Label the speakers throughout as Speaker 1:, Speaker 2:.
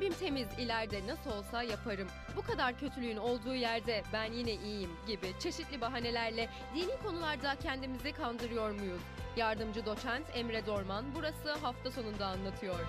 Speaker 1: kalbim temiz, ileride nasıl olsa yaparım. Bu kadar kötülüğün olduğu yerde ben yine iyiyim gibi çeşitli bahanelerle dini konularda kendimizi kandırıyor muyuz? Yardımcı doçent Emre Dorman burası hafta sonunda anlatıyor.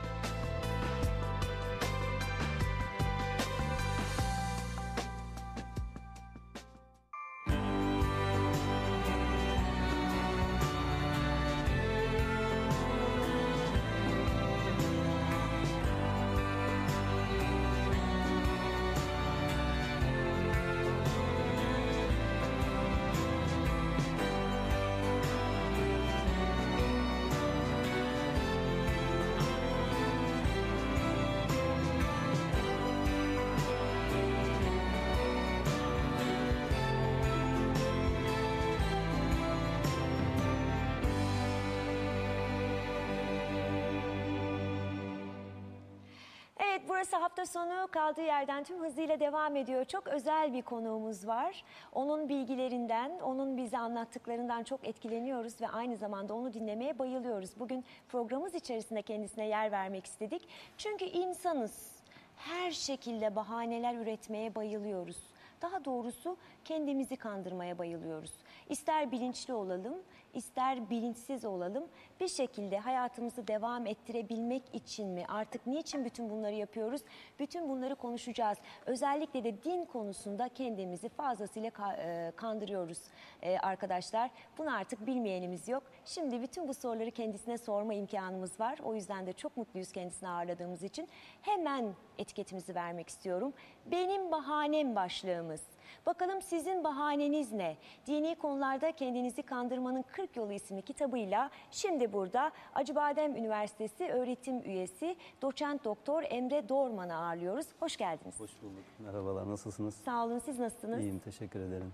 Speaker 2: Burası hafta sonu kaldığı yerden tüm hızıyla devam ediyor. Çok özel bir konuğumuz var. Onun bilgilerinden, onun bize anlattıklarından çok etkileniyoruz ve aynı zamanda onu dinlemeye bayılıyoruz. Bugün programımız içerisinde kendisine yer vermek istedik. Çünkü insanız. Her şekilde bahaneler üretmeye bayılıyoruz. Daha doğrusu kendimizi kandırmaya bayılıyoruz. İster bilinçli olalım, ister bilinçsiz olalım, bir şekilde hayatımızı devam ettirebilmek için mi? Artık niçin bütün bunları yapıyoruz? Bütün bunları konuşacağız. Özellikle de din konusunda kendimizi fazlasıyla kandırıyoruz arkadaşlar. Bunu artık bilmeyenimiz yok. Şimdi bütün bu soruları kendisine sorma imkanımız var. O yüzden de çok mutluyuz kendisini ağırladığımız için. Hemen etiketimizi vermek istiyorum. Benim bahanem başlığımız. Bakalım sizin bahaneniz ne? Dini konularda kendinizi kandırmanın 40 yolu isimli kitabıyla şimdi burada Acıbadem Üniversitesi öğretim üyesi doçent doktor Emre Dorman'ı ağırlıyoruz. Hoş geldiniz.
Speaker 3: Hoş bulduk. Merhabalar. Nasılsınız?
Speaker 2: Sağ olun. Siz nasılsınız?
Speaker 3: İyiyim. Teşekkür ederim.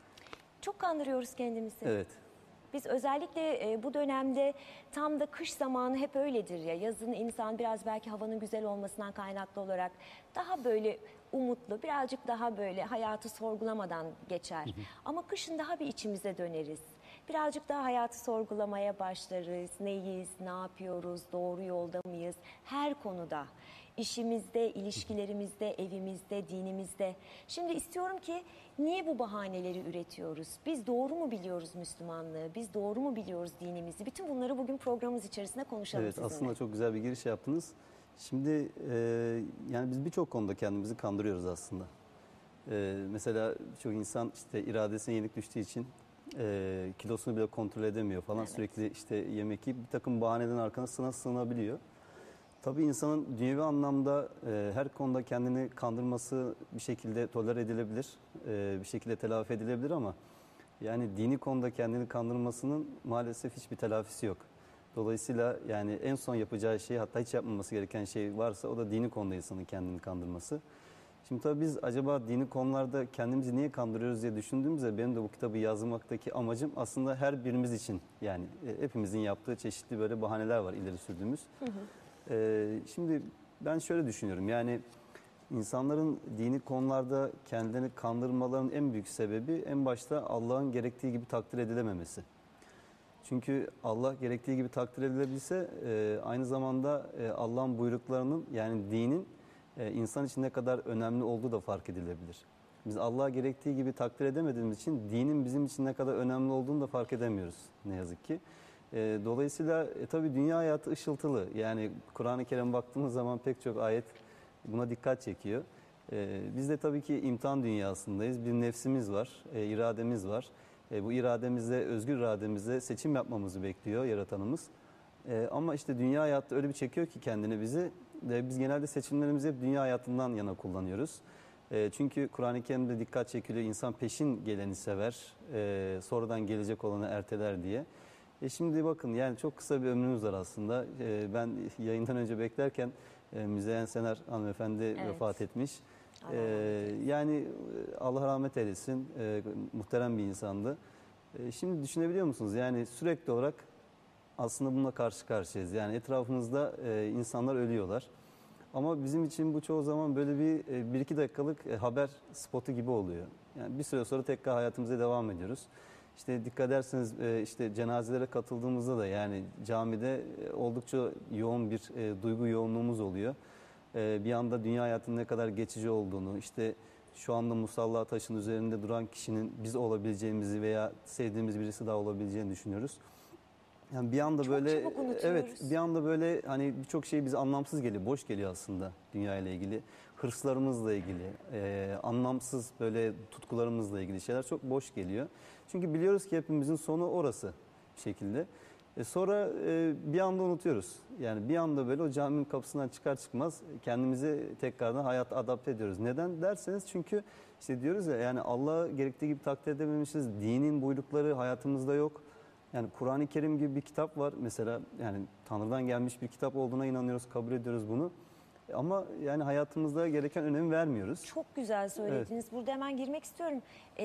Speaker 2: Çok kandırıyoruz kendimizi.
Speaker 3: Evet.
Speaker 2: Biz özellikle bu dönemde tam da kış zamanı hep öyledir ya. Yazın insan biraz belki havanın güzel olmasından kaynaklı olarak daha böyle umutlu, birazcık daha böyle hayatı sorgulamadan geçer. Ama kışın daha bir içimize döneriz. Birazcık daha hayatı sorgulamaya başlarız. Neyiz, ne yapıyoruz, doğru yolda mıyız? Her konuda. İşimizde, ilişkilerimizde, evimizde, dinimizde. Şimdi istiyorum ki niye bu bahaneleri üretiyoruz? Biz doğru mu biliyoruz Müslümanlığı? Biz doğru mu biliyoruz dinimizi? Bütün bunları bugün programımız içerisinde konuşalım sizinle.
Speaker 3: Evet, aslında çok güzel bir giriş yaptınız. Şimdi yani biz birçok konuda kendimizi kandırıyoruz aslında. Mesela çok insan işte iradesine yenik düştüğü için kilosunu bile kontrol edemiyor falan. Evet. Sürekli işte yemek yiyip bir takım bahanelerin arkasına sığınabiliyor. Tabii insanın dünyevi anlamda her konuda kendini kandırması bir şekilde tolere edilebilir, bir şekilde telafi edilebilir ama yani dini konuda kendini kandırmasının maalesef hiçbir telafisi yok. Dolayısıyla yani en son yapacağı şey, hatta hiç yapmaması gereken şey varsa o da dini konuda insanın kendini kandırması. Şimdi tabii biz acaba dini konularda kendimizi niye kandırıyoruz diye düşündüğümüzde benim de bu kitabı yazmaktaki amacım aslında her birimiz için, yani hepimizin yaptığı çeşitli böyle bahaneler var ileri sürdüğümüz. Şimdi ben şöyle düşünüyorum, yani insanların dini konularda kendilerini kandırmalarının en büyük sebebi en başta Allah'ın gerektiği gibi takdir edilememesi. Çünkü Allah gerektiği gibi takdir edilebilse aynı zamanda Allah'ın buyruklarının, yani dinin insan için ne kadar önemli olduğu da fark edilebilir. Biz Allah'a gerektiği gibi takdir edemediğimiz için dinin bizim için ne kadar önemli olduğunu da fark edemiyoruz ne yazık ki. Dolayısıyla tabii dünya hayatı ışıltılı. Yani Kur'an-ı Kerim'e baktığımız zaman pek çok ayet buna dikkat çekiyor. Biz de tabii ki imtihan dünyasındayız. Bir nefsimiz var, irademiz var. Bu irademizle, özgür irademizle seçim yapmamızı bekliyor yaratanımız. Ama işte dünya hayatı öyle bir çekiyor ki kendini bizi. Biz genelde seçimlerimizi hep dünya hayatından yana kullanıyoruz. Çünkü Kur'an-ı Kerim'de dikkat çekiliyor. İnsan peşin geleni sever, sonradan gelecek olanı erteler diye. Şimdi bakın, yani çok kısa bir ömrümüz var aslında. Ben yayından önce beklerken Müzeyyen Senar hanımefendi vefat etmiş. Yani Allah rahmet eylesin, muhterem bir insandı. Şimdi düşünebiliyor musunuz? Yani sürekli olarak aslında bununla karşı karşıyayız. Yani etrafımızda insanlar ölüyorlar. Ama bizim için bu çoğu zaman böyle bir iki dakikalık haber spotu gibi oluyor. Yani bir süre sonra tekrar hayatımıza devam ediyoruz. İşte dikkat ederseniz işte cenazelere katıldığımızda da yani camide oldukça yoğun bir duygu yoğunluğumuz oluyor. bir anda dünya hayatının ne kadar geçici olduğunu, işte şu anda musalla taşın üzerinde duran kişinin biz olabileceğimizi veya sevdiğimiz birisi daha olabileceğini düşünüyoruz. Yani bir anda
Speaker 2: Çok
Speaker 3: böyle
Speaker 2: çabuk unutuyoruz.
Speaker 3: evet bir anda böyle hani birçok şey bize anlamsız geliyor, boş geliyor aslında dünya ile ilgili. Hırslarımızla ilgili, anlamsız böyle tutkularımızla ilgili şeyler çok boş geliyor. Çünkü biliyoruz ki hepimizin sonu orası bir şekilde. Sonra bir anda unutuyoruz. Yani bir anda böyle o caminin kapısından çıkar çıkmaz kendimizi tekrardan hayata adapte ediyoruz. Neden derseniz çünkü işte diyoruz ya yani Allah'ı gerektiği gibi takdir edememişiz. Dinin buyrukları hayatımızda yok. Yani Kur'an-ı Kerim gibi bir kitap var mesela yani Tanrı'dan gelmiş bir kitap olduğuna inanıyoruz, kabul ediyoruz bunu. Ama yani hayatımızda gereken önemi vermiyoruz.
Speaker 2: Çok güzel söylediniz. Burada hemen girmek istiyorum.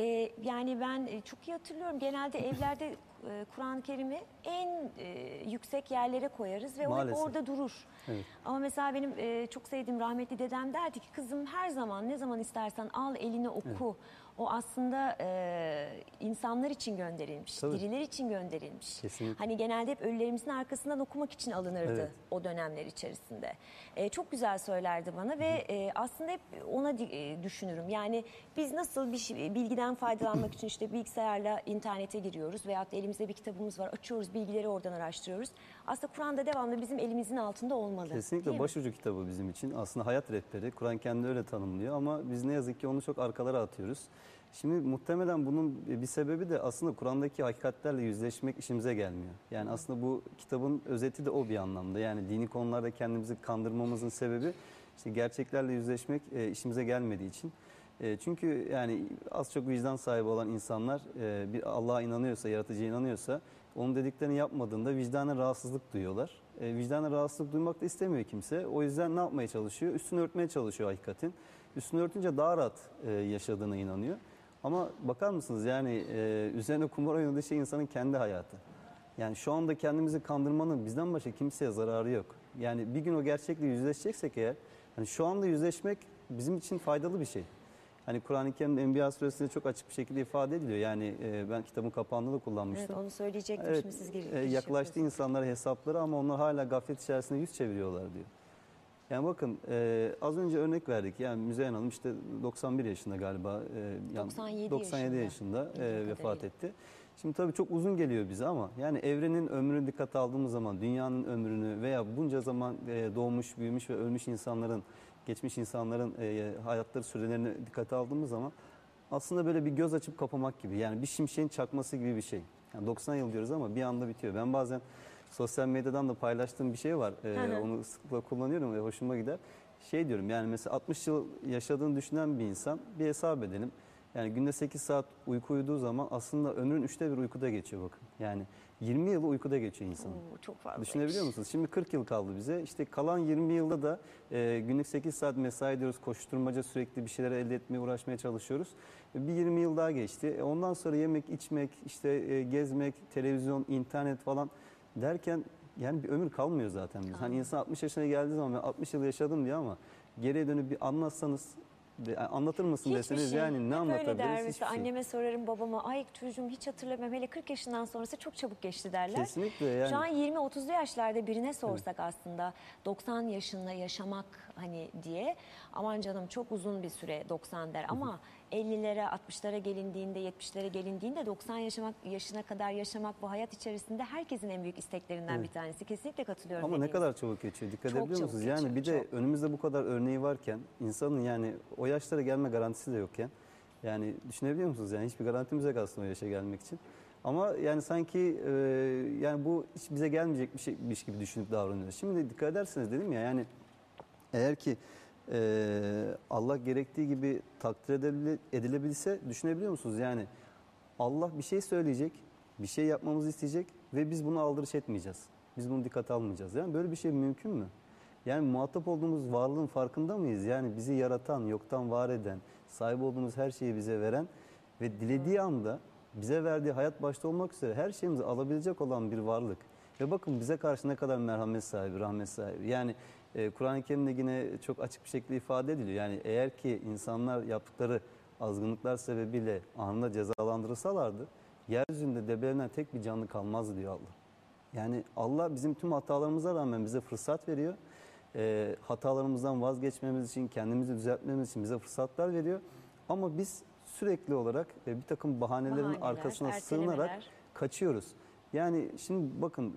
Speaker 2: Yani ben çok iyi hatırlıyorum. Genelde evlerde Kur'an-ı Kerim'i en yüksek yerlere koyarız ve o hep
Speaker 3: Maalesef.
Speaker 2: orada durur.
Speaker 3: Evet.
Speaker 2: Ama mesela benim çok sevdiğim rahmetli dedem derdi ki kızım her zaman ne zaman istersen al eline oku.
Speaker 3: Evet.
Speaker 2: O aslında insanlar için gönderilmiş,
Speaker 3: Tabii.
Speaker 2: diriler için gönderilmiş.
Speaker 3: Kesinlikle.
Speaker 2: Hani genelde hep ölülerimizin arkasından okumak için alınırdı
Speaker 3: Evet.
Speaker 2: o dönemler içerisinde. Çok güzel söylerdi bana ve aslında hep ona düşünürüm. Yani biz nasıl bir bilgiden faydalanmak için işte bilgisayarla internete giriyoruz veyahut da elimizde bir kitabımız var, açıyoruz, bilgileri oradan araştırıyoruz. Aslında Kur'an'da devamlı bizim elimizin altında olmalı.
Speaker 3: Kesinlikle
Speaker 2: değil mi?
Speaker 3: başucu kitabı bizim için. Aslında hayat rehberi. Kur'an kendini öyle tanımlıyor ama biz ne yazık ki onu çok arkalara atıyoruz. Şimdi muhtemelen bunun bir sebebi de aslında Kur'an'daki hakikatlerle yüzleşmek işimize gelmiyor. Yani aslında bu kitabın özeti de o bir anlamda. Yani dini konularda kendimizi kandırmamızın sebebi işte gerçeklerle yüzleşmek işimize gelmediği için. Çünkü yani az çok vicdan sahibi olan insanlar bir Allah'a inanıyorsa, yaratıcıya inanıyorsa onun dediklerini yapmadığında vicdanen rahatsızlık duyuyorlar. Vicdanen rahatsızlık duymak da istemiyor kimse. O yüzden ne yapmaya çalışıyor? Üstünü örtmeye çalışıyor hakikatin. Üstünü örtünce daha rahat yaşadığına inanıyor. Ama bakar mısınız yani üzerine kumar oynadığı şey insanın kendi hayatı. Yani şu anda kendimizi kandırmanın bizden başka kimseye zararı yok. Yani bir gün o gerçekle yüzleşeceksek eğer, hani şu anda yüzleşmek bizim için faydalı bir şey. Hani Kur'an-ı Kerim'de Enbiya Suresi'nde çok açık bir şekilde ifade ediliyor. Yani ben kitabın kapağında da kullanmıştım.
Speaker 2: Evet, onu söyleyecektim
Speaker 3: Evet,
Speaker 2: şimdi siz
Speaker 3: yaklaştı insanlara hesapları ama onlar hala gaflet içerisinde yüz çeviriyorlar diyor. Yani bakın az önce örnek verdik. Yani Müzeyyen Hanım işte 91 yaşında galiba. 97 yaşında vefat etti. Şimdi tabii çok uzun geliyor bize ama yani evrenin ömrünü dikkate aldığımız zaman dünyanın ömrünü veya bunca zaman doğmuş, büyümüş ve ölmüş insanların, geçmiş insanların hayatları sürelerini dikkate aldığımız zaman aslında böyle bir göz açıp kapamak gibi. Yani bir şimşeğin çakması gibi bir şey. Yani 90 yıl diyoruz ama bir anda bitiyor. Ben bazen sosyal medyadan da paylaştığım bir şey var. Onu sıklıkla kullanıyorum ve hoşuma gider. Şey diyorum yani mesela 60 yıl yaşadığını düşünen bir insan bir hesap edelim. Yani günde 8 saat uyku uyuduğu zaman aslında ömrün 1/3 uykuda geçiyor bakın. Yani 20 yılı uykuda geçiyor insanın.
Speaker 2: Çok fazla.
Speaker 3: Düşünebiliyor musunuz? Şimdi 40 yıl kaldı bize. İşte kalan 20 yılda da günlük 8 saat mesai ediyoruz. Koşturmaca sürekli bir şeyler elde etmeye uğraşmaya çalışıyoruz. Bir 20 yıl daha geçti. Ondan sonra yemek, içmek, işte gezmek, televizyon, internet falan derken yani bir ömür kalmıyor zaten biz. Hani insan 60 yaşına geldiği zaman ben 60 yıl yaşadım diyor ama geriye dönüp bir anlatsanız anlatır mısın deseniz yani ne
Speaker 2: Hep öyle der
Speaker 3: anlatabiliriz? Hiçbir
Speaker 2: mesela
Speaker 3: şey.
Speaker 2: anneme sorarım babama ay çocuğum hiç hatırlamıyorum hele 40 yaşından sonrası çok çabuk geçti derler.
Speaker 3: Kesinlikle yani.
Speaker 2: Şu an 20-30'lu yaşlarda birine sorsak aslında 90 yaşında yaşamak hani diye aman canım çok uzun bir süre 90 der ama 50'lere 60'lara gelindiğinde 70'lere gelindiğinde 90 yaşına kadar yaşamak bu hayat içerisinde herkesin en büyük isteklerinden bir tanesi. Kesinlikle katılıyorum.
Speaker 3: Ama ne
Speaker 2: dediğiniz.
Speaker 3: kadar çabuk geçiyor. Dikkat
Speaker 2: Çok
Speaker 3: edebiliyor
Speaker 2: çabuk
Speaker 3: musunuz? Yani bir
Speaker 2: geçiyor,
Speaker 3: de önümüzde bu kadar örneği varken insanın yani o yaşlara gelme garantisi de yokken yani düşünebiliyor musunuz? Yani hiçbir garantimiz yok aslında o yaşa gelmek için. Ama yani sanki yani bu hiç bize gelmeyecek bir şeymiş gibi düşünüp davranıyoruz. Şimdi dikkat ederseniz dedim ya yani eğer ki Allah gerektiği gibi takdir edilebilse düşünebiliyor musunuz? Yani Allah bir şey söyleyecek, bir şey yapmamızı isteyecek ve biz bunu aldırış etmeyeceğiz. Biz bunu dikkate almayacağız. Yani böyle bir şey mümkün mü? Yani muhatap olduğumuz varlığın farkında mıyız? Yani bizi yaratan, yoktan var eden, sahip olduğumuz her şeyi bize veren ve dilediği anda bize verdiği hayat başta olmak üzere her şeyimizi alabilecek olan bir varlık. Ve bakın bize karşı ne kadar merhamet sahibi, rahmet sahibi. Yani Kur'an-ı Kerim'de yine çok açık bir şekilde ifade ediliyor. Yani eğer ki insanlar yaptıkları azgınlıklar sebebiyle anında cezalandırılsalardı, yeryüzünde debelenen tek bir canlı kalmazdı diyor Allah. Yani Allah bizim tüm hatalarımıza rağmen bize fırsat veriyor hatalarımızdan vazgeçmemiz için, kendimizi düzeltmemiz için bize fırsatlar veriyor. Ama biz sürekli olarak bir takım bahanelerin
Speaker 2: Bahaneler,
Speaker 3: arkasına
Speaker 2: ertelemeler.
Speaker 3: sığınarak kaçıyoruz. Yani şimdi bakın,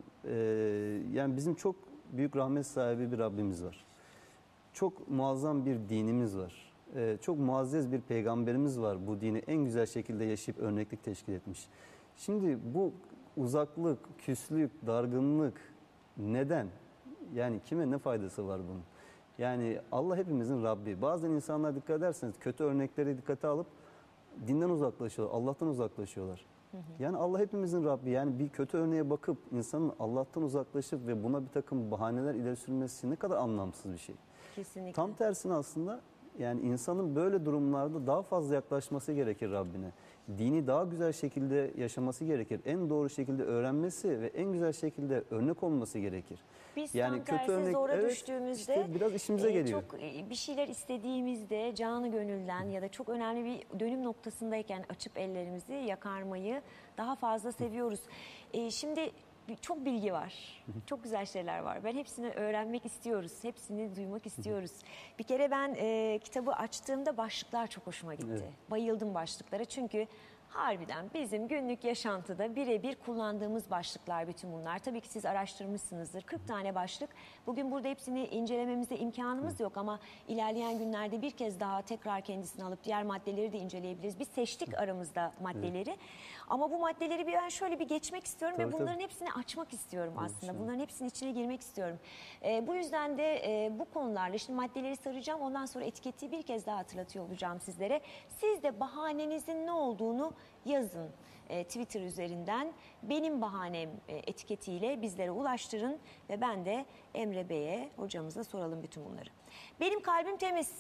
Speaker 3: yani bizim çok büyük rahmet sahibi bir Rabbimiz var. Çok muazzam bir dinimiz var. Çok muazzez bir peygamberimiz var. Bu dini en güzel şekilde yaşayıp örneklik teşkil etmiş. Şimdi bu uzaklık, küslük, dargınlık neden? Yani kime ne faydası var bunun? Yani Allah hepimizin Rabbi. Bazen insanlar, dikkat ederseniz, kötü örnekleri dikkate alıp dinden uzaklaşıyorlar, Allah'tan uzaklaşıyorlar. Yani Allah hepimizin Rabbi. Yani bir kötü örneğe bakıp insanın Allah'tan uzaklaşıp ve buna bir takım bahaneler ileri sürmesi ne kadar anlamsız bir şey.
Speaker 2: Kesinlikle.
Speaker 3: Tam tersine aslında yani insanın böyle durumlarda daha fazla yaklaşması gerekir Rabbine. Dini daha güzel şekilde yaşaması gerekir. En doğru şekilde öğrenmesi ve en güzel şekilde örnek olması gerekir.
Speaker 2: Biz tam tersi zora düştüğümüzde
Speaker 3: işte biraz işimize geliyor.
Speaker 2: çok bir şeyler istediğimizde canı gönülden ya da çok önemli bir dönüm noktasındayken açıp ellerimizi yakarmayı daha fazla seviyoruz. Şimdi çok bilgi var. Çok güzel şeyler var. Ben hepsini öğrenmek istiyoruz. Hepsini duymak istiyoruz. Bir kere ben kitabı açtığımda başlıklar çok hoşuma gitti.
Speaker 3: Evet.
Speaker 2: Bayıldım başlıklara çünkü harbiden bizim günlük yaşantıda birebir kullandığımız başlıklar bütün bunlar. Tabii ki siz araştırmışsınızdır. 40 tane başlık. Bugün burada hepsini incelememize imkanımız yok ama ilerleyen günlerde bir kez daha tekrar kendisini alıp diğer maddeleri de inceleyebiliriz. Biz seçtik aramızda maddeleri. Ama bu maddeleri ben şöyle bir geçmek istiyorum ve bunların hepsini açmak istiyorum aslında. Bunların hepsinin içine girmek istiyorum. Bu yüzden de bu konularla şimdi maddeleri saracağım. Ondan sonra etiketi bir kez daha hatırlatıyor olacağım sizlere. Siz de bahanenizin ne olduğunu yazın Twitter üzerinden. Benim bahanem etiketiyle bizlere ulaştırın ve ben de Emre Bey'e, hocamıza soralım bütün bunları. Benim kalbim temiz.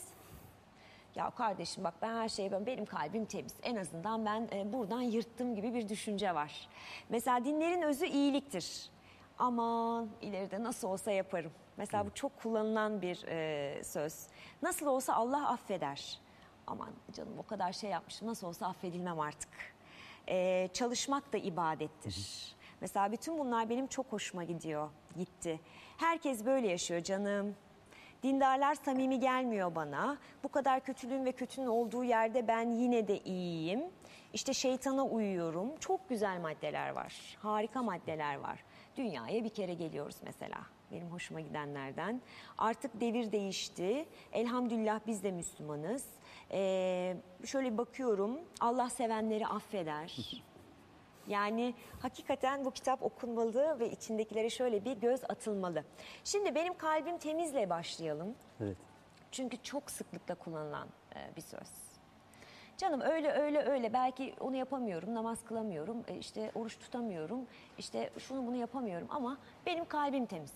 Speaker 2: Ya kardeşim bak, ben her şeyi, benim kalbim temiz. En azından ben buradan yırttım gibi bir düşünce var. Mesela dinlerin özü iyiliktir. Aman ileride nasıl olsa yaparım. Mesela bu çok kullanılan bir söz. Nasıl olsa Allah affeder. Aman canım o kadar şey yapmışım, nasıl olsa affedilmem artık. Çalışmak da ibadettir. Mesela bütün bunlar benim çok hoşuma gitti. Herkes böyle yaşıyor canım. Dindarlar samimi gelmiyor bana. Bu kadar kötülüğün ve kötünün olduğu yerde ben yine de iyiyim. İşte şeytana uyuyorum. Çok güzel maddeler var. Harika maddeler var. Dünyaya bir kere geliyoruz mesela. Benim hoşuma gidenlerden. Artık devir değişti. Elhamdülillah biz de Müslümanız. Şöyle bakıyorum. Allah sevenleri affeder. Yani hakikaten bu kitap okunmalı ve içindekilere şöyle bir göz atılmalı. Şimdi benim kalbim temizle başlayalım.
Speaker 3: Evet.
Speaker 2: Çünkü çok sıklıkla kullanılan bir söz. Canım öyle belki onu yapamıyorum, namaz kılamıyorum, işte oruç tutamıyorum, işte şunu bunu yapamıyorum ama benim kalbim temiz.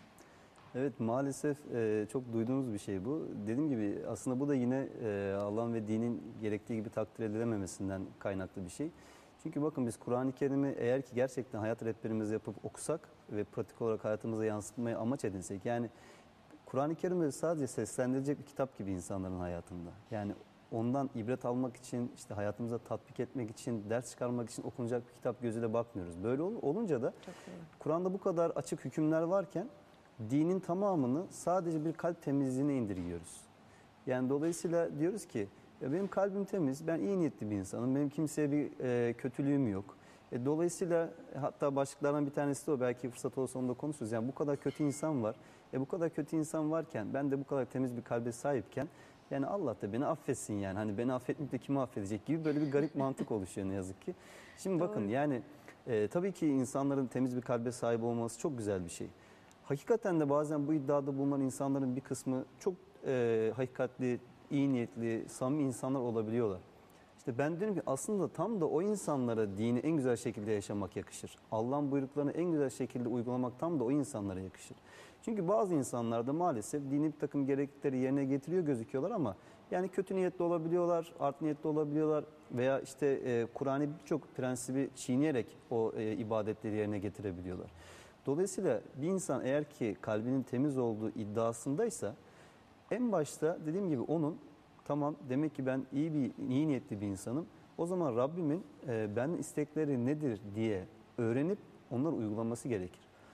Speaker 3: Evet, maalesef çok duyduğumuz bir şey bu. Dediğim gibi aslında bu da yine Allah'ın ve dinin gerektiği gibi takdir edilememesinden kaynaklı bir şey. Çünkü bakın biz Kur'an-ı Kerim'i eğer ki gerçekten hayat rehberimizi yapıp okusak ve pratik olarak hayatımıza yansıtmayı amaç edinsek, yani Kur'an-ı Kerim'i sadece seslendirilecek bir kitap gibi insanların hayatında. Yani ondan ibret almak için, işte hayatımıza tatbik etmek için, ders çıkarmak için okunacak bir kitap gözüyle bakmıyoruz. Böyle olunca da Kur'an'da bu kadar açık hükümler varken dinin tamamını sadece bir kalp temizliğine indirgiyoruz. Yani dolayısıyla diyoruz ki ya benim kalbim temiz, ben iyi niyetli bir insanım, benim kimseye bir kötülüğüm yok. Dolayısıyla hatta başlıklardan bir tanesi de o, belki fırsat olursa onu da konuşuruz. Yani bu kadar kötü insan var. Bu kadar kötü insan varken, ben de bu kadar temiz bir kalbe sahipken, yani Allah da beni affetsin yani. Hani beni affetmeyip de kimi affedecek gibi böyle bir garip mantık oluşuyor ne yazık ki. Şimdi bakın yani tabii ki insanların temiz bir kalbe sahip olması çok güzel bir şey. Hakikaten de bazen bu iddiada bulunan insanların bir kısmı çok hakikatli, iyi niyetli, samimi insanlar olabiliyorlar. İşte ben diyorum ki aslında tam da o insanlara dini en güzel şekilde yaşamak yakışır. Allah'ın buyruklarını en güzel şekilde uygulamak tam da o insanlara yakışır. Çünkü bazı insanlar da maalesef dini bir takım gereklilikleri yerine getiriyor gözüküyorlar ama yani kötü niyetli olabiliyorlar, art niyetli olabiliyorlar veya işte Kur'an'ı birçok prensibi çiğneyerek o ibadetleri yerine getirebiliyorlar. Dolayısıyla bir insan eğer ki kalbinin temiz olduğu iddiasındaysa en başta dediğim gibi onun tamam demek ki ben iyi niyetli bir insanım. O zaman Rabbimin benden istekleri nedir diye öğrenip onları uygulaması gerekir.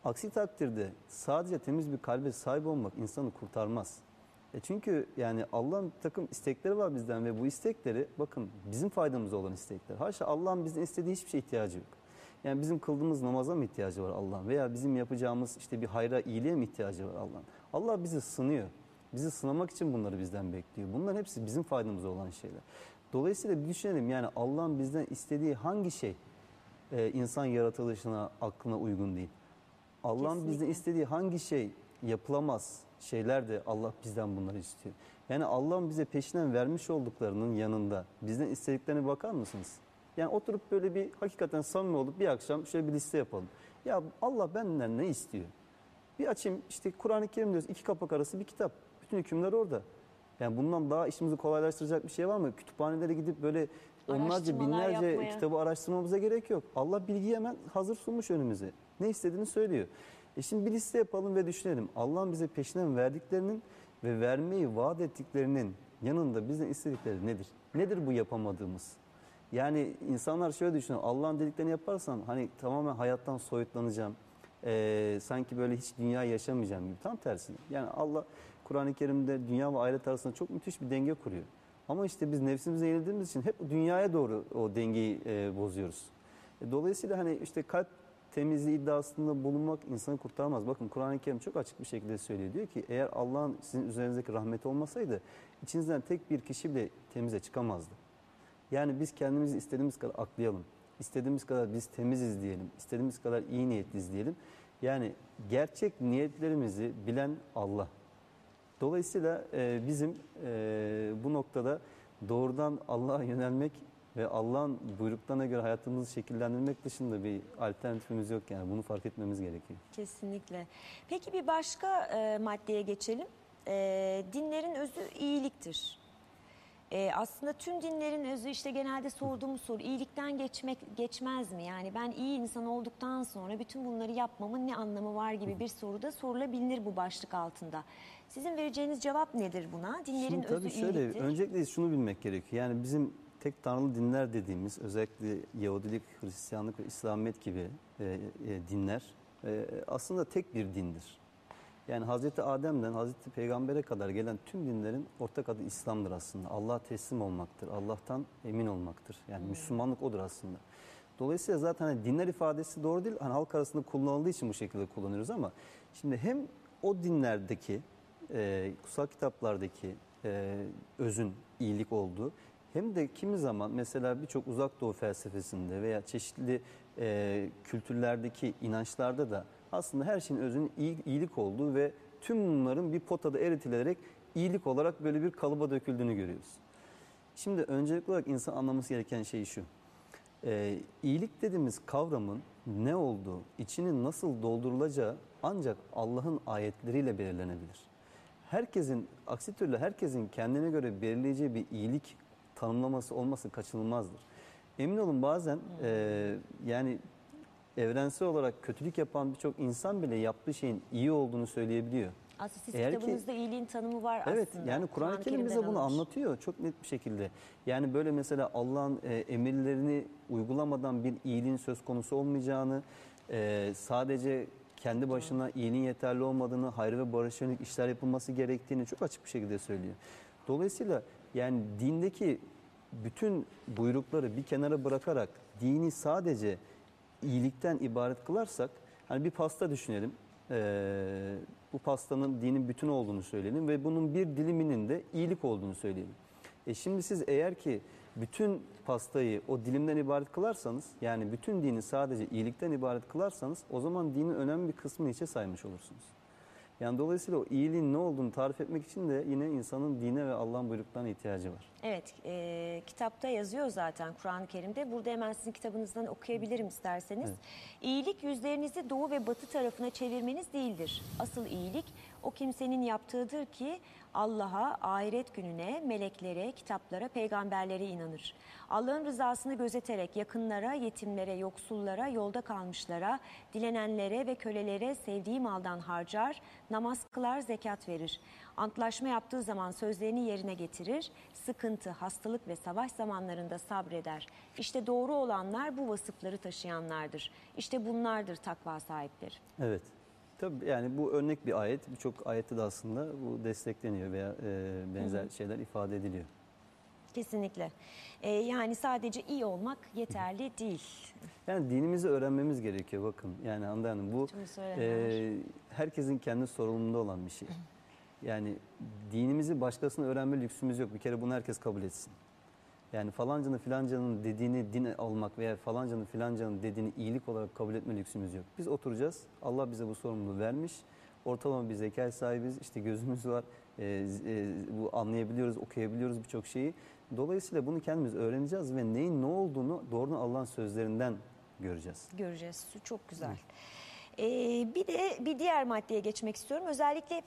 Speaker 3: Aksi takdirde sadece temiz bir kalbe sahip olmak insanı kurtarmaz. Çünkü yani Allah'ın bir takım istekleri var bizden ve bu istekleri bakın bizim faydamıza olan istekler. Haşa Allah'ın bizden istediği hiçbir şeye ihtiyacı yok. Yani bizim kıldığımız namaza mı ihtiyacı var Allah'ın veya bizim yapacağımız işte bir hayra, iyiliğe mi ihtiyacı var Allah'ın? Allah bizi sınıyor. Bizi sınamak için bunları bizden bekliyor. Bunların hepsi bizim faydamıza olan şeyler. Dolayısıyla bir düşünelim yani Allah'ın bizden istediği hangi şey insan yaratılışına, aklına uygun değil? Allah'ın bizden istediği hangi şey yapılamaz şeyler de Allah bizden bunları istiyor. Yani Allah'ın bize peşinden vermiş olduklarının yanında bizden istediklerine bakar mısınız? Yani oturup böyle bir hakikaten samimi olup bir akşam şöyle bir liste yapalım. Ya Allah benden ne istiyor? Bir açayım işte Kur'an-ı Kerim diyoruz 2 kapak arası bir kitap. Bütün hükümler orada. Yani bundan daha işimizi kolaylaştıracak bir şey var mı? Kütüphanelere gidip böyle onlarca binlerce kitabı araştırmamıza gerek yok. Allah bilgiyi hemen hazır sunmuş önümüze. Ne istediğini söylüyor. Şimdi bir liste yapalım ve düşünelim. Allah'ın bize peşinden verdiklerinin ve vermeyi vaat ettiklerinin yanında bizden istedikleri nedir? Nedir bu yapamadığımız? Yani insanlar şöyle düşünüyor. Allah'ın dediklerini yaparsan hani tamamen hayattan soyutlanacağım. Sanki böyle hiç dünya yaşamayacağım gibi. Tam tersine. Yani Allah Kur'an-ı Kerim'de dünya ve ahiret arasında çok müthiş bir denge kuruyor. Ama işte biz nefsimize yenildiğimiz için hep dünyaya doğru o dengeyi bozuyoruz. Dolayısıyla hani işte kalp temizliği iddiasında bulunmak insanı kurtarmaz. Bakın Kur'an-ı Kerim çok açık bir şekilde söylüyor. Diyor ki eğer Allah'ın sizin üzerinizdeki rahmeti olmasaydı içinizden tek bir kişi bile temize çıkamazdı. Yani biz kendimizi istediğimiz kadar aklayalım. İstediğimiz kadar biz temiziz diyelim. İstediğimiz kadar iyi niyetliyiz diyelim. Yani gerçek niyetlerimizi bilen Allah. Dolayısıyla bizim bu noktada doğrudan Allah'a yönelmek ve Allah'ın buyruklarına göre hayatımızı şekillendirmek dışında bir alternatifimiz yok yani. Bunu fark etmemiz gerekiyor.
Speaker 2: Kesinlikle. Peki bir başka maddeye geçelim. Dinlerin özü iyiliktir. Aslında tüm dinlerin özü işte genelde sorduğumuz soru iyilikten geçmez mi? Yani ben iyi insan olduktan sonra bütün bunları yapmamın ne anlamı var gibi bir soru da sorulabilir bu başlık altında. Sizin vereceğiniz cevap nedir buna? Dinlerin
Speaker 3: Şimdi
Speaker 2: özü
Speaker 3: tabii şöyle,
Speaker 2: iyiliktir.
Speaker 3: öncelikle şunu bilmek gerekiyor. Yani bizim tek tanrılı dinler dediğimiz özellikle Yahudilik, Hristiyanlık ve İslamiyet gibi dinler aslında tek bir dindir. Yani Hazreti Adem'den Hazreti Peygamber'e kadar gelen tüm dinlerin ortak adı İslam'dır aslında. Allah'a teslim olmaktır, Allah'tan emin olmaktır. Yani Müslümanlık odur aslında. Dolayısıyla zaten hani dinler ifadesi doğru değil. Hani halk arasında kullanıldığı için bu şekilde kullanıyoruz ama şimdi hem o dinlerdeki kutsal kitaplardaki özün iyilik olduğu hem de kimi zaman mesela birçok uzak doğu felsefesinde veya çeşitli kültürlerdeki inançlarda da aslında her şeyin özünün iyilik olduğu ve tüm bunların bir potada eritilerek iyilik olarak böyle bir kalıba döküldüğünü görüyoruz. Şimdi öncelikli olarak insan anlaması gereken şey şu. İyilik dediğimiz kavramın ne olduğu, içinin nasıl doldurulacağı ancak Allah'ın ayetleriyle belirlenebilir. Aksi türlü herkesin kendine göre belirleyeceği bir iyilik tanımlaması olması kaçınılmazdır. Emin olun bazen yani evrensel olarak kötülük yapan birçok insan bile yaptığı şeyin iyi olduğunu söyleyebiliyor.
Speaker 2: Aslında siz kitabınızda iyiliğin tanımı var
Speaker 3: evet,
Speaker 2: aslında.
Speaker 3: yani Kur'an-ı Kerim bize bunu anlatıyor çok net bir şekilde. Yani böyle mesela Allah'ın emirlerini uygulamadan bir iyiliğin söz konusu olmayacağını, sadece kendi başına iyiliğin yeterli olmadığını, hayır ve barışa yönelik işler yapılması gerektiğini çok açık bir şekilde söylüyor. Dolayısıyla yani dindeki bütün buyrukları bir kenara bırakarak dini sadece iyilikten ibaret kılarsak, hani bir pasta düşünelim, bu pastanın dinin bütün olduğunu söyleyelim ve bunun bir diliminin de iyilik olduğunu söyleyelim. Şimdi siz eğer ki bütün pastayı o dilimden ibaret kılarsanız, yani bütün dini sadece iyilikten ibaret kılarsanız, o zaman dinin önemli bir kısmını içe saymış olursunuz. Yani dolayısıyla o iyiliğin ne olduğunu tarif etmek için de yine insanın dine ve Allah'ın buyruklarına ihtiyacı var.
Speaker 2: Evet, kitapta yazıyor zaten Kur'an-ı Kerim'de. Burada hemen sizin kitabınızdan okuyabilirim isterseniz. Evet. İyilik yüzlerinizi doğu ve batı tarafına çevirmeniz değildir. Asıl iyilik o kimsenin yaptığıdır ki Allah'a, ahiret gününe, meleklere, kitaplara, peygamberlere inanır. Allah'ın rızasını gözeterek yakınlara, yetimlere, yoksullara, yolda kalmışlara, dilenenlere ve kölelere sevdiği maldan harcar, namaz kılar, zekat verir. Antlaşma yaptığı zaman sözlerini yerine getirir, sıkıntı, hastalık ve savaş zamanlarında sabreder. İşte doğru olanlar bu vasıfları taşıyanlardır. İşte bunlardır takva sahipleri.
Speaker 3: Evet. Tabii yani bu örnek bir ayet. Birçok ayette de aslında bu destekleniyor veya benzer şeyler ifade ediliyor.
Speaker 2: Kesinlikle. Yani sadece iyi olmak yeterli değil.
Speaker 3: Yani dinimizi öğrenmemiz gerekiyor bakın. Yani Hande Hanım bu
Speaker 2: Tüm söylenenler.
Speaker 3: herkesin kendi sorumluluğunda olan bir şey. Yani dinimizi başkasına öğrenme lüksümüz yok. Bir kere bunu herkes kabul etsin. Yani falancanın filancanın dediğini din almak veya falancanın filancanın dediğini iyilik olarak kabul etme lüksümüz yok. Biz oturacağız. Allah bize bu sorumluluğu vermiş. Ortalama bir zeka sahibiz. İşte gözümüz var. Bu anlayabiliyoruz, okuyabiliyoruz birçok şeyi. Dolayısıyla bunu kendimiz öğreneceğiz ve neyin ne olduğunu doğrudan Allah'ın sözlerinden göreceğiz.
Speaker 2: Göreceğiz. Çok güzel. Bir de bir diğer maddeye geçmek istiyorum. Özellikle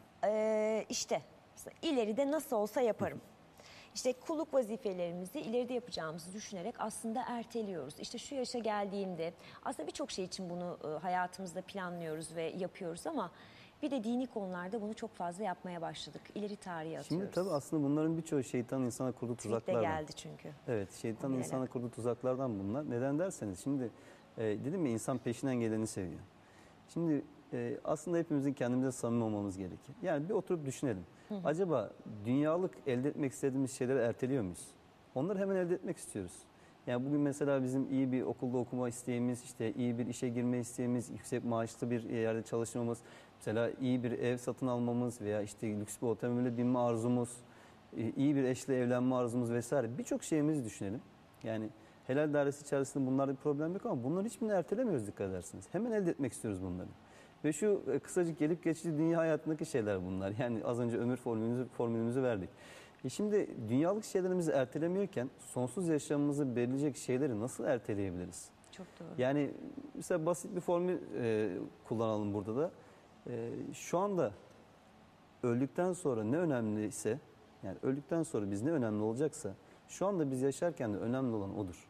Speaker 2: işte mesela ileride nasıl olsa yaparım. İşte kulluk vazifelerimizi ileride yapacağımızı düşünerek aslında erteliyoruz. İşte şu yaşa geldiğimde aslında birçok şey için bunu hayatımızda planlıyoruz ve yapıyoruz ama bir de dini konularda bunu çok fazla yapmaya başladık. İleri tarihe atıyoruz.
Speaker 3: Şimdi tabii aslında bunların birçoğu şeytanın insana kurduğu tuzaklardan.
Speaker 2: geldi çünkü.
Speaker 3: Evet, şeytanın insana kurduğu tuzaklardan bunlar. Neden derseniz şimdi dedim ya insan peşinden geleni seviyor. Şimdi aslında hepimizin kendimize samimi olmamız gerekir. Yani bir oturup düşünelim. Acaba dünyalık elde etmek istediğimiz şeyleri erteliyor muyuz? Onları hemen elde etmek istiyoruz. Yani bugün mesela bizim iyi bir okulda okuma isteğimiz, işte iyi bir işe girme isteğimiz, yüksek maaşlı bir yerde çalışmamız, mesela iyi bir ev satın almamız veya işte lüks bir otomobile binme arzumuz, iyi bir eşle evlenme arzumuz vesaire birçok şeyimizi düşünelim. Yani helal dairesi içerisinde bunlarda bir problem yok ama bunların hiçbirini ertelemiyoruz dikkat ederseniz. Hemen elde etmek istiyoruz bunları. Ve şu kısacık gelip geçici dünya hayatındaki şeyler bunlar. Yani az önce ömür formülümüzü verdik. Şimdi dünyalık şeylerimizi ertelemiyorken sonsuz yaşamımızı belirleyecek şeyleri nasıl erteleyebiliriz?
Speaker 2: Çok doğru.
Speaker 3: Yani mesela basit bir formül kullanalım burada da. Şu anda öldükten sonra ne önemliyse, yani öldükten sonra biz ne önemli olacaksa şu anda biz yaşarken de önemli olan odur.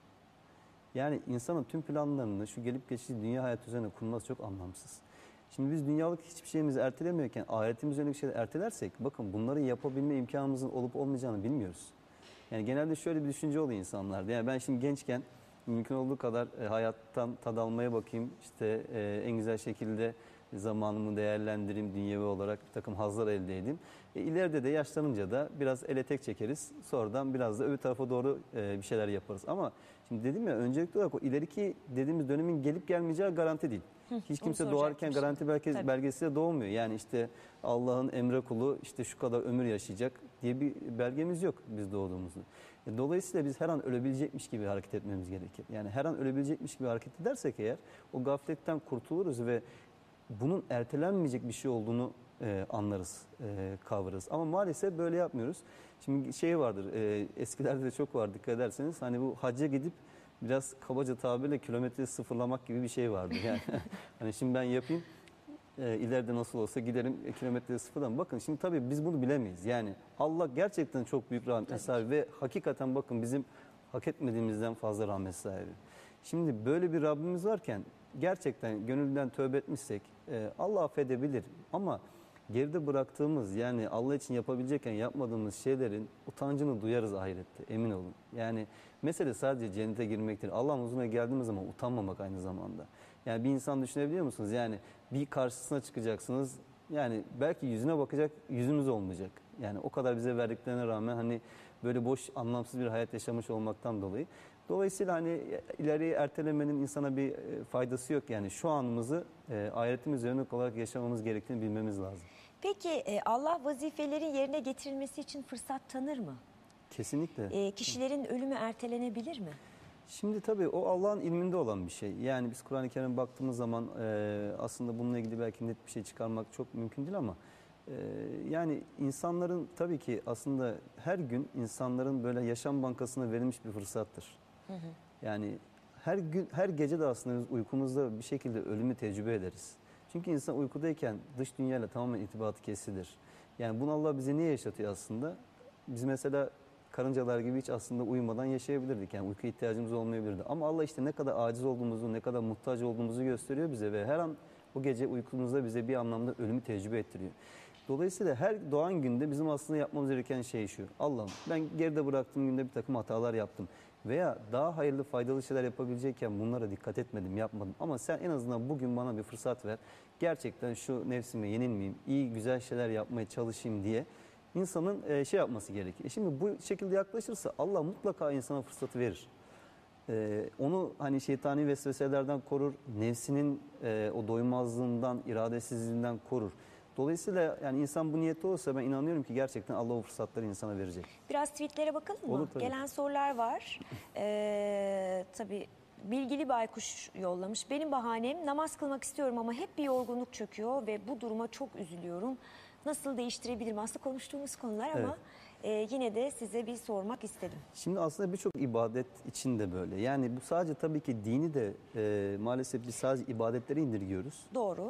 Speaker 3: Yani insanın tüm planlarını şu gelip geçici dünya hayatı üzerine kurması çok anlamsız. Şimdi biz dünyalık hiçbir şeyimizi ertelemiyorken ahiretimiz yönelik şeyler ertelersek bakın bunları yapabilme imkanımızın olup olmayacağını bilmiyoruz. Yani genelde şöyle bir düşünce oluyor insanlarda. Yani ben şimdi gençken mümkün olduğu kadar hayattan tad almaya bakayım. İşte en güzel şekilde zamanımı değerlendireyim, dünyevi olarak bir takım hazlar elde edeyim. İleride de yaşlanınca da biraz ele tek çekeriz. Sonradan biraz da öbür tarafa doğru bir şeyler yaparız. Ama şimdi dedim ya öncelikli olarak o ileriki dediğimiz dönemin gelip gelmeyeceği garanti değil. Hiç kimse doğarken garanti belgesiyle doğmuyor. Yani işte Allah'ın emre kulu işte şu kadar ömür yaşayacak diye bir belgemiz yok biz doğduğumuzda. Dolayısıyla biz her an ölebilecekmiş gibi hareket etmemiz gerekir. Yani her an ölebilecekmiş gibi hareket edersek eğer o gafletten kurtuluruz ve bunun ertelenmeyecek bir şey olduğunu anlarız, kavrarız. Ama maalesef böyle yapmıyoruz. Şimdi şey vardır, eskilerde de çok var dikkat ederseniz. Hani bu hacca gidip biraz kabaca tabirle kilometreyi sıfırlamak gibi bir şey vardır. Yani hani şimdi ben yapayım, ileride nasıl olsa giderim kilometreyi sıfırdan. Bakın şimdi tabii biz bunu bilemeyiz. Yani Allah gerçekten çok büyük rahmet sahibi ve hakikaten bakın bizim hak etmediğimizden fazla rahmet sahibi. Şimdi böyle bir Rabbimiz varken gerçekten gönülden tövbe etmişsek Allah affedebilir ama geride bıraktığımız yani Allah için yapabilecekken yapmadığımız şeylerin utancını duyarız ahirette emin olun. Yani mesele sadece cennete girmektir. Allah'ın huzuruna geldiğimiz zaman utanmamak aynı zamanda. Yani bir insan düşünebiliyor musunuz? Yani bir karşısına çıkacaksınız. Yani belki yüzüne bakacak yüzümüz olmayacak. Yani o kadar bize verdiklerine rağmen hani böyle boş anlamsız bir hayat yaşamış olmaktan dolayı. Dolayısıyla hani ileriyi ertelemenin insana bir faydası yok. Yani şu anımızı ahiretimiz yönelik olarak yaşamamız gerektiğini bilmemiz lazım.
Speaker 2: Peki Allah vazifelerin yerine getirilmesi için fırsat tanır mı?
Speaker 3: Kesinlikle.
Speaker 2: Kişilerin ölümü ertelenebilir mi?
Speaker 3: Şimdi tabii o Allah'ın ilminde olan bir şey. Yani biz Kur'an-ı Kerim'e baktığımız zaman aslında bununla ilgili belki net bir şey çıkarmak çok mümkün değil ama yani insanların tabii ki aslında her gün insanların böyle yaşam bankasına verilmiş bir fırsattır. Yani her gün her gece de aslında biz uykumuzda bir şekilde ölümü tecrübe ederiz. Çünkü insan uykudayken dış dünyayla tamamen irtibatı kesilir. Yani bunu Allah bize niye yaşatıyor aslında? Biz mesela karıncalar gibi hiç aslında uyumadan yaşayabilirdik. Yani uyku ihtiyacımız olmayabilirdi. Ama Allah işte ne kadar aciz olduğumuzu, ne kadar muhtaç olduğumuzu gösteriyor bize ve her an o gece uykumuzda bize bir anlamda ölümü tecrübe ettiriyor. Dolayısıyla her doğan günde bizim aslında yapmamız gereken şey şu. Allah'ım ben geride bıraktığım günde bir takım hatalar yaptım. veya daha hayırlı faydalı şeyler yapabilecekken bunlara dikkat etmedim, yapmadım. Ama sen en azından bugün bana bir fırsat ver. Gerçekten şu nefsime yenilmeyeyim, iyi güzel şeyler yapmaya çalışayım diye insanın şey yapması gerekiyor. Şimdi bu şekilde yaklaşırsa Allah mutlaka insana fırsatı verir. Onu hani şeytani vesveselerden korur, nefsinin o doymazlığından, iradesizliğinden korur. Dolayısıyla yani insan bu niyette olsa ben inanıyorum ki gerçekten Allah o fırsatları insana verecek.
Speaker 2: Biraz tweetlere bakalım mı?
Speaker 3: Olur tabii.
Speaker 2: Gelen sorular var. Tabii Bilgili Baykuş yollamış. Benim bahanem namaz kılmak istiyorum ama hep bir yorgunluk çöküyor ve bu duruma çok üzülüyorum. Nasıl değiştirebilirim? Aslında konuştuğumuz konular ama yine de size bir sormak istedim.
Speaker 3: Şimdi aslında birçok ibadet için de böyle. Yani bu sadece tabii ki dini de maalesef biz sadece ibadetleri indirgiyoruz.
Speaker 2: Doğru.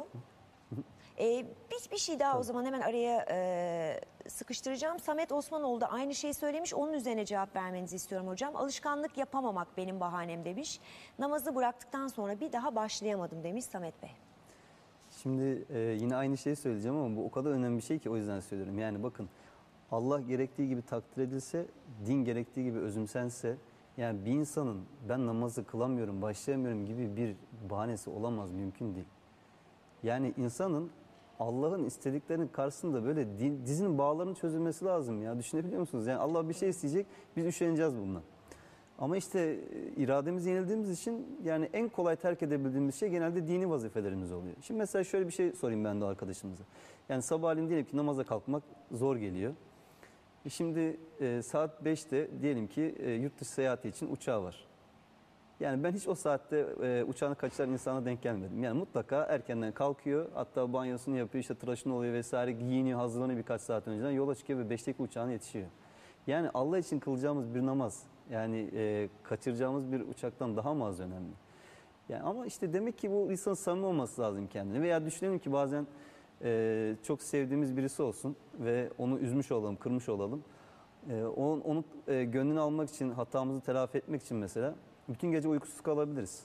Speaker 2: Bir şey daha o zaman hemen araya sıkıştıracağım. Samet Osmanoğlu da aynı şeyi söylemiş. Onun üzerine cevap vermenizi istiyorum hocam. Alışkanlık yapamamak benim bahanem demiş. Namazı bıraktıktan sonra bir daha başlayamadım demiş Samet Bey.
Speaker 3: Şimdi yine aynı şeyi söyleyeceğim ama bu o kadar önemli bir şey ki o yüzden söylüyorum. Yani bakın Allah gerektiği gibi takdir edilse, din gerektiği gibi özümsense, yani bir insanın ben namazı kılamıyorum, başlayamıyorum gibi bir bahanesi olamaz, mümkün değil. Yani insanın Allah'ın istediklerinin karşısında böyle dizinin bağlarının çözülmesi lazım ya. Düşünebiliyor musunuz? Yani Allah bir şey isteyecek, biz üşeneceğiz bununla. Ama işte irademizi yenildiğimiz için yani en kolay terk edebildiğimiz şey genelde dini vazifelerimiz oluyor. Şimdi mesela şöyle bir şey sorayım ben de arkadaşımıza. Yani sabahleyin diyelim ki namaza kalkmak zor geliyor. Şimdi saat 5'te diyelim ki yurt dışı seyahati için uçağı var. Yani ben hiç o saatte uçağını kaçıran insana denk gelmedim. Yani mutlaka erkenden kalkıyor, hatta banyosunu yapıyor, işte tıraşını oluyor vesaire, giyiniyor, hazırlanıyor birkaç saat önceden, yola çıkıyor ve 5'teki uçağına yetişiyor. Yani Allah için kılacağımız bir namaz, yani kaçıracağımız bir uçaktan daha mı az önemli? Yani ama işte demek ki bu insanın samimi olması lazım kendine. Veya düşünelim ki bazen çok sevdiğimiz birisi olsun ve onu üzmüş olalım, kırmış olalım. Onun gönlünü almak için, hatamızı telafi etmek için mesela bütün gece uykusuz kalabiliriz.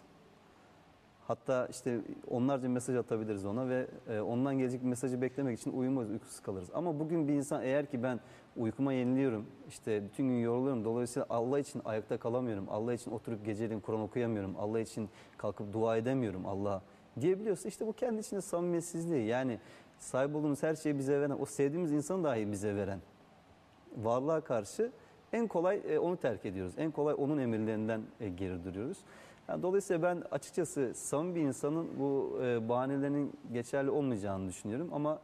Speaker 3: Hatta işte onlarca mesaj atabiliriz ona ve ondan gelecek bir mesajı beklemek için uyumayız, uykusuz kalırız. Ama bugün bir insan eğer ki ben uykuma yeniliyorum, işte bütün gün yoruluyorum, dolayısıyla Allah için ayakta kalamıyorum, Allah için oturup geceleyin Kur'an okuyamıyorum, Allah için kalkıp dua edemiyorum Allah'a diyebiliyorsa işte bu kendi içinde samimiyetsizliği. Yani sahip olduğumuz her şeyi bize veren, o sevdiğimiz insanı dahi bize veren varlığa karşı en kolay onu terk ediyoruz. En kolay onun emirlerinden geri duruyoruz. Yani dolayısıyla ben açıkçası samimi bir insanın bu bahanelerinin geçerli olmayacağını düşünüyorum. Ama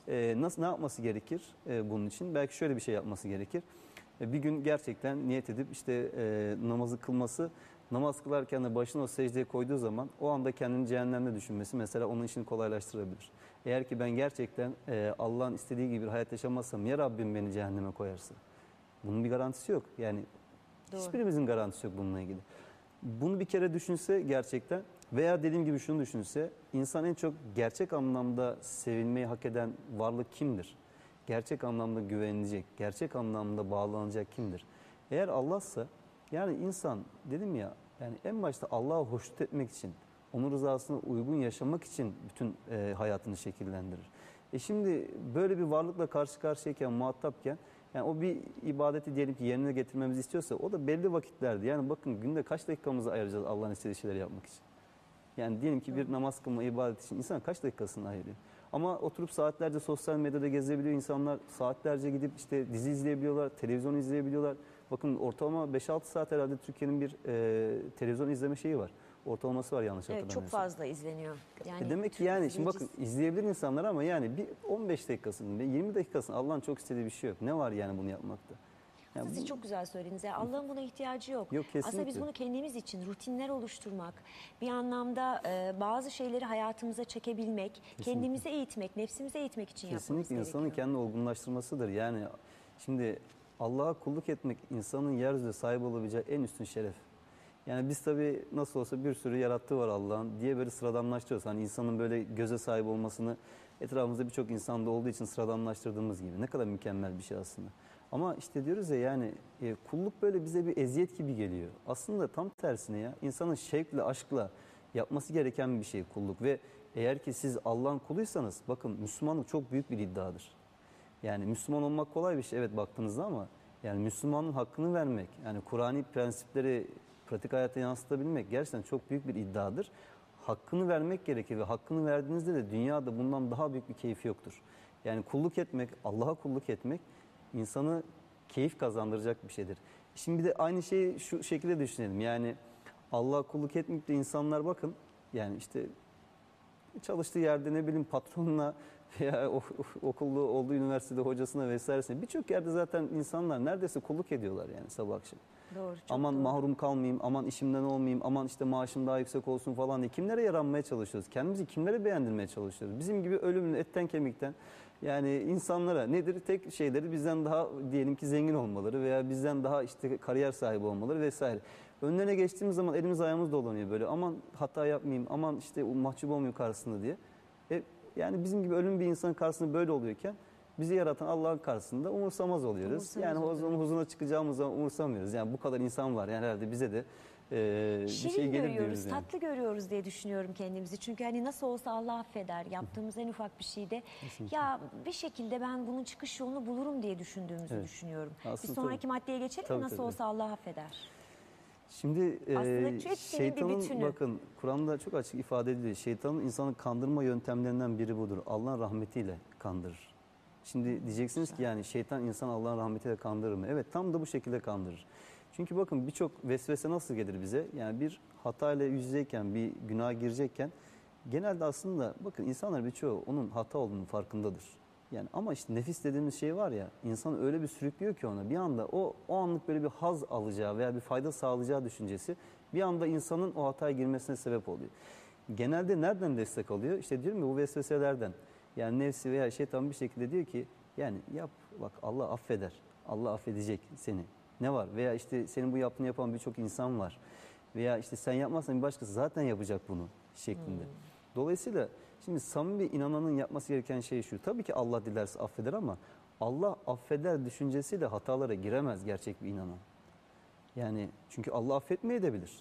Speaker 3: ne yapması gerekir bunun için? Belki şöyle bir şey yapması gerekir. Bir gün gerçekten niyet edip işte namazı kılması, namaz kılarken de başını o secdeye koyduğu zaman o anda kendini cehennemde düşünmesi mesela onun işini kolaylaştırabilir. Eğer ki ben gerçekten Allah'ın istediği gibi bir hayat yaşamazsam ya Rabbim beni cehenneme koyarsa? Bunun bir garantisi yok. Yani
Speaker 2: Doğru.
Speaker 3: hiçbirimizin garantisi yok bununla ilgili. Bunu bir kere düşünse gerçekten veya dediğim gibi şunu düşünse, insan en çok gerçek anlamda sevilmeyi hak eden varlık kimdir? Gerçek anlamda güvenilecek, gerçek anlamda bağlanacak kimdir? Eğer Allah'sa, yani insan dedim ya, yani en başta Allah'ı hoşnut etmek için, onun rızasına uygun yaşamak için bütün hayatını şekillendirir. Şimdi böyle bir varlıkla karşı karşıyayken, muhatapken, yani o bir ibadeti diyelim ki yerine getirmemizi istiyorsa o da belli vakitlerde. Yani bakın günde kaç dakikamızı ayıracağız Allah'ın istediği şeyleri yapmak için. Yani diyelim ki bir namaz kılma ibadet için insan kaç dakikasını ayırıyor. Ama oturup saatlerce sosyal medyada gezebiliyor insanlar. Saatlerce gidip işte dizi izleyebiliyorlar, televizyon izleyebiliyorlar. Bakın ortalama 5-6 saat herhalde Türkiye'nin bir televizyon izleme şeyi var. Ortalaması var yanlış hatırlamıyorsam.
Speaker 2: Çok fazla izleniyor. Yani
Speaker 3: demek ki yani şimdi bakın izleyebilir insanlar ama yani bir 15 dakikasını, 20 dakikasını Allah'ın çok istediği bir şey yok. Ne var yani bunu yapmakta? Yani
Speaker 2: Siz çok güzel söylediniz. Yani Allah'ın buna ihtiyacı yok.
Speaker 3: Yok, kesinlikle.
Speaker 2: Aslında biz bunu kendimiz için rutinler oluşturmak, bir anlamda bazı şeyleri hayatımıza çekebilmek, kendimize eğitmek, nefsimize eğitmek için yapmamız gerekiyor.
Speaker 3: Kesinlikle insanın kendini olgunlaştırmasıdır. Yani şimdi Allah'a kulluk etmek insanın yeryüzünde sahip olabileceği en üstün şeref. Yani biz tabii nasıl olsa bir sürü yarattığı var Allah'ın diye böyle sıradanlaştırıyoruz. Hani insanın böyle göze sahip olmasını etrafımızda birçok insanda olduğu için sıradanlaştırdığımız gibi. Ne kadar mükemmel bir şey aslında. Ama işte diyoruz ya yani kulluk böyle bize bir eziyet gibi geliyor. Aslında tam tersine ya insanın şevkle, aşkla yapması gereken bir şey kulluk. Ve eğer ki siz Allah'ın kuluysanız bakın Müslümanlık çok büyük bir iddiadır. Yani Müslüman olmak kolay bir şey evet baktığınızda ama Yani Müslümanın hakkını vermek, yani Kur'ani prensipleri pratik hayata yansıtabilmek gerçekten çok büyük bir iddiadır. Hakkını vermek gerekir ve hakkını verdiğinizde de dünyada bundan daha büyük bir keyif yoktur. Yani kulluk etmek, Allah'a kulluk etmek insanı keyif kazandıracak bir şeydir. Şimdi bir de aynı şeyi şu şekilde düşünelim. Yani Allah'a kulluk etmeyip de insanlar bakın, yani işte çalıştığı yerde ne bileyim patronuna veya okulda olduğu üniversitede hocasına vesairesine birçok yerde zaten insanlar neredeyse kulluk ediyorlar yani sabah akşam.
Speaker 2: Doğru, çok
Speaker 3: Aman
Speaker 2: doğru.
Speaker 3: mahrum kalmayayım, aman işimden olmayayım, aman işte maaşım daha yüksek olsun falan diye. Kimlere yaranmaya çalışıyoruz? Kendimizi kimlere beğendirmeye çalışıyoruz? Bizim gibi ölümlü etten kemikten yani insanlara nedir? Tek şeyleri bizden daha diyelim ki zengin olmaları veya bizden daha işte kariyer sahibi olmaları vesaire. Önlerine geçtiğimiz zaman elimiz ayağımız dolanıyor böyle. Aman hata yapmayayım, aman işte mahcup olmayayım karşısında diye. Yani bizim gibi ölüm bir insanın karşısında böyle oluyorken bizi yaratan Allah'ın karşısında umursamaz oluyoruz.
Speaker 2: Umursamaz
Speaker 3: Yani
Speaker 2: oluyoruz.
Speaker 3: onun huzuruna çıkacağımız zaman umursamıyoruz. Yani bu kadar insan var yani herhalde bize de bir
Speaker 2: Şirin
Speaker 3: şey gelir
Speaker 2: görüyoruz,
Speaker 3: diyoruz yani.
Speaker 2: tatlı görüyoruz diye düşünüyorum kendimizi. Çünkü hani nasıl olsa Allah affeder. Yaptığımız en ufak bir şeyde ya bir şekilde ben bunun çıkış yolunu bulurum diye düşündüğümüzü
Speaker 3: Evet.
Speaker 2: düşünüyorum.
Speaker 3: Aslında
Speaker 2: bir sonraki maddeye geçelim mi?
Speaker 3: Tabii,
Speaker 2: Nasıl
Speaker 3: tabii.
Speaker 2: olsa Allah affeder.
Speaker 3: Şimdi
Speaker 2: Aslında hepsinin bir
Speaker 3: şeytanın
Speaker 2: bütünü.
Speaker 3: bakın Kur'an'da çok açık ifade ediliyor. Şeytanın insanı kandırma yöntemlerinden biri budur. Allah'ın rahmetiyle kandırır. Şimdi diyeceksiniz ki yani şeytan insan Allah'ın rahmetiyle kandırır mı? Evet, tam da bu şekilde kandırır. Çünkü bakın birçok vesvese nasıl gelir bize? Yani bir hatayla yüz yüzeyken, bir günaha girecekken genelde aslında bakın insanlar birçoğu onun hata olduğunun farkındadır. Yani ama işte nefis dediğimiz şey var ya, insan öyle bir sürüklüyor ki ona bir anda o anlık böyle bir haz alacağı veya bir fayda sağlayacağı düşüncesi bir anda insanın o hataya girmesine sebep oluyor. Genelde nereden destek alıyor? İşte diyorum ya, bu vesveselerden. Yani nefsi veya şeytan bir şekilde diyor ki yani yap bak, Allah affeder. Allah affedecek seni. Ne var? Veya işte senin bu yaptığını yapan birçok insan var. Veya işte sen yapmazsan bir başkası zaten yapacak bunu şeklinde. Dolayısıyla şimdi samimi bir inananın yapması gereken şey şu. Tabii ki Allah dilerse affeder ama Allah affeder düşüncesiyle hatalara giremez gerçek bir inanan. Yani çünkü Allah affetmeyebilir.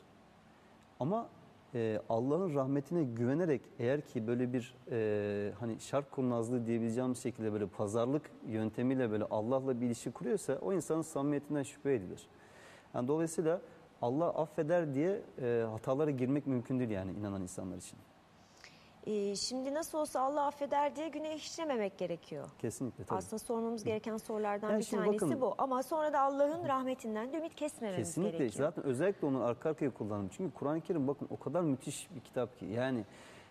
Speaker 3: Ama Allah'ın rahmetine güvenerek eğer ki böyle bir hani şark kurnazlığı diyebileceğimiz şekilde böyle pazarlık yöntemiyle böyle Allah'la bir ilişki kuruyorsa o insanın samimiyetinden şüphe edilir. Yani dolayısıyla Allah affeder diye hatalara girmek mümkün değil yani inanan insanlar için.
Speaker 2: Şimdi nasıl olsa Allah affeder diye günah işlememek gerekiyor.
Speaker 3: Kesinlikle tabii.
Speaker 2: Aslında sormamız gereken sorulardan
Speaker 3: Yani
Speaker 2: bir
Speaker 3: şimdi
Speaker 2: tanesi
Speaker 3: bakın,
Speaker 2: bu. Ama sonra da Allah'ın rahmetinden de ümit kesmememiz
Speaker 3: kesinlikle
Speaker 2: gerekiyor.
Speaker 3: zaten özellikle onu arka arkaya kullandım. Çünkü Kur'an-ı Kerim bakın o kadar müthiş bir kitap ki yani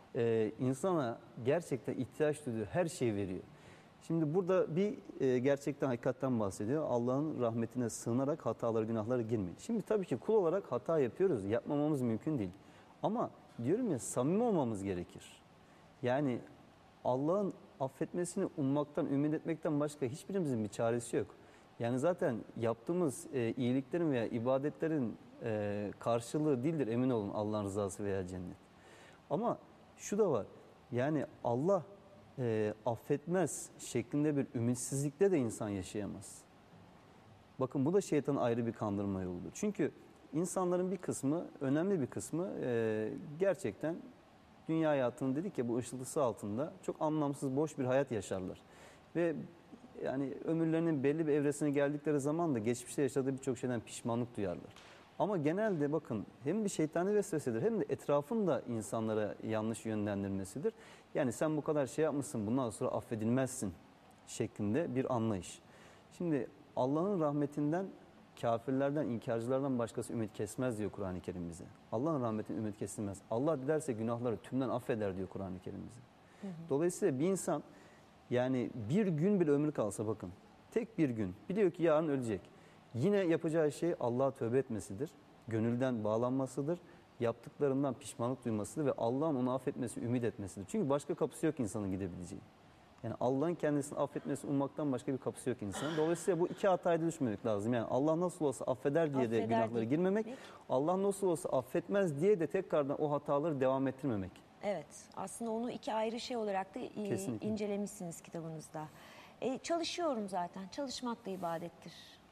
Speaker 3: insana gerçekten ihtiyaç duyduğu her şeyi veriyor. Şimdi burada bir gerçekten hakikatten bahsediyor. Allah'ın rahmetine sığınarak hatalara, günahlara girmeyin. Şimdi tabii ki kul olarak hata yapıyoruz. Yapmamamız mümkün değil. Ama diyorum ya, samimi olmamız gerekir. Yani Allah'ın affetmesini ummaktan, ümit etmekten başka hiçbirimizin bir çaresi yok. Yani zaten yaptığımız iyiliklerin veya ibadetlerin karşılığı değildir emin olun Allah'ın rızası veya cennet. Ama şu da var, yani Allah affetmez şeklinde bir ümitsizlikte de insan yaşayamaz. Bakın bu da şeytanın ayrı bir kandırma yoludur. Çünkü insanların bir kısmı, önemli bir kısmı gerçekten dünya hayatının dedik ya bu ışıltısı altında çok anlamsız, boş bir hayat yaşarlar. Ve yani ömürlerinin belli bir evresine geldikleri zaman da geçmişte yaşadığı birçok şeyden pişmanlık duyarlar. Ama genelde bakın hem bir şeytani vesvesedir hem de etrafın da insanlara yanlış yönlendirmesidir. Yani sen bu kadar şey yapmışsın, bundan sonra affedilmezsin şeklinde bir anlayış. Şimdi Allah'ın rahmetinden, kafirlerden, inkarcılardan başkası ümit kesmez diyor Kur'an-ı Kerim bize. Allah'ın rahmetinden ümit kesilmez. Allah dilerse günahları tümden affeder diyor Kur'an-ı Kerim bize. Dolayısıyla bir insan yani bir gün bile ömrü kalsa bakın, tek bir gün biliyor ki yarın ölecek. Yine yapacağı şey Allah'a tövbe etmesidir, gönülden bağlanmasıdır, yaptıklarından pişmanlık duymasıdır ve Allah'ın onu affetmesi, ümit etmesidir. Çünkü başka kapısı yok insanın gidebileceği. Yani Allah'ın kendisini affetmesi, ummaktan başka bir kapısı yok insanın. Dolayısıyla bu iki hataya düşmemek lazım. Yani Allah nasıl olsa affeder diye de günahlara girmemek, Allah nasıl olsa affetmez diye de tekrardan o hataları devam ettirmemek.
Speaker 2: Evet, aslında onu iki ayrı şey olarak da
Speaker 3: Kesinlikle.
Speaker 2: incelemişsiniz kitabınızda. Çalışıyorum zaten, çalışmak da ibadettir.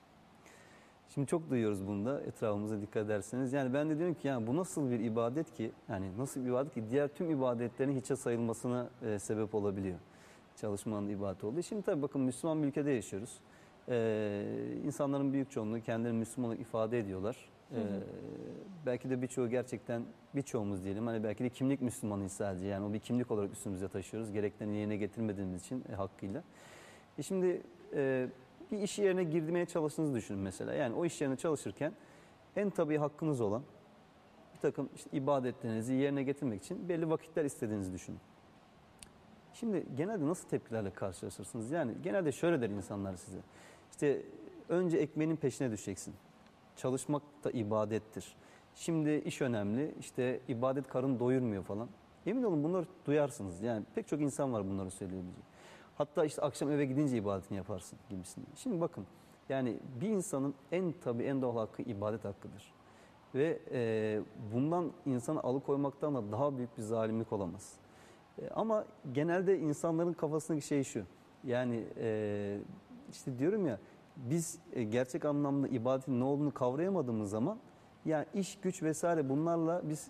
Speaker 3: Şimdi çok duyuyoruz bunu da, etrafımıza dikkat ederseniz. Yani ben de diyorum ki yani bu nasıl bir ibadet ki, yani nasıl bir ibadet ki diğer tüm ibadetlerin hiçe sayılmasına sebep olabiliyor. Çalışmanın ibadeti olduğu. Şimdi tabii bakın Müslüman bir ülkede yaşıyoruz. İnsanların büyük çoğunluğu kendilerini Müslüman olarak ifade ediyorlar. Belki de birçoğumuz diyelim, hani belki de kimlik Müslümanıyız sadece, yani o bir kimlik olarak üstümüze taşıyoruz gereklerini yerine getirmediğimiz için hakkıyla. Şimdi bir iş yerine girmeye çalıştığınızı düşünün mesela, yani o iş yerine çalışırken en tabii hakkınız olan bir takım işte ibadetlerinizi yerine getirmek için belli vakitler istediğinizi düşünün. Şimdi genelde nasıl tepkilerle karşılaşırsınız? Yani genelde şöyle der insanlar size. İşte önce ekmeğinin peşine düşeceksin. Çalışmak da ibadettir. Şimdi iş önemli. İşte ibadet karın doyurmuyor falan. Emin olun bunları duyarsınız. Yani pek çok insan var bunları söyleyebilecek. Hatta işte akşam eve gidince ibadetini yaparsın gibisinden. Şimdi bakın, yani bir insanın en doğal hakkı ibadet hakkıdır. Ve bundan insanı alıkoymaktan da daha büyük bir zalimlik olamaz. Ama genelde insanların kafasındaki şey şu. Yani işte diyorum ya, biz gerçek anlamda ibadetin ne olduğunu kavrayamadığımız zaman, yani iş, güç vesaire bunlarla biz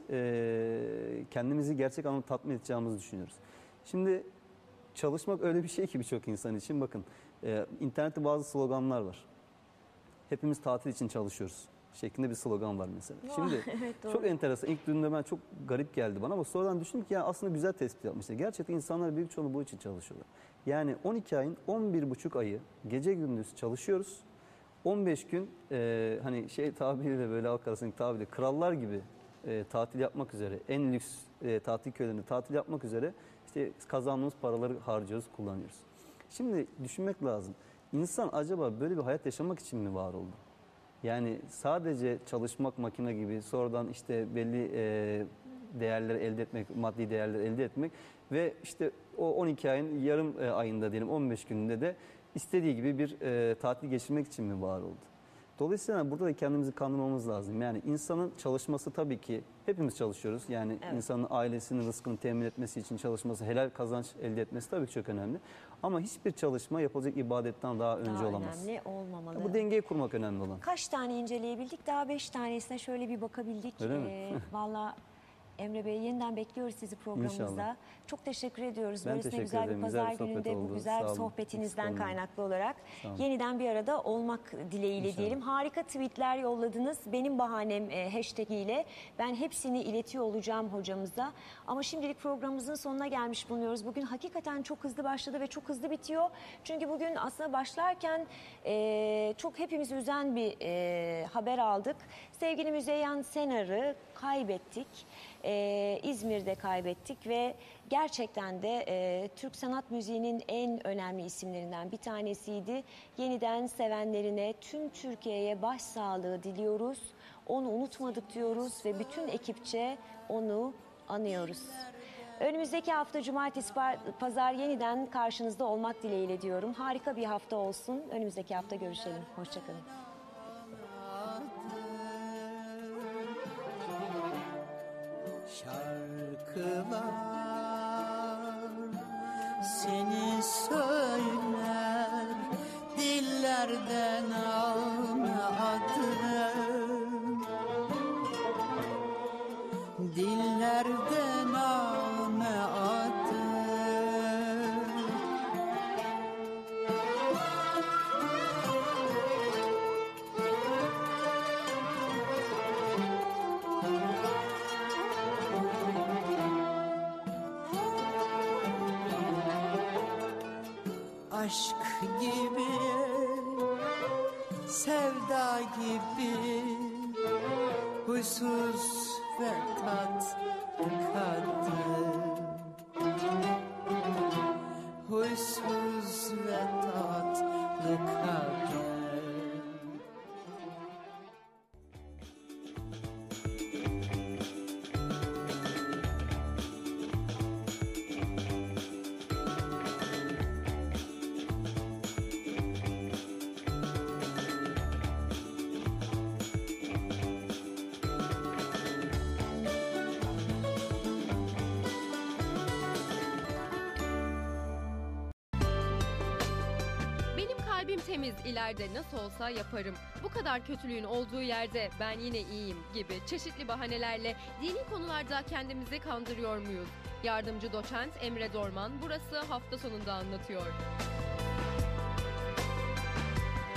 Speaker 3: kendimizi gerçek anlamda tatmin edeceğimizi düşünüyoruz. Şimdi çalışmak öyle bir şey ki birçok insan için, bakın internette bazı sloganlar var. Hepimiz tatil için çalışıyoruz şeklinde bir slogan var mesela. Şimdi
Speaker 2: evet,
Speaker 3: çok enteresan. İlk duyduğumda ben çok garip geldi bana, ama sonradan düşündüm ki ya aslında güzel tespit yapmışlar. Gerçekten insanlar büyük çoğunluğu bu için çalışıyorlar. Yani 12 ayın 11,5 ayı gece gündüz çalışıyoruz. 15 gün hani tabiriyle, böyle halk arasındaki tabiriyle krallar gibi tatil yapmak üzere, en lüks tatil köylerinde tatil yapmak üzere işte kazandığımız paraları harcıyoruz, kullanıyoruz. Şimdi düşünmek lazım. İnsan acaba böyle bir hayat yaşamak için mi var oldu? Yani sadece çalışmak, makine gibi, sonradan işte belli değerleri elde etmek, maddi değerleri elde etmek ve işte o 12 ayın yarım ayında diyelim 15 gününde de istediği gibi bir tatil geçirmek için mi var oldu? Dolayısıyla burada da kendimizi kandırmamız lazım. Yani insanın çalışması, tabii ki hepimiz çalışıyoruz. Yani
Speaker 2: evet,
Speaker 3: insanın ailesinin rızkını temin etmesi için çalışması, helal kazanç elde etmesi tabii ki çok önemli. Ama hiçbir çalışma yapılacak ibadetten daha önce
Speaker 2: daha
Speaker 3: olamaz.
Speaker 2: önemli olmamalı.
Speaker 3: Bu dengeyi kurmak önemli olan.
Speaker 2: Kaç tane inceleyebildik? Daha 5 tanesine şöyle bir bakabildik.
Speaker 3: Öyle mi?
Speaker 2: Vallahi Emre Bey, yeniden bekliyoruz sizi programımızda.
Speaker 3: İnşallah.
Speaker 2: Çok teşekkür ediyoruz.
Speaker 3: Ben
Speaker 2: Böylesine
Speaker 3: teşekkür
Speaker 2: güzel
Speaker 3: ederim.
Speaker 2: bir pazar
Speaker 3: Güzel bir sohbet
Speaker 2: gününde bu
Speaker 3: oldu.
Speaker 2: güzel
Speaker 3: Sağ olun.
Speaker 2: sohbetinizden
Speaker 3: Eksik olmayın.
Speaker 2: kaynaklı olarak
Speaker 3: Sağ olun.
Speaker 2: yeniden bir arada olmak dileğiyle
Speaker 3: İnşallah.
Speaker 2: diyelim. Harika tweetler yolladınız. Benim bahanem hashtag ile. Ben hepsini iletiyor olacağım hocamıza. Ama şimdilik programımızın sonuna gelmiş bulunuyoruz. Bugün hakikaten çok hızlı başladı ve çok hızlı bitiyor. Çünkü bugün aslında başlarken çok hepimizi üzen bir haber aldık. Sevgili Müzeyyen Senar'ı kaybettik. İzmir'de kaybettik ve gerçekten de Türk sanat müziğinin en önemli isimlerinden bir tanesiydi. Yeniden sevenlerine, tüm Türkiye'ye başsağlığı diliyoruz. Onu unutmadık diyoruz ve bütün ekipçe onu anıyoruz. Önümüzdeki hafta cumartesi, pazar yeniden karşınızda olmak dileğiyle diyorum. Harika bir hafta olsun. Önümüzdeki hafta görüşelim. Hoşçakalın.
Speaker 4: Şarkılar seni söyler, dillerden alma adını, dillerden alma adını. Aşk gibi, sevda gibi, huysuz ve tatlı kadın, huysuz ve tatlı kadın.
Speaker 1: Benim kalbim temiz, ileride nasıl olsa yaparım. Bu kadar kötülüğün olduğu yerde ben yine iyiyim gibi çeşitli bahanelerle dini konularda kendimizi kandırıyor muyuz? Yardımcı doçent Emre Dorman burası hafta sonunda anlatıyor.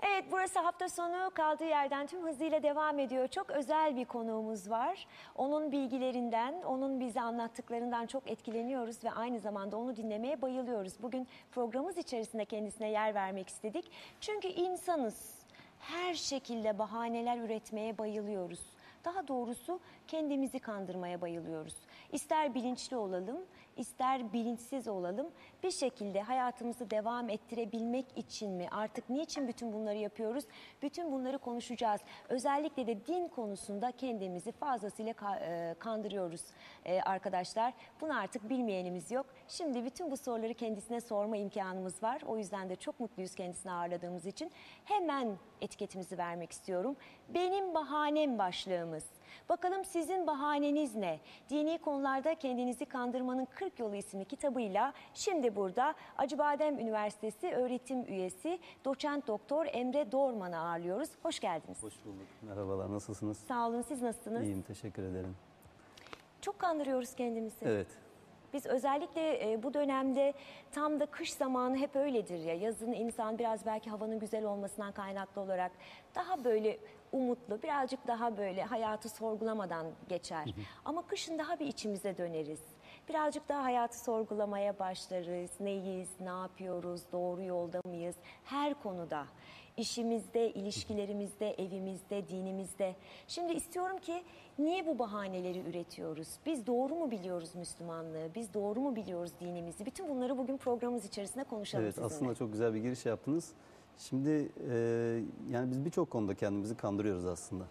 Speaker 2: Evet, burası hafta sonu kaldığı yerden tüm hızıyla devam ediyor. Çok özel bir konuğumuz var. Onun bilgilerinden, onun bize anlattıklarından çok etkileniyoruz ve aynı zamanda onu dinlemeye bayılıyoruz. Bugün programımız içerisinde kendisine yer vermek istedik. Çünkü insanız. Her şekilde bahaneler üretmeye bayılıyoruz. Daha doğrusu kendimizi kandırmaya bayılıyoruz. İster bilinçli olalım, ister bilinçsiz olalım, bir şekilde hayatımızı devam ettirebilmek için mi? Artık niçin bütün bunları yapıyoruz? Bütün bunları konuşacağız. Özellikle de din konusunda kendimizi fazlasıyla kandırıyoruz arkadaşlar. Bunu artık bilmeyenimiz yok. Şimdi bütün bu soruları kendisine sorma imkanımız var. O yüzden de çok mutluyuz kendisini ağırladığımız için. Hemen etiketimizi vermek istiyorum. Benim bahanem başlığımız. Bakalım sizin bahaneniz ne? Dini konularda kendinizi kandırmanın 40 yolu isimli kitabıyla şimdi burada Acıbadem Üniversitesi öğretim üyesi doçent doktor Emre Dorman'ı ağırlıyoruz. Hoş geldiniz.
Speaker 3: Hoş bulduk. Merhabalar, nasılsınız?
Speaker 2: Sağ olun, siz nasılsınız?
Speaker 3: İyiyim, teşekkür ederim.
Speaker 2: Çok kandırıyoruz kendimizi.
Speaker 3: Evet.
Speaker 2: Biz özellikle bu dönemde tam da kış zamanı hep öyledir ya. Yazın insan biraz belki havanın güzel olmasından kaynaklı olarak daha böyle umutlu, birazcık daha böyle hayatı sorgulamadan geçer. Ama kışın daha bir içimize döneriz. Birazcık daha hayatı sorgulamaya başlarız. Neyiz, ne yapıyoruz, doğru yolda mıyız? Her konuda. İşimizde, ilişkilerimizde, evimizde, dinimizde. Şimdi istiyorum ki niye bu bahaneleri üretiyoruz? Biz doğru mu biliyoruz Müslümanlığı? Biz doğru mu biliyoruz dinimizi? Bütün bunları bugün programımız içerisinde konuşalım
Speaker 3: Evet,
Speaker 2: sizinle.
Speaker 3: aslında çok güzel bir giriş yaptınız. Şimdi yani biz birçok konuda kendimizi kandırıyoruz aslında.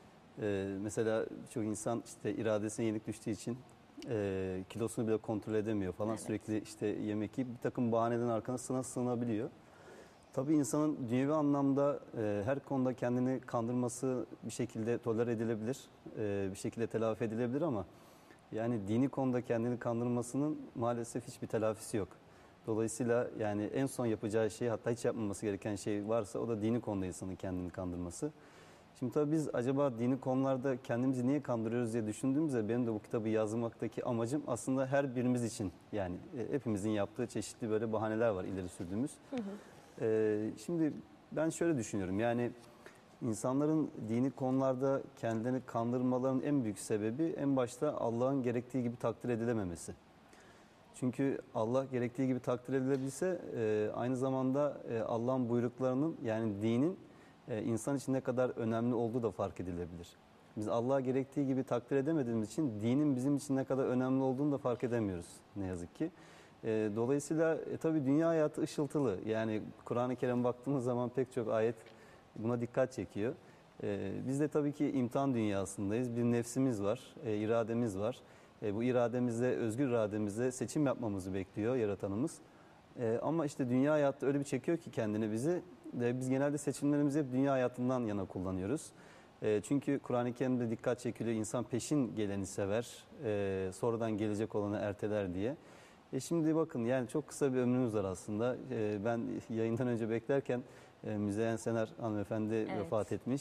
Speaker 3: Mesela çok insan işte iradesine yenik düştüğü için kilosunu bile kontrol edemiyor falan.
Speaker 2: Evet.
Speaker 3: Sürekli işte yemek yiyip bir takım bahanelerin arkasına sığınabiliyor. Tabii insanın dünyevi anlamda her konuda kendini kandırması bir şekilde tolere edilebilir, bir şekilde telafi edilebilir ama yani dini konuda kendini kandırmasının maalesef hiçbir telafisi yok. Dolayısıyla yani en son yapacağı şey, hatta hiç yapmaması gereken şey varsa o da dini konuda insanın kendini kandırması. Şimdi tabii biz acaba dini konularda kendimizi niye kandırıyoruz diye düşündüğümüzde benim de bu kitabı yazmaktaki amacım aslında her birimiz için, yani hepimizin yaptığı çeşitli böyle bahaneler var ileri sürdüğümüz. Şimdi ben şöyle düşünüyorum, yani insanların dini konularda kendilerini kandırmalarının en büyük sebebi en başta Allah'ın gerektiği gibi takdir edilememesi. Çünkü Allah gerektiği gibi takdir edilebilse aynı zamanda Allah'ın buyruklarının, yani dinin insan için ne kadar önemli olduğu da fark edilebilir. Biz Allah'a gerektiği gibi takdir edemediğimiz için dinin bizim için ne kadar önemli olduğunu da fark edemiyoruz ne yazık ki. Dolayısıyla tabii dünya hayatı ışıltılı. Yani Kur'an-ı Kerim'e baktığımız zaman pek çok ayet buna dikkat çekiyor. Biz de tabii ki imtihan dünyasındayız. Bir nefsimiz var, irademiz var. Bu irademizle, özgür irademizle seçim yapmamızı bekliyor Yaratanımız. Ama işte dünya hayatı öyle bir çekiyor ki kendini bizi. Biz genelde seçimlerimizi hep dünya hayatından yana kullanıyoruz. Çünkü Kur'an-ı Kerim'de dikkat çekiliyor. İnsan peşin geleni sever, sonradan gelecek olanı erteler diye. Şimdi bakın, yani çok kısa bir ömrümüz var aslında. Ben yayından önce beklerken Müzeyyen Senar hanımefendi vefat etmiş.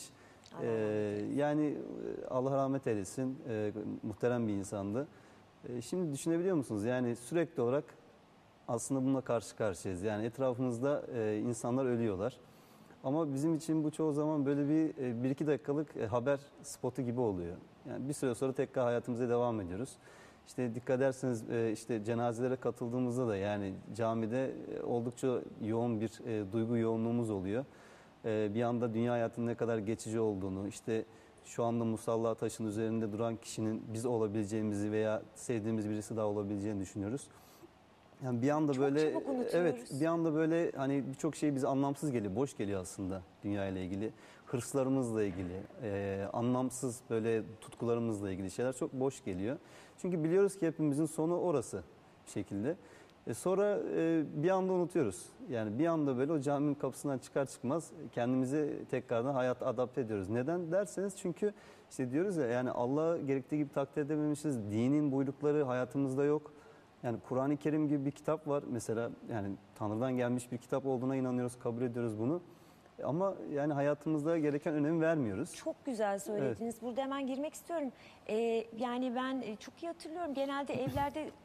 Speaker 3: Yani Allah rahmet eylesin, muhterem bir insandı. Şimdi düşünebiliyor musunuz? Yani sürekli olarak aslında bununla karşı karşıyayız. Yani etrafımızda insanlar ölüyorlar. Ama bizim için bu çoğu zaman böyle bir iki dakikalık haber spotu gibi oluyor. Yani bir süre sonra tekrar hayatımıza devam ediyoruz. İşte dikkat ederseniz işte cenazelere katıldığımızda da yani camide oldukça yoğun bir duygu yoğunluğumuz oluyor. Bir anda dünya hayatının ne kadar geçici olduğunu, işte şu anda musalla taşın üzerinde duran kişinin biz olabileceğimizi veya sevdiğimiz birisi daha olabileceğini düşünüyoruz. Yani bir anda
Speaker 2: Çok
Speaker 3: böyle,
Speaker 2: çabuk unutuyoruz.
Speaker 3: evet, bir anda böyle hani birçok şey bize anlamsız geliyor, boş geliyor aslında dünya ile ilgili. Hırslarımızla ilgili, anlamsız böyle tutkularımızla ilgili şeyler çok boş geliyor. Çünkü biliyoruz ki hepimizin sonu orası bir şekilde. Sonra bir anda unutuyoruz. Yani bir anda böyle o caminin kapısından çıkar çıkmaz kendimizi tekrardan hayata adapte ediyoruz. Neden derseniz, çünkü işte diyoruz ya, yani Allah'ı gerektiği gibi takdir edememişiz. Dinin buyrukları hayatımızda yok. Yani Kur'an-ı Kerim gibi bir kitap var mesela, yani Tanrı'dan gelmiş bir kitap olduğuna inanıyoruz, kabul ediyoruz bunu. Ama yani hayatımızda gereken önemi vermiyoruz.
Speaker 2: Çok güzel söylediniz. Burada hemen girmek istiyorum. Yani ben çok iyi hatırlıyorum. Genelde evlerde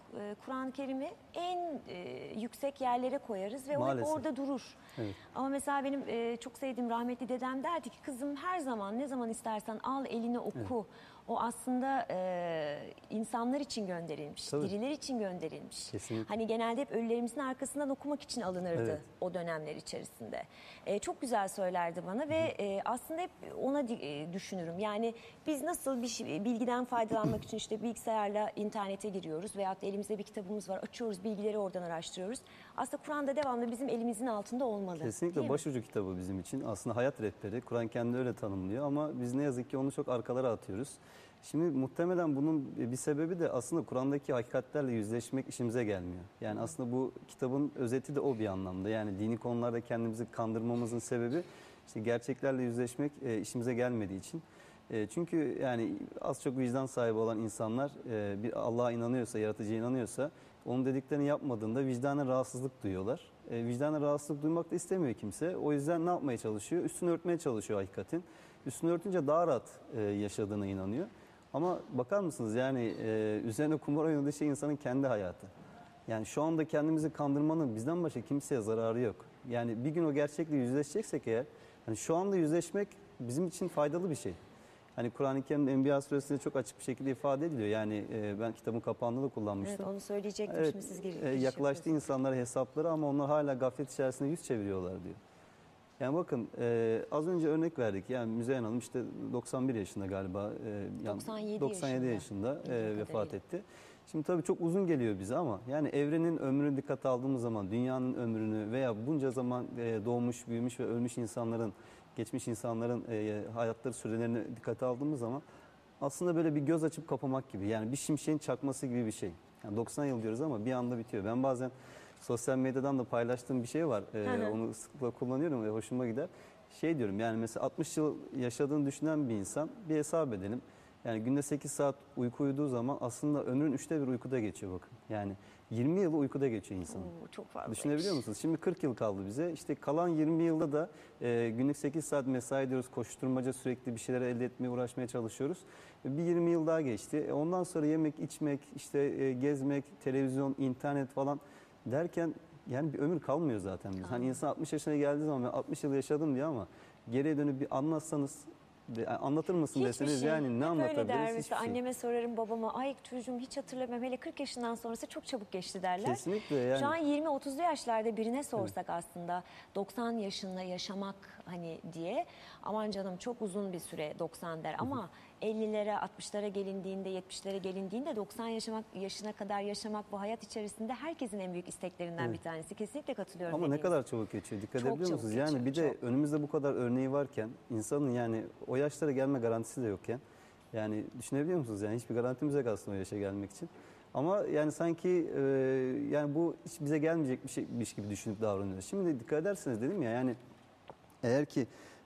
Speaker 2: Kur'an-ı Kerim'i en yüksek yerlere koyarız ve o hep
Speaker 3: Maalesef.
Speaker 2: orada durur.
Speaker 3: Evet.
Speaker 2: Ama mesela benim çok sevdiğim rahmetli dedem derdi ki kızım her zaman ne zaman istersen al eline oku. O aslında insanlar için gönderilmiş,
Speaker 3: Tabii.
Speaker 2: diriler için gönderilmiş.
Speaker 3: Kesinlikle.
Speaker 2: Hani genelde hep ölülerimizin arkasından okumak için alınırdı
Speaker 3: Evet.
Speaker 2: o dönemler içerisinde. Çok güzel söylerdi bana ve aslında hep ona düşünürüm. Yani biz nasıl bir bilgiden faydalanmak için işte bilgisayarla internete giriyoruz veyahut da elimizde bir kitabımız var, açıyoruz, bilgileri oradan araştırıyoruz. Aslında Kur'an'da devamlı bizim elimizin altında olmalı.
Speaker 3: Kesinlikle
Speaker 2: değil mi?
Speaker 3: başucu kitabı bizim için. Aslında hayat rehberi. Kur'an kendini öyle tanımlıyor ama biz ne yazık ki onu çok arkalara atıyoruz. Şimdi muhtemelen bunun bir sebebi de aslında Kur'an'daki hakikatlerle yüzleşmek işimize gelmiyor. Yani aslında bu kitabın özeti de o bir anlamda. Yani dini konularda kendimizi kandırmamızın sebebi işte gerçeklerle yüzleşmek işimize gelmediği için. Çünkü yani az çok vicdan sahibi olan insanlar bir Allah'a inanıyorsa, yaratıcıya inanıyorsa onun dediklerini yapmadığında vicdanen rahatsızlık duyuyorlar. Vicdanen rahatsızlık duymak da istemiyor kimse. O yüzden ne yapmaya çalışıyor? Üstünü örtmeye çalışıyor hakikatin. Üstünü örtünce daha rahat yaşadığına inanıyor. Ama bakar mısınız yani üzerine kumar oynadığı şey insanın kendi hayatı. Yani şu anda kendimizi kandırmanın bizden başka kimseye zararı yok. Yani bir gün o gerçekle yüzleşeceksek eğer, hani şu anda yüzleşmek bizim için faydalı bir şey. Hani Kur'an-ı Kerim'de Enbiya Suresi'nde çok açık bir şekilde ifade ediliyor. Yani ben kitabın kapağında da kullanmıştım.
Speaker 2: Evet, onu söyleyecektim
Speaker 3: Evet,
Speaker 2: şimdi siz
Speaker 3: yaklaştı insanlara hesapları ama onlar hala gaflet içerisinde yüz çeviriyorlar diyor. Yani bakın az önce örnek verdik. Yani Müzeyyen Hanım işte 91 yaşında galiba. 97 yaşında vefat etti. Şimdi tabii çok uzun geliyor bize ama yani evrenin ömrünü dikkate aldığımız zaman dünyanın ömrünü veya bunca zaman doğmuş, büyümüş ve ölmüş insanların, geçmiş insanların hayatları sürelerini dikkate aldığımız zaman aslında böyle bir göz açıp kapamak gibi. Yani bir şimşeğin çakması gibi bir şey. Yani 90 yıl diyoruz ama bir anda bitiyor. Ben bazen sosyal medyadan da paylaştığım bir şey var. Onu sıklıkla kullanıyorum ve hoşuma gider. Şey diyorum yani mesela 60 yıl yaşadığını düşünen bir insan bir hesap edelim. Yani günde 8 saat uyku uyuduğu zaman aslında ömrün 1/3 uykuda geçiyor bakın. Yani 20 yılı uykuda geçiyor insanın.
Speaker 2: Çok fazla.
Speaker 3: Düşünebiliyor musunuz? Şimdi 40 yıl kaldı bize. İşte kalan 20 yılda da günlük 8 saat mesai ediyoruz. Koşturmaca sürekli bir şeyler elde etmeye uğraşmaya çalışıyoruz. Bir 20 yıl daha geçti. Ondan sonra yemek, içmek, işte gezmek, televizyon, internet falan derken yani bir ömür kalmıyor zaten biz. Hani insan 60 yaşına geldiği zaman ben 60 yıl yaşadım diyor ama geriye dönüp bir anlatsanız anlatır mısın deseniz yani ne
Speaker 2: Hep öyle der
Speaker 3: anlatabiliriz? Hiçbir
Speaker 2: mesela
Speaker 3: şey.
Speaker 2: anneme sorarım babama ay çocuğum hiç hatırlamıyorum hele 40 yaşından sonrası çok çabuk geçti derler.
Speaker 3: Kesinlikle yani.
Speaker 2: Şu an 20-30'lu yaşlarda birine sorsak aslında 90 yaşında yaşamak hani diye aman canım çok uzun bir süre 90 der ama 50'lere 60'lara gelindiğinde 70'lere gelindiğinde 90 yaşına kadar yaşamak bu hayat içerisinde herkesin en büyük isteklerinden bir tanesi. Kesinlikle katılıyorum.
Speaker 3: Ama ne
Speaker 2: dediğiniz.
Speaker 3: kadar çabuk geçiyor. Dikkat
Speaker 2: Çok
Speaker 3: edebiliyor
Speaker 2: çabuk
Speaker 3: musunuz? Yani bir
Speaker 2: geçiyor,
Speaker 3: de önümüzde bu kadar örneği varken insanın yani o yaşlara gelme garantisi de yokken yani düşünebiliyor musunuz? Yani hiçbir garantimiz yok aslında o yaşa gelmek için. Ama yani sanki yani bu hiç bize gelmeyecek bir şeymiş gibi düşünüp davranıyoruz. Şimdi dikkat ederseniz dedim ya yani eğer ki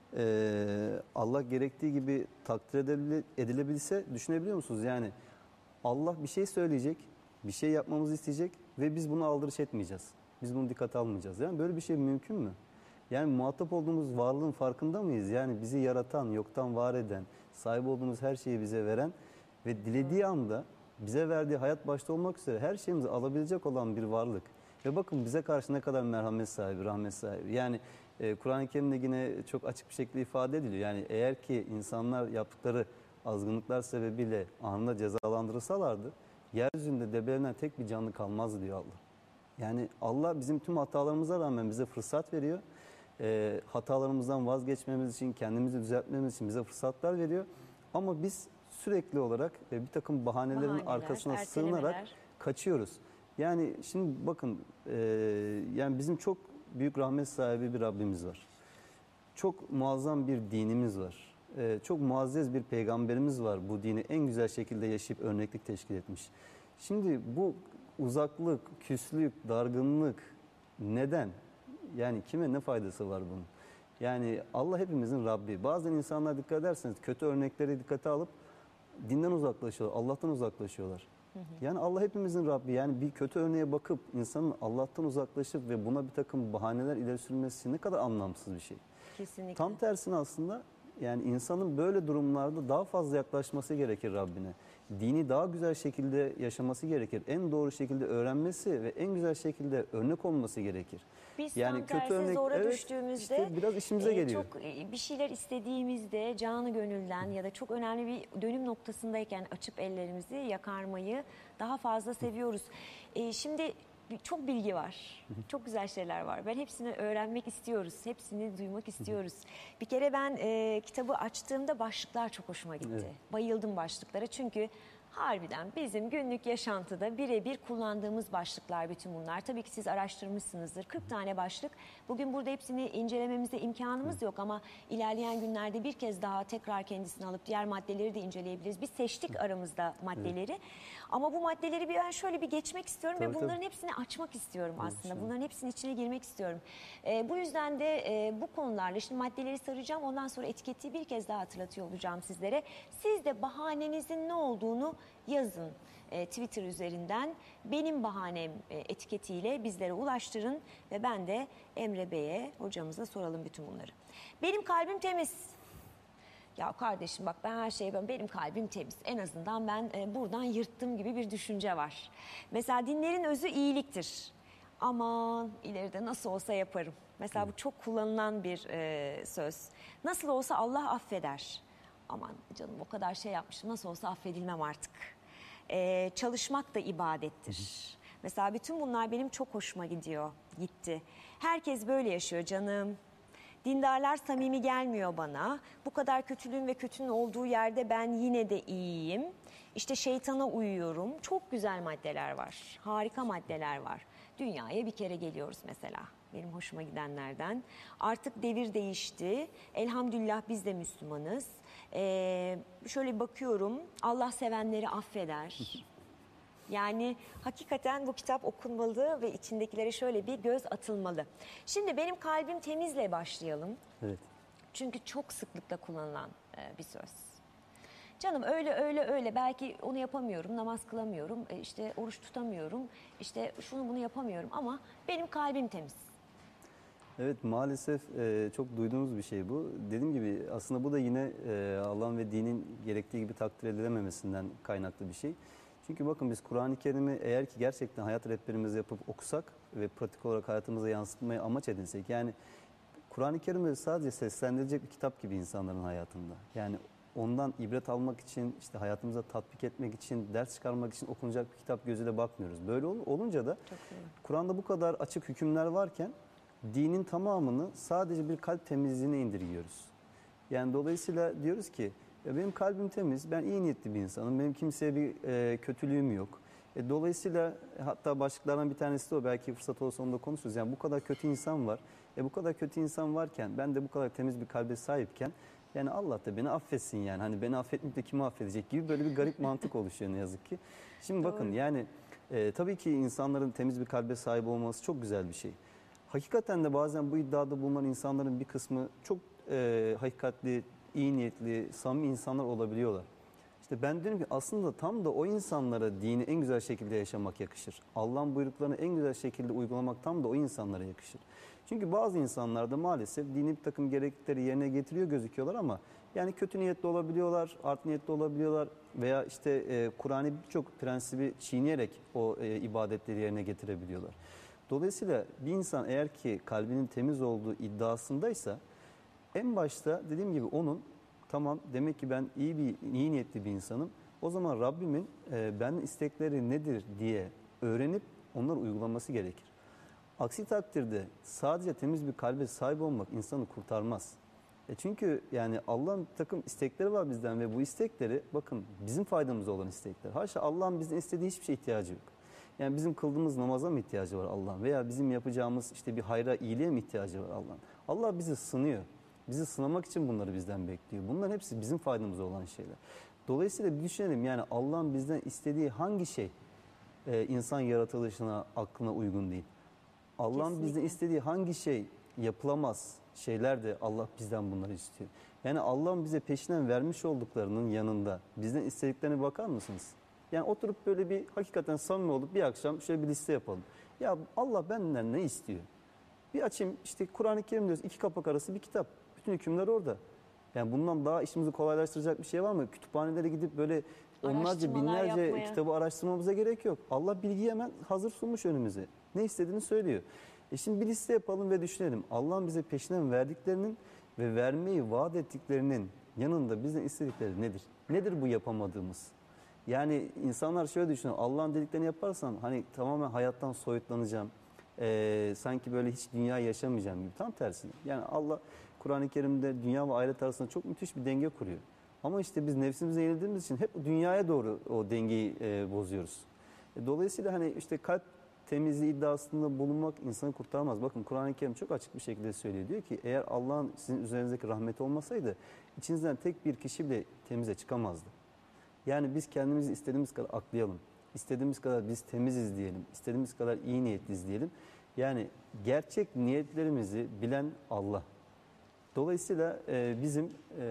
Speaker 3: Allah gerektiği gibi takdir edilebilse düşünebiliyor musunuz? Yani Allah bir şey söyleyecek, bir şey yapmamızı isteyecek ve biz bunu aldırış etmeyeceğiz. Biz bunu dikkate almayacağız. Yani böyle bir şey mümkün mü? Yani muhatap olduğumuz varlığın farkında mıyız? Yani bizi yaratan, yoktan var eden, sahip olduğumuz her şeyi bize veren ve dilediği anda bize verdiği hayat başta olmak üzere her şeyimizi alabilecek olan bir varlık. Ve bakın bize karşı ne kadar merhamet sahibi, rahmet sahibi. Yani Kur'an-ı Kerim'de yine çok açık bir şekilde ifade ediliyor. Yani eğer ki insanlar yaptıkları azgınlıklar sebebiyle anında cezalandırılsalardı, yeryüzünde debelenen tek bir canlı kalmazdı diyor Allah. Yani Allah bizim tüm hatalarımıza rağmen bize fırsat veriyor. Hatalarımızdan vazgeçmemiz için, kendimizi düzeltmemiz için bize fırsatlar veriyor. Ama biz sürekli olarak bir takım bahanelerin arkasına sığınarak kaçıyoruz. Yani şimdi bakın yani bizim çok büyük rahmet sahibi bir Rabbimiz var. Çok muazzam bir dinimiz var. Çok muazzez bir peygamberimiz var. Bu dini en güzel şekilde yaşayıp örneklik teşkil etmiş. Şimdi bu uzaklık, küslük, dargınlık neden? Yani kime ne faydası var bunun? Yani Allah hepimizin Rabbi. Bazen insanlar dikkat ederseniz kötü örnekleri dikkate alıp dinden uzaklaşıyorlar, Allah'tan uzaklaşıyorlar. Yani Allah hepimizin Rabbi. Yani bir kötü örneğe bakıp insanın Allah'tan uzaklaşıp ve buna bir takım bahaneler ileri sürmesi ne kadar anlamsız bir şey.
Speaker 2: Kesinlikle.
Speaker 3: Tam tersine aslında yani insanın böyle durumlarda daha fazla yaklaşması gerekir Rabbine. Dini daha güzel şekilde yaşaması gerekir. En doğru şekilde öğrenmesi ve en güzel şekilde örnek olması gerekir.
Speaker 2: Biz tam tersi zora düştüğümüzde
Speaker 3: işte biraz işimize geliyor.
Speaker 2: çok bir şeyler istediğimizde canı gönülden ya da çok önemli bir dönüm noktasındayken açıp ellerimizi yakarmayı daha fazla seviyoruz. Şimdi çok bilgi var. Çok güzel şeyler var. Ben hepsini öğrenmek istiyoruz. Hepsini duymak istiyoruz. Bir kere ben kitabı açtığımda başlıklar çok hoşuma gitti.
Speaker 3: Evet.
Speaker 2: Bayıldım başlıklara çünkü harbiden bizim günlük yaşantıda birebir kullandığımız başlıklar bütün bunlar. Tabii ki siz araştırmışsınızdır. 40 tane başlık. Bugün burada hepsini incelememize imkanımız yok ama ilerleyen günlerde bir kez daha tekrar kendisini alıp diğer maddeleri de inceleyebiliriz. Biz seçtik aramızda maddeleri. Ama bu maddeleri ben şöyle bir geçmek istiyorum ve bunların hepsini açmak istiyorum aslında. Bunların hepsinin içine girmek istiyorum. Bu yüzden de bu konularla şimdi maddeleri saracağım. Ondan sonra etiketi bir kez daha hatırlatıyor olacağım sizlere. Siz de bahanenizin ne olduğunu yazın Twitter üzerinden. Benim bahanem etiketiyle bizlere ulaştırın ve ben de Emre Bey'e, hocamıza soralım bütün bunları. Benim kalbim temiz. Ya kardeşim bak ben her şeyi benim kalbim temiz. En azından ben buradan yırttım gibi bir düşünce var. Mesela dinlerin özü iyiliktir. Aman ileride nasıl olsa yaparım. Mesela bu çok kullanılan bir söz. Nasıl olsa Allah affeder. Aman canım o kadar şey yapmışım nasıl olsa affedilmem artık. Çalışmak da ibadettir. Mesela bütün bunlar benim çok hoşuma gitti. Herkes böyle yaşıyor canım. Dindarlar samimi gelmiyor bana. Bu kadar kötülüğün ve kötünün olduğu yerde ben yine de iyiyim. İşte şeytana uyuyorum. Çok güzel maddeler var. Harika maddeler var. Dünyaya bir kere geliyoruz mesela. Benim hoşuma gidenlerden. Artık devir değişti. Elhamdülillah biz de Müslümanız. Şöyle bakıyorum. Allah sevenleri affeder. Yani hakikaten bu kitap okunmalı ve içindekilere şöyle bir göz atılmalı. Şimdi benim kalbim temizle başlayalım.
Speaker 3: Evet.
Speaker 2: Çünkü çok sıklıkla kullanılan bir söz. Canım öyle belki onu yapamıyorum, namaz kılamıyorum, işte oruç tutamıyorum, işte şunu bunu yapamıyorum ama benim kalbim temiz.
Speaker 3: Evet maalesef çok duyduğumuz bir şey bu. Dediğim gibi aslında bu da yine Allah'ın ve dinin gerektiği gibi takdir edilememesinden kaynaklı bir şey. Çünkü bakın biz Kur'an-ı Kerim'i eğer ki gerçekten hayat rehberimizi yapıp okusak ve pratik olarak hayatımıza yansıtmayı amaç edinsek yani Kur'an-ı Kerim'i sadece seslendirilecek bir kitap gibi insanların hayatında. Yani ondan ibret almak için, işte hayatımıza tatbik etmek için, ders çıkarmak için okunacak bir kitap gözüyle bakmıyoruz. Böyle olunca da Kur'an'da bu kadar açık hükümler varken dinin tamamını sadece bir kalp temizliğine indirgiyoruz. Yani dolayısıyla diyoruz ki ya benim kalbim temiz, ben iyi niyetli bir insanım, benim kimseye bir kötülüğüm yok. Dolayısıyla hatta başlıklardan bir tanesi de o, belki fırsat olsa onu da konuşuruz. Yani bu kadar kötü insan var. Bu kadar kötü insan varken, ben de bu kadar temiz bir kalbe sahipken yani Allah da beni affetsin yani. Hani beni affetmeyip de kimi affedecek gibi böyle bir garip mantık oluşuyor ne yazık ki. Şimdi bakın yani tabii ki insanların temiz bir kalbe sahip olması çok güzel bir şey. Hakikaten de bazen bu iddiada bulunan insanların bir kısmı çok hakikatli, iyi niyetli, samimi insanlar olabiliyorlar. İşte ben diyorum ki aslında tam da o insanlara dini en güzel şekilde yaşamak yakışır. Allah'ın buyruklarını en güzel şekilde uygulamak tam da o insanlara yakışır. Çünkü bazı insanlar da maalesef dini bir takım gereklilikleri yerine getiriyor gözüküyorlar ama yani kötü niyetli olabiliyorlar, art niyetli olabiliyorlar veya işte Kur'an'ı birçok prensibi çiğneyerek o ibadetleri yerine getirebiliyorlar. Dolayısıyla bir insan eğer ki kalbinin temiz olduğu iddiasındaysa en başta dediğim gibi onun tamam demek ki ben iyi niyetli bir insanım. O zaman Rabbimin benden istekleri nedir diye öğrenip onları uygulaması gerekir. Aksi takdirde sadece temiz bir kalbe sahip olmak insanı kurtarmaz. Çünkü yani Allah'ın bir takım istekleri var bizden ve bu istekleri bakın bizim faydamıza olan istekler. Haşa Allah'ın bizden istediği hiçbir şeye ihtiyacı yok. Yani bizim kıldığımız namaza mı ihtiyacı var Allah'ın veya bizim yapacağımız işte bir hayra, iyiliğe mi ihtiyacı var Allah'ın? Allah bizi sınıyor. Bizi sınamak için bunları bizden bekliyor. Bunların hepsi bizim faydamıza olan şeyler. Dolayısıyla bir düşünelim yani Allah'ın bizden istediği hangi şey insan yaratılışına, aklına uygun değil? Allah'ın bizden istediği hangi şey yapılamaz şeyler de Allah bizden bunları istiyor. Yani Allah'ın bize peşinden vermiş olduklarının yanında bizden istediklerine bakar mısınız? Yani oturup böyle bir hakikaten samimi olup bir akşam şöyle bir liste yapalım. Ya Allah benden ne istiyor? Bir açayım işte Kur'an-ı Kerim diyoruz 2 kapak arası bir kitap. Bütün hükümler orada. Yani bundan daha işimizi kolaylaştıracak bir şey var mı? Kütüphanelere gidip böyle onlarca,
Speaker 2: Araştırmalar
Speaker 3: binlerce
Speaker 2: yapmaya.
Speaker 3: kitabı araştırmamıza gerek yok. Allah bilgiyi hemen hazır sunmuş önümüze. Ne istediğini söylüyor. Şimdi bir liste yapalım ve düşünelim. Allah'ın bize peşinden verdiklerinin ve vermeyi vaat ettiklerinin yanında bizden istedikleri nedir? Nedir bu yapamadığımız? Yani insanlar şöyle düşünüyor. Allah'ın dediklerini yaparsam hani tamamen hayattan soyutlanacağım. Sanki böyle hiç dünya yaşamayacağım gibi. Tam tersine. Yani Allah Kur'an-ı Kerim'de dünya ve ahiret arasında çok müthiş bir denge kuruyor. Ama işte biz nefsimize yenildiğimiz için hep dünyaya doğru o dengeyi bozuyoruz. Dolayısıyla hani işte kalp temizliği iddiasında bulunmak insanı kurtarmaz. Bakın Kur'an-ı Kerim çok açık bir şekilde söylüyor. Diyor ki eğer Allah'ın sizin üzerinizdeki rahmeti olmasaydı içinizden tek bir kişi bile temize çıkamazdı. Yani biz kendimizi istediğimiz kadar aklayalım. İstediğimiz kadar biz temiziz diyelim. İstediğimiz kadar iyi niyetliyiz diyelim. Yani gerçek niyetlerimizi bilen Allah. Dolayısıyla bizim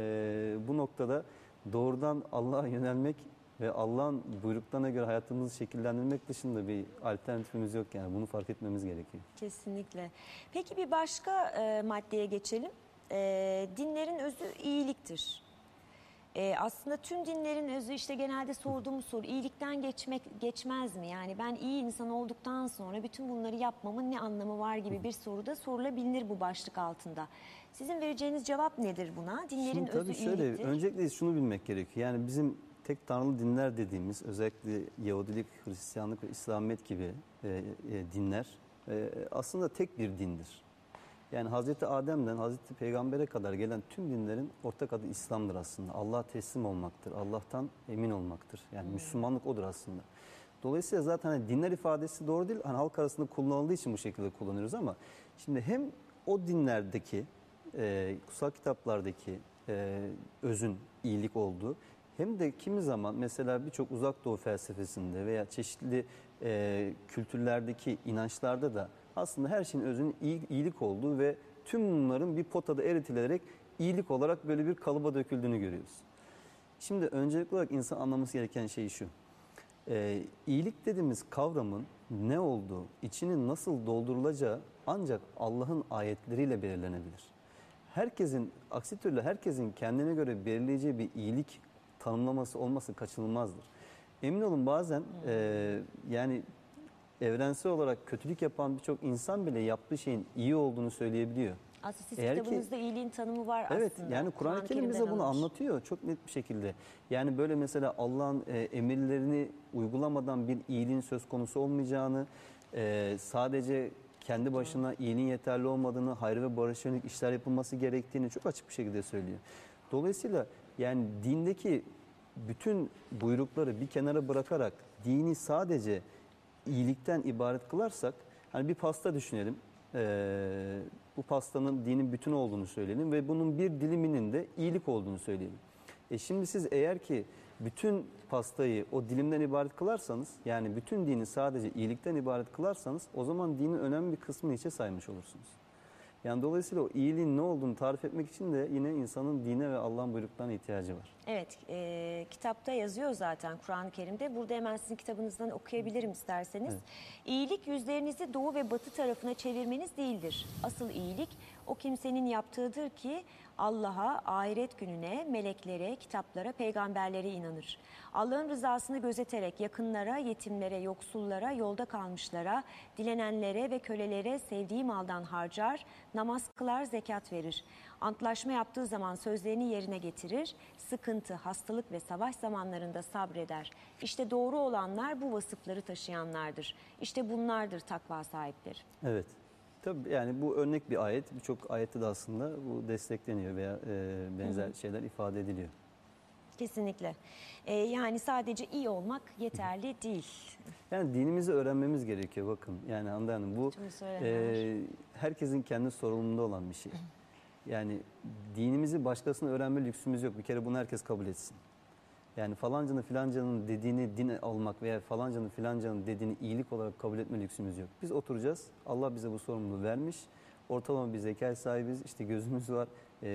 Speaker 3: bu noktada doğrudan Allah'a yönelmek ve Allah'ın buyruklarına göre hayatımızı şekillendirmek dışında bir alternatifimiz yok. Yani bunu fark etmemiz gerekiyor.
Speaker 2: Kesinlikle. Peki bir başka maddeye geçelim. Dinlerin özü iyiliktir. Aslında tüm dinlerin özü işte genelde sorduğumuz soru iyilikten geçmez mi? Yani ben iyi insan olduktan sonra bütün bunları yapmamın ne anlamı var gibi bir soru da sorulabilir bu başlık altında. Sizin vereceğiniz cevap nedir buna? Dinlerin
Speaker 3: Şimdi
Speaker 2: özü
Speaker 3: tabii şöyle,
Speaker 2: iyiliktir.
Speaker 3: öncelikle şunu bilmek gerekiyor. Yani bizim tek tanrılı dinler dediğimiz özellikle Yahudilik, Hristiyanlık ve İslamiyet gibi dinler aslında tek bir dindir. Yani Hazreti Adem'den Hazreti Peygamber'e kadar gelen tüm dinlerin ortak adı İslam'dır aslında. Allah'a teslim olmaktır, Allah'tan emin olmaktır. Yani Müslümanlık odur aslında. Dolayısıyla zaten hani dinler ifadesi doğru değil. Hani halk arasında kullanıldığı için bu şekilde kullanıyoruz ama şimdi hem o dinlerdeki kutsal kitaplardaki özün iyilik olduğu hem de kimi zaman mesela birçok uzak doğu felsefesinde veya çeşitli kültürlerdeki inançlarda da aslında her şeyin özünün iyilik olduğu ve tüm bunların bir potada eritilerek iyilik olarak böyle bir kalıba döküldüğünü görüyoruz. Şimdi öncelikli olarak insan anlaması gereken şey şu. İyilik dediğimiz kavramın ne olduğu, içinin nasıl doldurulacağı ancak Allah'ın ayetleriyle belirlenebilir. Aksi türlü herkesin kendine göre belirleyeceği bir iyilik tanımlaması olması kaçınılmazdır. Emin olun bazen yani evrensel olarak kötülük yapan birçok insan bile yaptığı şeyin iyi olduğunu söyleyebiliyor.
Speaker 2: Aslında siz
Speaker 3: Eğer ki-
Speaker 2: kitabınızda iyiliğin tanımı var
Speaker 3: Evet,
Speaker 2: aslında.
Speaker 3: yani Kur'an-ı Kerim bize
Speaker 2: Kerim'den
Speaker 3: bunu
Speaker 2: alınmış.
Speaker 3: anlatıyor çok net bir şekilde. Yani böyle mesela Allah'ın emirlerini uygulamadan bir iyiliğin söz konusu olmayacağını, sadece kendi başına iyiliğin yeterli olmadığını, hayır ve barışa yönelik işler yapılması gerektiğini çok açık bir şekilde söylüyor. Dolayısıyla yani dindeki bütün buyrukları bir kenara bırakarak dini sadece iyilikten ibaret kılarsak, hani bir pasta düşünelim. Bu pastanın dinin bütün olduğunu söyleyelim ve bunun bir diliminin de iyilik olduğunu söyleyelim. Şimdi siz eğer ki bütün pastayı o dilimden ibaret kılarsanız, yani bütün dini sadece iyilikten ibaret kılarsanız, o zaman dinin önemli bir kısmını içe saymış olursunuz. Yani dolayısıyla o iyiliğin ne olduğunu tarif etmek için de yine insanın dine ve Allah'ın buyruklarına ihtiyacı var.
Speaker 2: Evet, kitapta yazıyor zaten Kur'an-ı Kerim'de. Burada hemen sizin kitabınızdan okuyabilirim isterseniz.
Speaker 3: Evet.
Speaker 2: İyilik yüzlerinizi doğu ve batı tarafına çevirmeniz değildir. Asıl iyilik o kimsenin yaptığıdır ki Allah'a, ahiret gününe, meleklere, kitaplara, peygamberlere inanır. Allah'ın rızasını gözeterek yakınlara, yetimlere, yoksullara, yolda kalmışlara, dilenenlere ve kölelere sevdiği maldan harcar, namaz kılar, zekat verir. Antlaşma yaptığı zaman sözlerini yerine getirir, sıkıntı, hastalık ve savaş zamanlarında sabreder. İşte doğru olanlar bu vasıfları taşıyanlardır. İşte bunlardır takva sahipleri.
Speaker 3: Evet. Tabii yani bu örnek bir ayet. Birçok ayette de aslında bu destekleniyor veya benzer şeyler ifade ediliyor.
Speaker 2: Kesinlikle. Yani sadece iyi olmak yeterli değil.
Speaker 3: Yani dinimizi öğrenmemiz gerekiyor bakın. Yani Hande Hanım bu
Speaker 2: Tüm söylenenler.
Speaker 3: herkesin kendi sorumluluğunda olan bir şey. Yani dinimizi başkasına öğrenme lüksümüz yok. Bir kere bunu herkes kabul etsin. Yani falancanın filancanın dediğini din almak veya falancanın filancanın dediğini iyilik olarak kabul etme lüksümüz yok. Biz oturacağız. Allah bize bu sorumluluğu vermiş. Ortalama bir zeka sahibiz. İşte gözümüz var.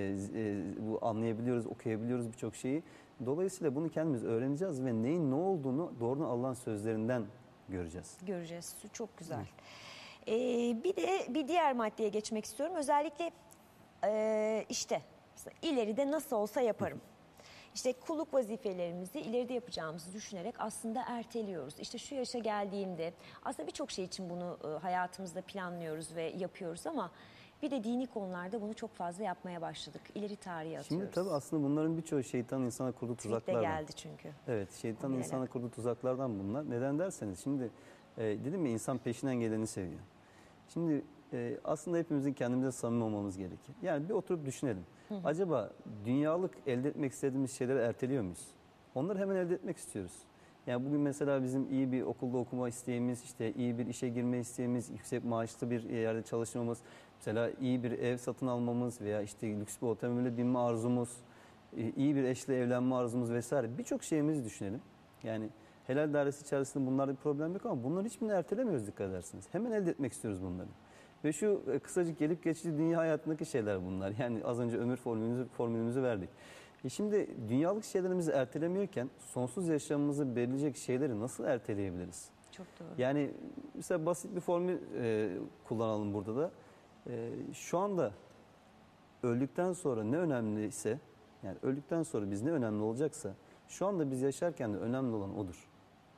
Speaker 3: Bu anlayabiliyoruz, okuyabiliyoruz birçok şeyi. Dolayısıyla bunu kendimiz öğreneceğiz ve neyin ne olduğunu doğrudan Allah'ın sözlerinden göreceğiz.
Speaker 2: Göreceğiz. Çok güzel. Bir de bir diğer maddeye geçmek istiyorum. Özellikle işte Mesela ileride nasıl olsa yaparım. İşte kulluk vazifelerimizi ileride yapacağımızı düşünerek aslında erteliyoruz. İşte şu yaşa geldiğimde aslında birçok şey için bunu hayatımızda planlıyoruz ve yapıyoruz ama bir de dini konularda bunu çok fazla yapmaya başladık. İleri tarihe atıyoruz.
Speaker 3: Şimdi tabii aslında bunların birçoğu şeytanın insana kurduğu
Speaker 2: Tweet de
Speaker 3: tuzaklardan.
Speaker 2: geldi çünkü.
Speaker 3: Evet, şeytanın
Speaker 2: Onu
Speaker 3: insana
Speaker 2: bilerek.
Speaker 3: kurduğu tuzaklardan bunlar. Neden derseniz şimdi dedim ya insan peşinden geleni seviyor. Şimdi aslında hepimizin kendimize samimi olmamız gerekir. Yani bir oturup düşünelim. Acaba dünyalık elde etmek istediğimiz şeyleri erteliyor muyuz? Onları hemen elde etmek istiyoruz. Yani bugün mesela bizim iyi bir okulda okuma isteğimiz, işte iyi bir işe girme isteğimiz, yüksek maaşlı bir yerde çalışmamız, mesela iyi bir ev satın almamız veya işte lüks bir otomobile binme arzumuz, iyi bir eşle evlenme arzumuz vesaire birçok şeyimizi düşünelim. Yani helal dairesi içerisinde bunlarda bir problem yok ama bunların hiçbirini ertelemiyoruz dikkat ederseniz. Hemen elde etmek istiyoruz bunları. Ve şu kısacık gelip geçici dünya hayatındaki şeyler bunlar. Yani az önce ömür formülümüzü verdik. Şimdi dünyalık şeylerimizi ertelemiyorken sonsuz yaşamımızı belirleyecek şeyleri nasıl erteleyebiliriz?
Speaker 2: Çok doğru.
Speaker 3: Yani mesela basit bir formül kullanalım burada da. Şu anda öldükten sonra ne önemliyse, yani öldükten sonra biz ne önemli olacaksa şu anda biz yaşarken de önemli olan odur.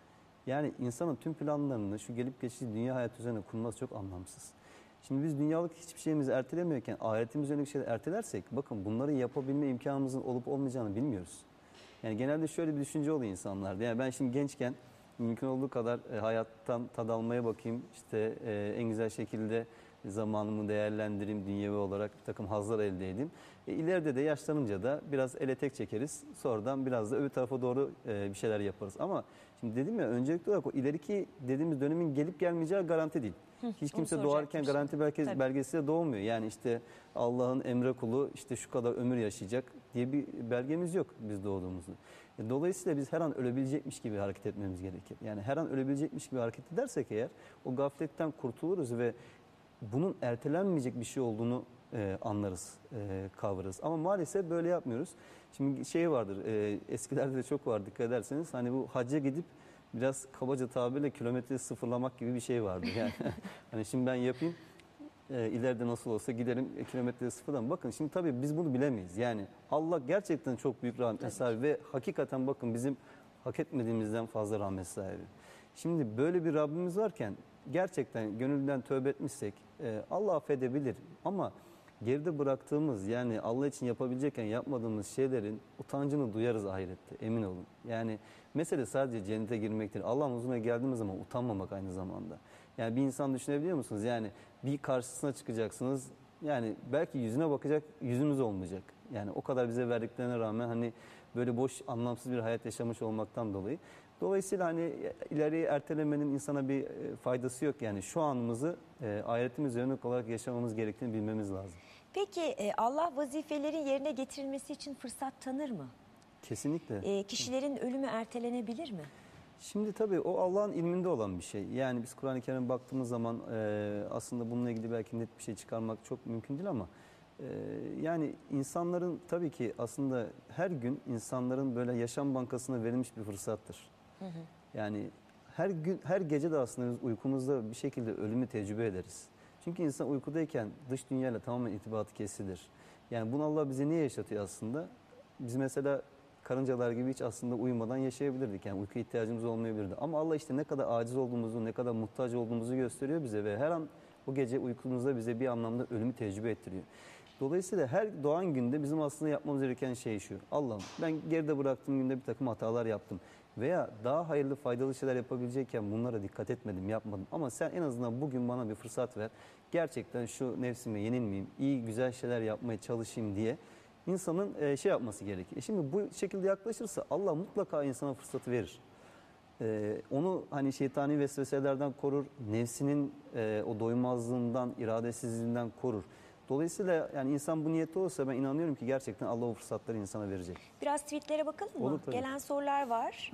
Speaker 3: Yani insanın tüm planlarını şu gelip geçici dünya hayatı üzerine kurması çok anlamsız. Şimdi biz dünyalık hiçbir şeyimizi ertelemiyorken ahiretimiz yönelik şeyler ertelersek bakın bunları yapabilme imkanımızın olup olmayacağını bilmiyoruz. Yani genelde şöyle bir düşünce oluyor insanlarda. Yani ben şimdi gençken mümkün olduğu kadar hayattan tad almaya bakayım. İşte en güzel şekilde zamanımı değerlendireyim, dünyevi olarak bir takım hazlar elde edeyim. İleride de yaşlanınca da biraz ele tek çekeriz. Sonradan biraz da öbür tarafa doğru bir şeyler yaparız. Ama şimdi dedim ya öncelikli olarak o ileriki dediğimiz dönemin gelip gelmeyeceği garanti değil. Hiç kimse doğarken garanti belgesiyle doğmuyor. Yani işte Allah'ın emre kulu işte şu kadar ömür yaşayacak diye bir belgemiz yok biz doğduğumuzda. Dolayısıyla biz her an ölebilecekmiş gibi hareket etmemiz gerekir. Yani her an ölebilecekmiş gibi hareket edersek eğer o gafletten kurtuluruz ve bunun ertelenmeyecek bir şey olduğunu anlarız, kavrarız. Ama maalesef böyle yapmıyoruz. Şimdi şey vardır, eskilerde de çok var dikkat ederseniz. Hani bu hacca gidip biraz kabaca tabirle kilometreyi sıfırlamak gibi bir şey vardır. Yani hani şimdi ben yapayım, ileride nasıl olsa giderim kilometreyi sıfırdan. Bakın şimdi tabii biz bunu bilemeyiz. Yani Allah gerçekten çok büyük rahmet sahibi ve hakikaten bakın bizim hak etmediğimizden fazla rahmet sahibi. Şimdi böyle bir Rabbimiz varken gerçekten gönülden tövbe etmişsek Allah affedebilir ama geride bıraktığımız yani Allah için yapabilecekken yapmadığımız şeylerin utancını duyarız ahirette emin olun. Yani mesele sadece cennete girmektir. Allah'ın huzuruna geldiğimiz zaman utanmamak aynı zamanda. Yani bir insan düşünebiliyor musunuz? Yani bir karşısına çıkacaksınız. Yani belki yüzüne bakacak yüzümüz olmayacak. Yani o kadar bize verdiklerine rağmen hani böyle boş anlamsız bir hayat yaşamış olmaktan dolayı. Dolayısıyla hani ileriye ertelemenin insana bir faydası yok. Yani şu anımızı ahiretimiz yönelik olarak yaşamamız gerektiğini bilmemiz lazım.
Speaker 2: Peki Allah vazifelerin yerine getirilmesi için fırsat tanır mı?
Speaker 3: Kesinlikle.
Speaker 2: Kişilerin ölümü ertelenebilir mi?
Speaker 3: Şimdi tabii o Allah'ın ilminde olan bir şey. Yani biz Kur'an-ı Kerim'e baktığımız zaman aslında bununla ilgili belki net bir şey çıkarmak çok mümkün değil ama yani insanların tabii ki aslında her gün insanların böyle yaşam bankasına verilmiş bir fırsattır. Yani her gün her gece de aslında biz uykumuzda bir şekilde ölümü tecrübe ederiz. Çünkü insan uykudayken dış dünyayla tamamen irtibatı kesilir. Yani bunu Allah bize niye yaşatıyor aslında? Biz mesela karıncalar gibi hiç aslında uyumadan yaşayabilirdik. Yani uyku ihtiyacımız olmayabilirdi. Ama Allah işte ne kadar aciz olduğumuzu, ne kadar muhtaç olduğumuzu gösteriyor bize ve her an o gece uykumuzda bize bir anlamda ölümü tecrübe ettiriyor. Dolayısıyla her doğan günde bizim aslında yapmamız gereken şey şu. Allah'ım ben geride bıraktığım günde bir takım hatalar yaptım. Veya daha hayırlı faydalı şeyler yapabilecekken bunlara dikkat etmedim, yapmadım. Ama sen en azından bugün bana bir fırsat ver. Gerçekten şu nefsime yenilmeyeyim, iyi güzel şeyler yapmaya çalışayım diye insanın şey yapması gerekir. Şimdi bu şekilde yaklaşırsa Allah mutlaka insana fırsatı verir. Onu hani şeytani vesveselerden korur, nefsinin o doymazlığından, iradesizliğinden korur. Dolayısıyla yani insan bu niyette olsa ben inanıyorum ki gerçekten Allah o fırsatları insana verecek.
Speaker 2: Biraz tweetlere bakalım mı?
Speaker 3: Olur, tabii.
Speaker 2: Gelen sorular var.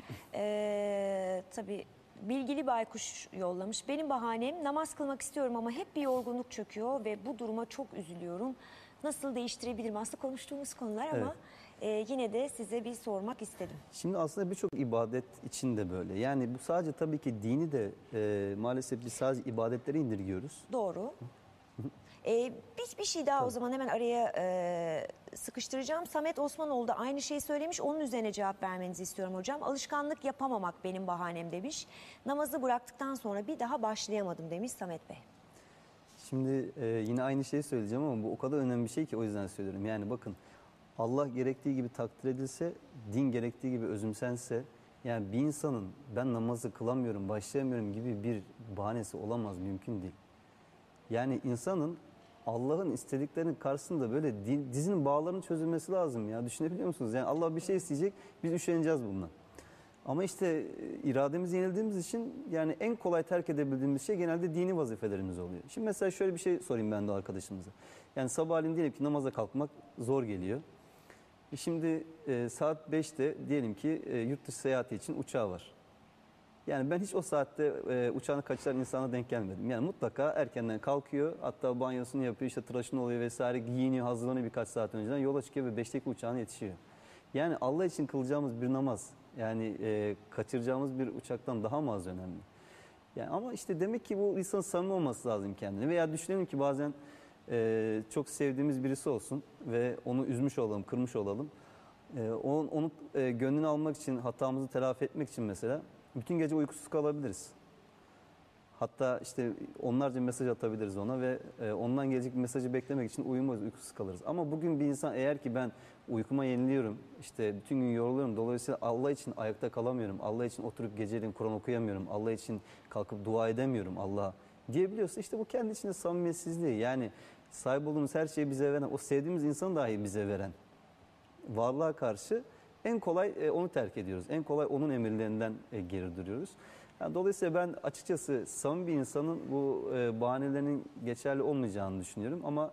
Speaker 2: Tabii Bilgili Baykuş yollamış. Benim bahanem namaz kılmak istiyorum ama hep bir yorgunluk çöküyor ve bu duruma çok üzülüyorum. Nasıl değiştirebilirim? Aslında konuştuğumuz konular ama yine de size bir sormak istedim.
Speaker 3: Şimdi aslında birçok ibadet için de böyle. Yani bu sadece tabii ki dini de maalesef biz sadece ibadetleri indirgiyoruz.
Speaker 2: Doğru. Biz bir şey daha o zaman hemen araya sıkıştıracağım. Samet Osmanoğlu da aynı şeyi söylemiş. Onun üzerine cevap vermenizi istiyorum hocam. Alışkanlık yapamamak benim bahanem demiş. Namazı bıraktıktan sonra bir daha başlayamadım demiş Samet Bey.
Speaker 3: Şimdi yine aynı şeyi söyleyeceğim ama bu o kadar önemli bir şey ki o yüzden söylüyorum. Yani bakın, Allah gerektiği gibi takdir edilse, din gerektiği gibi özümsense, yani bir insanın ben namazı kılamıyorum, başlayamıyorum gibi bir bahanesi olamaz, mümkün değil. Yani insanın Allah'ın istediklerinin karşısında böyle dizinin bağlarının çözülmesi lazım ya. Düşünebiliyor musunuz? Yani Allah bir şey isteyecek, biz üşeneceğiz bununla. Ama işte irademizi yenildiğimiz için yani en kolay terk edebildiğimiz şey genelde dini vazifelerimiz oluyor. Şimdi mesela şöyle bir şey sorayım ben de arkadaşımıza. Yani sabahleyin diyelim ki namaza kalkmak zor geliyor. Şimdi saat 5'te diyelim ki yurt dışı seyahati için uçağı var. Yani ben hiç o saatte uçağını kaçıran insana denk gelmedim. Yani mutlaka erkenden kalkıyor, hatta banyosunu yapıyor, işte tıraşını oluyor vesaire, giyiniyor, hazırlanıyor birkaç saat önceden, yola çıkıyor ve 5'teki uçağına yetişiyor. Yani Allah için kılacağımız bir namaz, yani kaçıracağımız bir uçaktan daha mı az önemli? Yani ama işte demek ki bu insanın samimi olması lazım kendine. Veya düşünelim ki bazen çok sevdiğimiz birisi olsun ve onu üzmüş olalım, kırmış olalım. Onun gönlünü almak için, hatamızı telafi etmek için mesela bütün gece uykusuz kalabiliriz. Hatta işte onlarca mesaj atabiliriz ona ve ondan gelecek bir mesajı beklemek için uyumayız, uykusuz kalırız. Ama bugün bir insan eğer ki ben uykuma yeniliyorum, işte bütün gün yoruluyorum, dolayısıyla Allah için ayakta kalamıyorum, Allah için oturup geceleyin Kur'an okuyamıyorum, Allah için kalkıp dua edemiyorum Allah'a diyebiliyorsa, işte bu kendi içinde samimiyetsizliği. Yani sahip olduğumuz her şeyi bize veren, o sevdiğimiz insanı dahi bize veren varlığa karşı en kolay onu terk ediyoruz. En kolay onun emirlerinden geri duruyoruz. Yani dolayısıyla ben açıkçası samimi bir insanın bu bahanelerinin geçerli olmayacağını düşünüyorum. Ama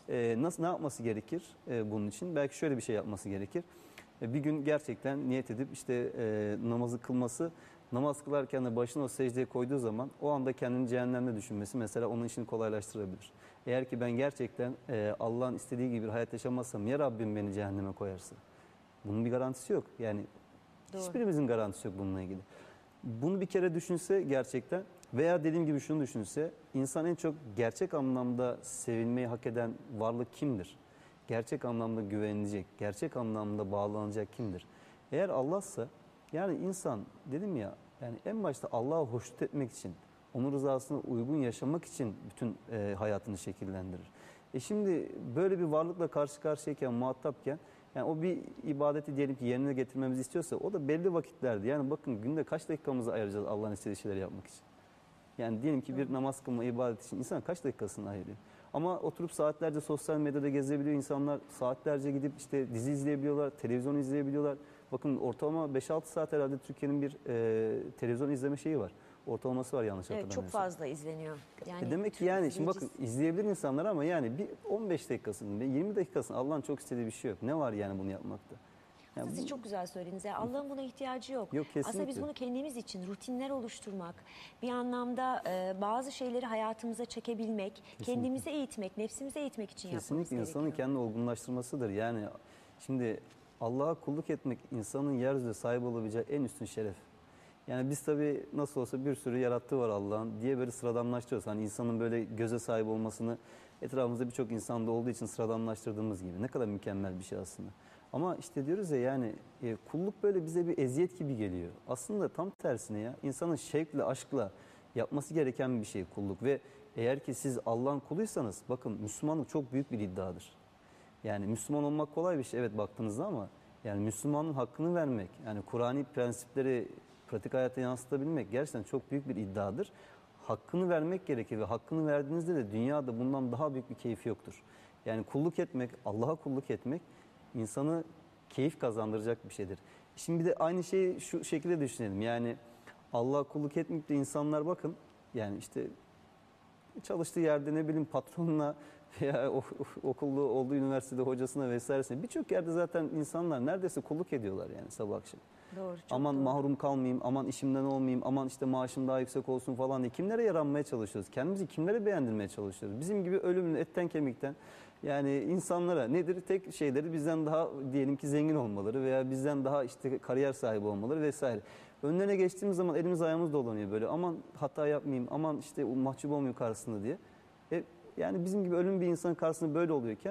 Speaker 3: ne yapması gerekir bunun için? Belki şöyle bir şey yapması gerekir. Bir gün gerçekten niyet edip işte namazı kılması, namaz kılarken de başını o secdeye koyduğu zaman o anda kendini cehennemde düşünmesi mesela onun işini kolaylaştırabilir. Eğer ki ben gerçekten Allah'ın istediği gibi bir hayat yaşamazsam ya Rabbim beni cehenneme koyarsa? Bunun bir garantisi yok. Yani
Speaker 2: Doğru.
Speaker 3: hiçbirimizin garantisi yok bununla ilgili. Bunu bir kere düşünse gerçekten veya dediğim gibi şunu düşünse, insan en çok gerçek anlamda sevilmeyi hak eden varlık kimdir? Gerçek anlamda güvenilecek, gerçek anlamda bağlanacak kimdir? Eğer Allah'sa, yani insan dedim ya, yani en başta Allah'ı hoşnut etmek için, onun rızasına uygun yaşamak için bütün hayatını şekillendirir. Şimdi böyle bir varlıkla karşı karşıyayken, muhatapken, yani o bir ibadeti diyelim ki yerine getirmemizi istiyorsa o da belli vakitlerde. Yani bakın günde kaç dakikamızı ayıracağız Allah'ın istediği şeyleri yapmak için. Yani diyelim ki bir namaz kılma ibadeti için insan kaç dakikasını ayırıyor. Ama oturup saatlerce sosyal medyada gezebiliyor insanlar. Saatlerce gidip işte dizi izleyebiliyorlar, televizyon izleyebiliyorlar. Bakın ortalama 5-6 saat herhalde Türkiye'nin bir televizyon izleme şeyi var. Ortalaması var yanlış hatırlamıyorsam.
Speaker 2: Çok fazla izleniyor. Yani
Speaker 3: demek ki yani şimdi bakın izleyebilir insanlar ama yani bir 15 dakikasını, 20 dakikasını Allah'ın çok istediği bir şey yok. Ne var yani bunu yapmakta? Yani
Speaker 2: Siz çok güzel söylediniz. Yani Allah'ın buna ihtiyacı yok.
Speaker 3: Yok, kesinlikle.
Speaker 2: Aslında biz bunu kendimiz için rutinler oluşturmak, bir anlamda bazı şeyleri hayatımıza çekebilmek, kendimizi eğitmek, nefsimizi eğitmek için yapmamız
Speaker 3: kesinlikle
Speaker 2: gerekiyor.
Speaker 3: insanın kendini olgunlaştırmasıdır. Yani şimdi Allah'a kulluk etmek insanın yeryüzünde sahip olabileceği en üstün şeref. Yani biz tabii nasıl olsa bir sürü yarattığı var Allah'ın diye böyle sıradanlaştırıyoruz. Hani insanın böyle göze sahip olmasını etrafımızda birçok insanda olduğu için sıradanlaştırdığımız gibi. Ne kadar mükemmel bir şey aslında. Ama işte diyoruz ya yani kulluk böyle bize bir eziyet gibi geliyor. Aslında tam tersine ya, insanın şevkle, aşkla yapması gereken bir şey kulluk. Ve eğer ki siz Allah'ın kuluysanız, bakın Müslümanlık çok büyük bir iddiadır. Yani Müslüman olmak kolay bir şey evet baktığınızda ama yani Müslümanın hakkını vermek, yani Kur'ani prensipleri pratik hayata yansıtabilmek gerçekten çok büyük bir iddiadır. Hakkını vermek gerekir ve hakkını verdiğinizde de dünyada bundan daha büyük bir keyif yoktur. Yani kulluk etmek, Allah'a kulluk etmek insanı keyif kazandıracak bir şeydir. Şimdi bir de aynı şeyi şu şekilde düşünelim. Yani Allah'a kulluk etmeyip de insanlar bakın yani işte çalıştığı yerde ne bileyim patronuna veya okulda olduğu üniversitede hocasına vesairesine birçok yerde zaten insanlar neredeyse kulluk ediyorlar yani sabah akşam.
Speaker 2: Doğru, çok
Speaker 3: Aman
Speaker 2: doğru.
Speaker 3: mahrum kalmayayım, aman işimden olmayayım, aman işte maaşım daha yüksek olsun falan diye. Kimlere yaranmaya çalışıyoruz? Kendimizi kimlere beğendirmeye çalışıyoruz? Bizim gibi ölümlü etten kemikten yani insanlara nedir? Tek şeyleri bizden daha diyelim ki zengin olmaları veya bizden daha işte kariyer sahibi olmaları vesaire. Önlerine geçtiğimiz zaman elimiz ayağımız dolanıyor böyle. Aman hata yapmayayım, aman işte mahcup olmayayım karşısında diye. Yani bizim gibi ölüm bir insanın karşısında böyle oluyorken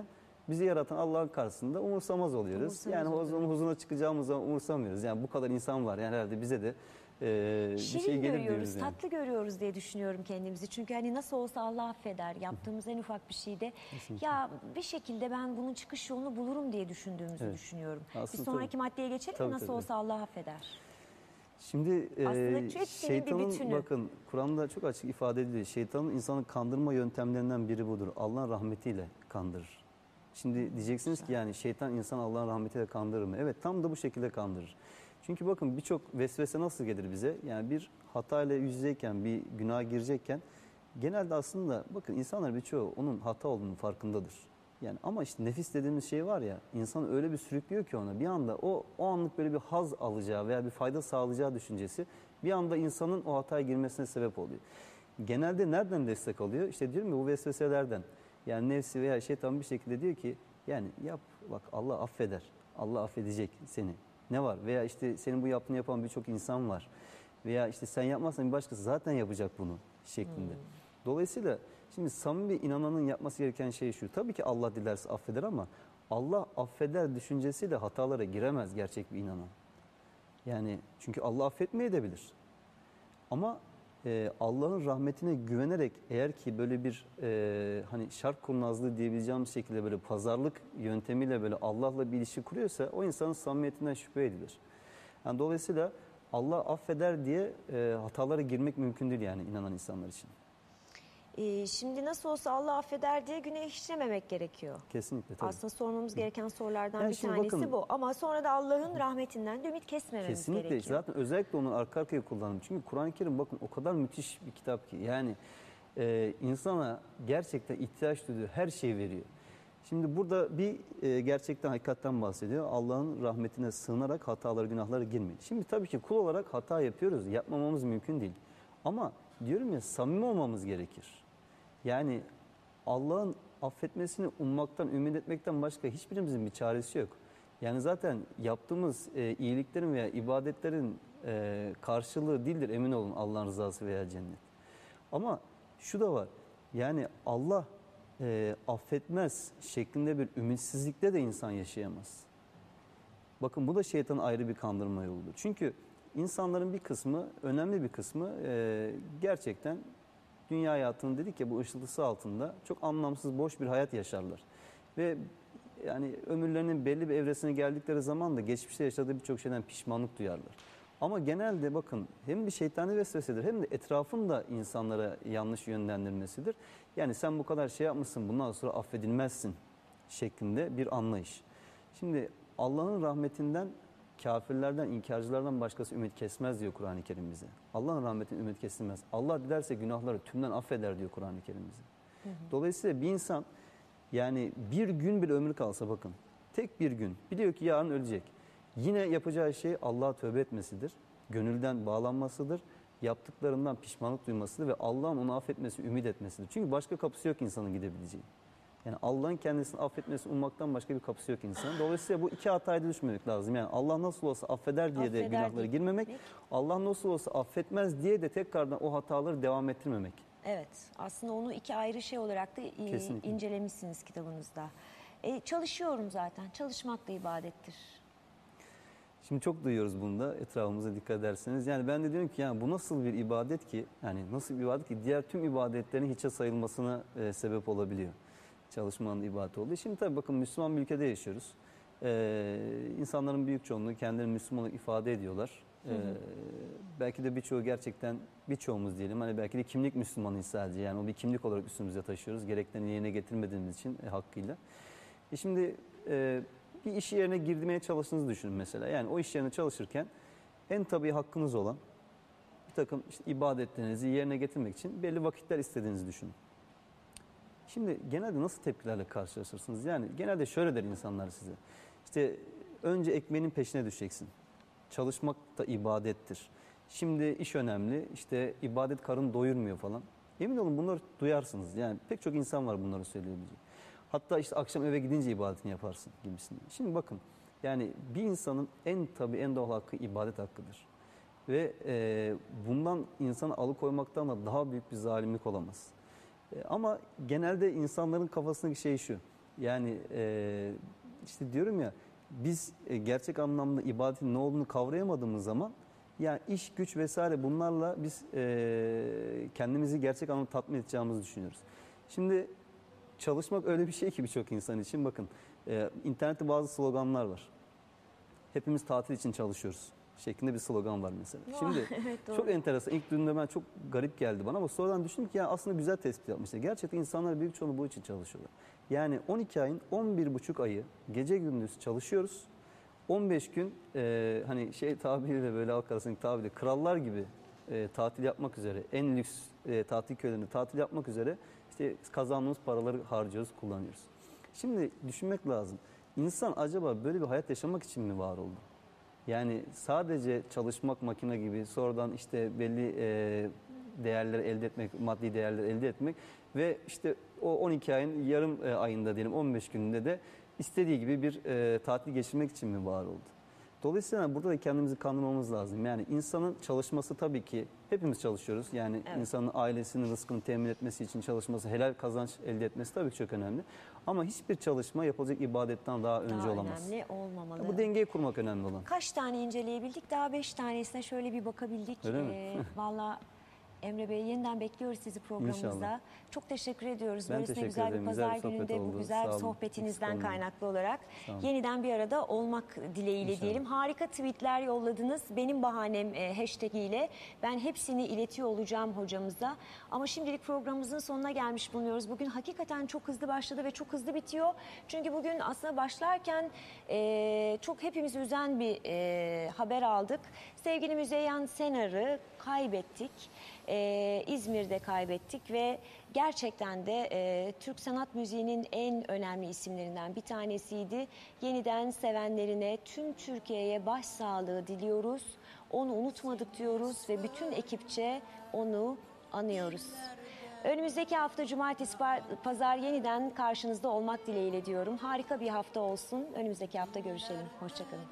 Speaker 3: bizi yaratan Allah'ın karşısında umursamaz oluyoruz.
Speaker 2: Umursamaz
Speaker 3: Yani
Speaker 2: oluyoruz.
Speaker 3: onun huzuruna çıkacağımız zaman umursamıyoruz. Yani bu kadar insan var. Yani herhalde bize de bir
Speaker 2: Şirin
Speaker 3: şey gelir
Speaker 2: görüyoruz,
Speaker 3: diyoruz yani.
Speaker 2: tatlı görüyoruz diye düşünüyorum kendimizi. Çünkü hani nasıl olsa Allah affeder. Yaptığımız en ufak bir şeyde ya bir şekilde ben bunun çıkış yolunu bulurum diye düşündüğümüzü
Speaker 3: Evet.
Speaker 2: düşünüyorum.
Speaker 3: Aslında
Speaker 2: bir sonraki maddeye geçelim mi?
Speaker 3: Tabii,
Speaker 2: Nasıl
Speaker 3: tabii.
Speaker 2: olsa Allah affeder.
Speaker 3: Şimdi
Speaker 2: Aslında hepsinin bir
Speaker 3: şeytanın
Speaker 2: bütünü.
Speaker 3: bakın Kur'an'da çok açık ifade ediliyor. Şeytanın insanı kandırma yöntemlerinden biri budur. Allah'ın rahmetiyle kandırır. Şimdi diyeceksiniz ki yani şeytan insan Allah'ın rahmetiyle kandırır mı? Evet, tam da bu şekilde kandırır. Çünkü bakın birçok vesvese nasıl gelir bize? Yani bir hatayla yüz yüzeyken, bir günaha girecekken genelde aslında bakın insanlar birçoğu onun hata olduğunun farkındadır. Yani ama işte nefis dediğimiz şey var ya, insan öyle bir sürüklüyor ki ona bir anda o anlık böyle bir haz alacağı veya bir fayda sağlayacağı düşüncesi bir anda insanın o hataya girmesine sebep oluyor. Genelde nereden destek alıyor? İşte diyorum ya, bu vesveselerden. Yani nefsi veya şeytan bir şekilde diyor ki yani yap, bak Allah affeder. Allah affedecek seni. Ne var? Veya işte senin bu yaptığını yapan birçok insan var. Veya işte sen yapmazsan bir başkası zaten yapacak bunu şeklinde. Dolayısıyla şimdi samimi bir inananın yapması gereken şey şu. Tabii ki Allah dilerse affeder ama Allah affeder düşüncesiyle hatalara giremez gerçek bir inanan. Yani çünkü Allah affetmeyebilir. Ama Allah'ın rahmetine güvenerek eğer ki böyle bir hani şark kurnazlığı diyebileceğimiz şekilde böyle pazarlık yöntemiyle böyle Allah'la bir ilişki kuruyorsa o insanın samimiyetinden şüphe edilir. Yani dolayısıyla Allah affeder diye hatalara girmek mümkün değil yani inanan insanlar için.
Speaker 2: Şimdi nasıl olsa Allah affeder diye günah işlememek gerekiyor.
Speaker 3: Kesinlikle tabii.
Speaker 2: Aslında sormamız gereken sorulardan
Speaker 3: Yani
Speaker 2: bir
Speaker 3: şimdi
Speaker 2: tanesi
Speaker 3: bakın-
Speaker 2: bu. Ama sonra da Allah'ın rahmetinden de ümit kesmememiz
Speaker 3: Kesinlikle.
Speaker 2: gerekiyor.
Speaker 3: Zaten özellikle onu arka arkaya kullandım. Çünkü Kur'an-ı Kerim bakın o kadar müthiş bir kitap ki. Yani insana gerçekten ihtiyaç duyduğu her şeyi veriyor. Şimdi burada bir gerçekten hakikatten bahsediyor. Allah'ın rahmetine sığınarak hatalara, günahlara girmeyin. Şimdi tabii ki kul olarak hata yapıyoruz. Yapmamamız mümkün değil. Ama diyorum ya, samimi olmamız gerekir. Yani Allah'ın affetmesini ummaktan, ümit etmekten başka hiçbirimizin bir çaresi yok. Yani zaten yaptığımız iyiliklerin veya ibadetlerin karşılığı değildir, emin olun, Allah'ın rızası veya cennet. Ama şu da var, yani Allah affetmez şeklinde bir ümitsizlikte de insan yaşayamaz. Bakın bu da şeytanın ayrı bir kandırma yoludur. Çünkü insanların bir kısmı, önemli bir kısmı gerçekten dünya hayatının dedik ya bu ışıltısı altında çok anlamsız, boş bir hayat yaşarlar. Ve yani ömürlerinin belli bir evresine geldikleri zaman da geçmişte yaşadığı birçok şeyden pişmanlık duyarlar. Ama genelde bakın hem bir şeytani vesvesedir hem de etrafın da insanlara yanlış yönlendirmesidir. Yani sen bu kadar şey yapmışsın, bundan sonra affedilmezsin şeklinde bir anlayış. Şimdi Allah'ın rahmetinden, kafirlerden, inkarcılardan başkası ümit kesmez diyor Kur'an-ı Kerim bize. Allah'ın rahmetinden ümit kesilmez. Allah dilerse günahları tümden affeder diyor Kur'an-ı Kerim bize. Dolayısıyla bir insan yani bir gün bile ömrü kalsa bakın, tek bir gün biliyor ki yarın ölecek. Yine yapacağı şey Allah'a tövbe etmesidir, gönülden bağlanmasıdır, yaptıklarından pişmanlık duymasıdır ve Allah'ın onu affetmesi, ümit etmesidir. Çünkü başka kapısı yok insanın gidebileceği. Yani Allah'ın kendisini affetmesi, ummaktan başka bir kapısı yok insanın. Dolayısıyla bu iki hataya düşmemek lazım. Yani Allah nasıl olsa affeder diye de
Speaker 2: Affeder
Speaker 3: günahlara
Speaker 2: diye
Speaker 3: girmemek, Allah nasıl olsa affetmez diye de tekrardan o hataları devam ettirmemek.
Speaker 2: Evet, aslında onu iki ayrı şey olarak da
Speaker 3: Kesinlikle.
Speaker 2: incelemişsiniz kitabınızda. Çalışıyorum zaten, çalışmak da ibadettir.
Speaker 3: Şimdi çok duyuyoruz bunu da, etrafımıza dikkat ederseniz. Yani ben de diyorum ki yani bu nasıl bir ibadet ki, yani nasıl bir ibadet ki diğer tüm ibadetlerin hiçe sayılmasına sebep olabiliyor. Çalışmanın ibadeti olduğu. Şimdi tabii bakın Müslüman bir ülkede yaşıyoruz. İnsanların büyük çoğunluğu kendilerini Müslüman olarak ifade ediyorlar. Belki de birçoğu gerçekten, birçoğumuz diyelim, hani belki de kimlik Müslümanıyız sadece. Yani o bir kimlik olarak üstümüze taşıyoruz. Gereklerini yerine getirmediğimiz için hakkıyla. Şimdi bir iş yerine girmeye çalıştığınızı düşünün mesela. Yani o iş yerine çalışırken en tabii hakkınız olan bir takım işte ibadetlerinizi yerine getirmek için belli vakitler istediğinizi düşünün. Şimdi genelde nasıl tepkilerle karşılaşırsınız? Yani genelde şöyle der insanlar size. İşte önce ekmeğinin peşine düşeceksin. Çalışmak da ibadettir. Şimdi iş önemli. İşte ibadet karın doyurmuyor falan. Emin olun bunları duyarsınız. Yani pek çok insan var bunları söyleyebilecek. Hatta işte akşam eve gidince ibadetini yaparsın gibisinden. Şimdi bakın yani bir insanın en doğal hakkı ibadet hakkıdır. Ve bundan insanı alıkoymaktan da daha büyük bir zalimlik olamaz. Ama genelde insanların kafasındaki şey şu. Yani işte diyorum ya, biz gerçek anlamda ibadetin ne olduğunu kavrayamadığımız zaman, yani iş, güç vesaire, bunlarla biz kendimizi gerçek anlamda tatmin edeceğimizi düşünüyoruz. Şimdi çalışmak öyle bir şey ki birçok insan için. Bakın, internette bazı sloganlar var. Hepimiz tatil için çalışıyoruz şeklinde bir slogan var mesela. Şimdi
Speaker 2: Evet, doğru.
Speaker 3: çok enteresan. İlk duyduğumda ben çok garip geldi bana, ama sonradan düşündüm ki ya aslında güzel tespit yapmışlar. Gerçekten insanlar büyük çoğunluğu bu için çalışıyorlar. Yani 12 ayın 11,5 ayı gece gündüz çalışıyoruz. 15 gün hani şey tabiriyle, böyle halk arasındaki tabiriyle, krallar gibi tatil yapmak üzere, en lüks tatil köylerinde tatil yapmak üzere işte kazandığımız paraları harcıyoruz, kullanıyoruz. Şimdi düşünmek lazım. İnsan acaba böyle bir hayat yaşamak için mi var oldu? Yani sadece çalışmak, makine gibi, sonradan işte belli değerleri elde etmek, maddi değerleri elde etmek ve işte o 12 ayın yarım ayında diyelim 15 gününde de istediği gibi bir tatil geçirmek için mi var oldu? Dolayısıyla burada da kendimizi kandırmamız lazım. Yani insanın çalışması, tabii ki hepimiz çalışıyoruz. Yani
Speaker 2: Evet.
Speaker 3: insanın ailesinin rızkını temin etmesi için çalışması, helal kazanç elde etmesi tabii ki çok önemli. Ama hiçbir çalışma yapılacak ibadetten daha önce
Speaker 2: Daha
Speaker 3: olamaz.
Speaker 2: önemli olmamalı.
Speaker 3: Bu dengeyi kurmak önemli olan.
Speaker 2: Kaç tane inceleyebildik? Daha 5 tanesine şöyle bir bakabildik.
Speaker 3: Öyle mi?
Speaker 2: Valla Emre Bey, yeniden bekliyoruz sizi programımızda.
Speaker 3: İnşallah.
Speaker 2: Çok teşekkür ediyoruz.
Speaker 3: Ben
Speaker 2: Böylesine
Speaker 3: teşekkür
Speaker 2: güzel bir
Speaker 3: ederim.
Speaker 2: pazar
Speaker 3: Güzel bir sohbet
Speaker 2: gününde bu
Speaker 3: oldu.
Speaker 2: güzel
Speaker 3: Sağ olun.
Speaker 2: sohbetinizden
Speaker 3: Eksik olmayın.
Speaker 2: kaynaklı olarak
Speaker 3: Sağ olun.
Speaker 2: yeniden bir arada olmak dileğiyle
Speaker 3: İnşallah.
Speaker 2: diyelim. Harika tweetler yolladınız. Benim bahanem hashtag ile. Ben hepsini iletiyor olacağım hocamıza. Ama şimdilik programımızın sonuna gelmiş bulunuyoruz. Bugün hakikaten çok hızlı başladı ve çok hızlı bitiyor. Çünkü bugün aslında başlarken çok hepimizi üzen bir haber aldık. Sevgili Müzeyyen Senar'ı kaybettik. İzmir'de kaybettik ve gerçekten de Türk sanat müziğinin en önemli isimlerinden bir tanesiydi. Yeniden sevenlerine, tüm Türkiye'ye başsağlığı diliyoruz. Onu unutmadık diyoruz ve bütün ekipçe onu anıyoruz. Önümüzdeki hafta cumartesi, pazar yeniden karşınızda olmak dileğiyle diyorum. Harika bir hafta olsun. Önümüzdeki hafta görüşelim. Hoşçakalın.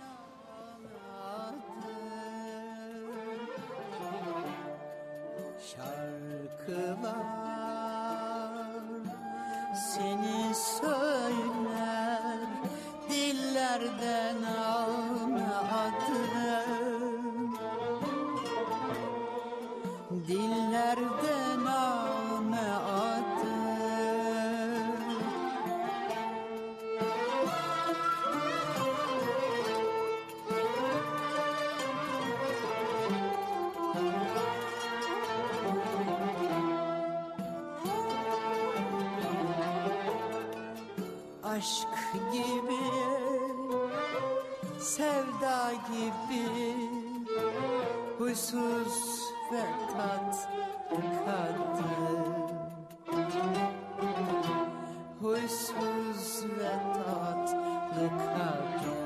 Speaker 4: Şarkılar seni söyler, dillerden alma adını, dillerden alma adını. Aşk gibi, sevda gibi, huysuz ve tatlı kadın. Huysuz ve tatlı kadın.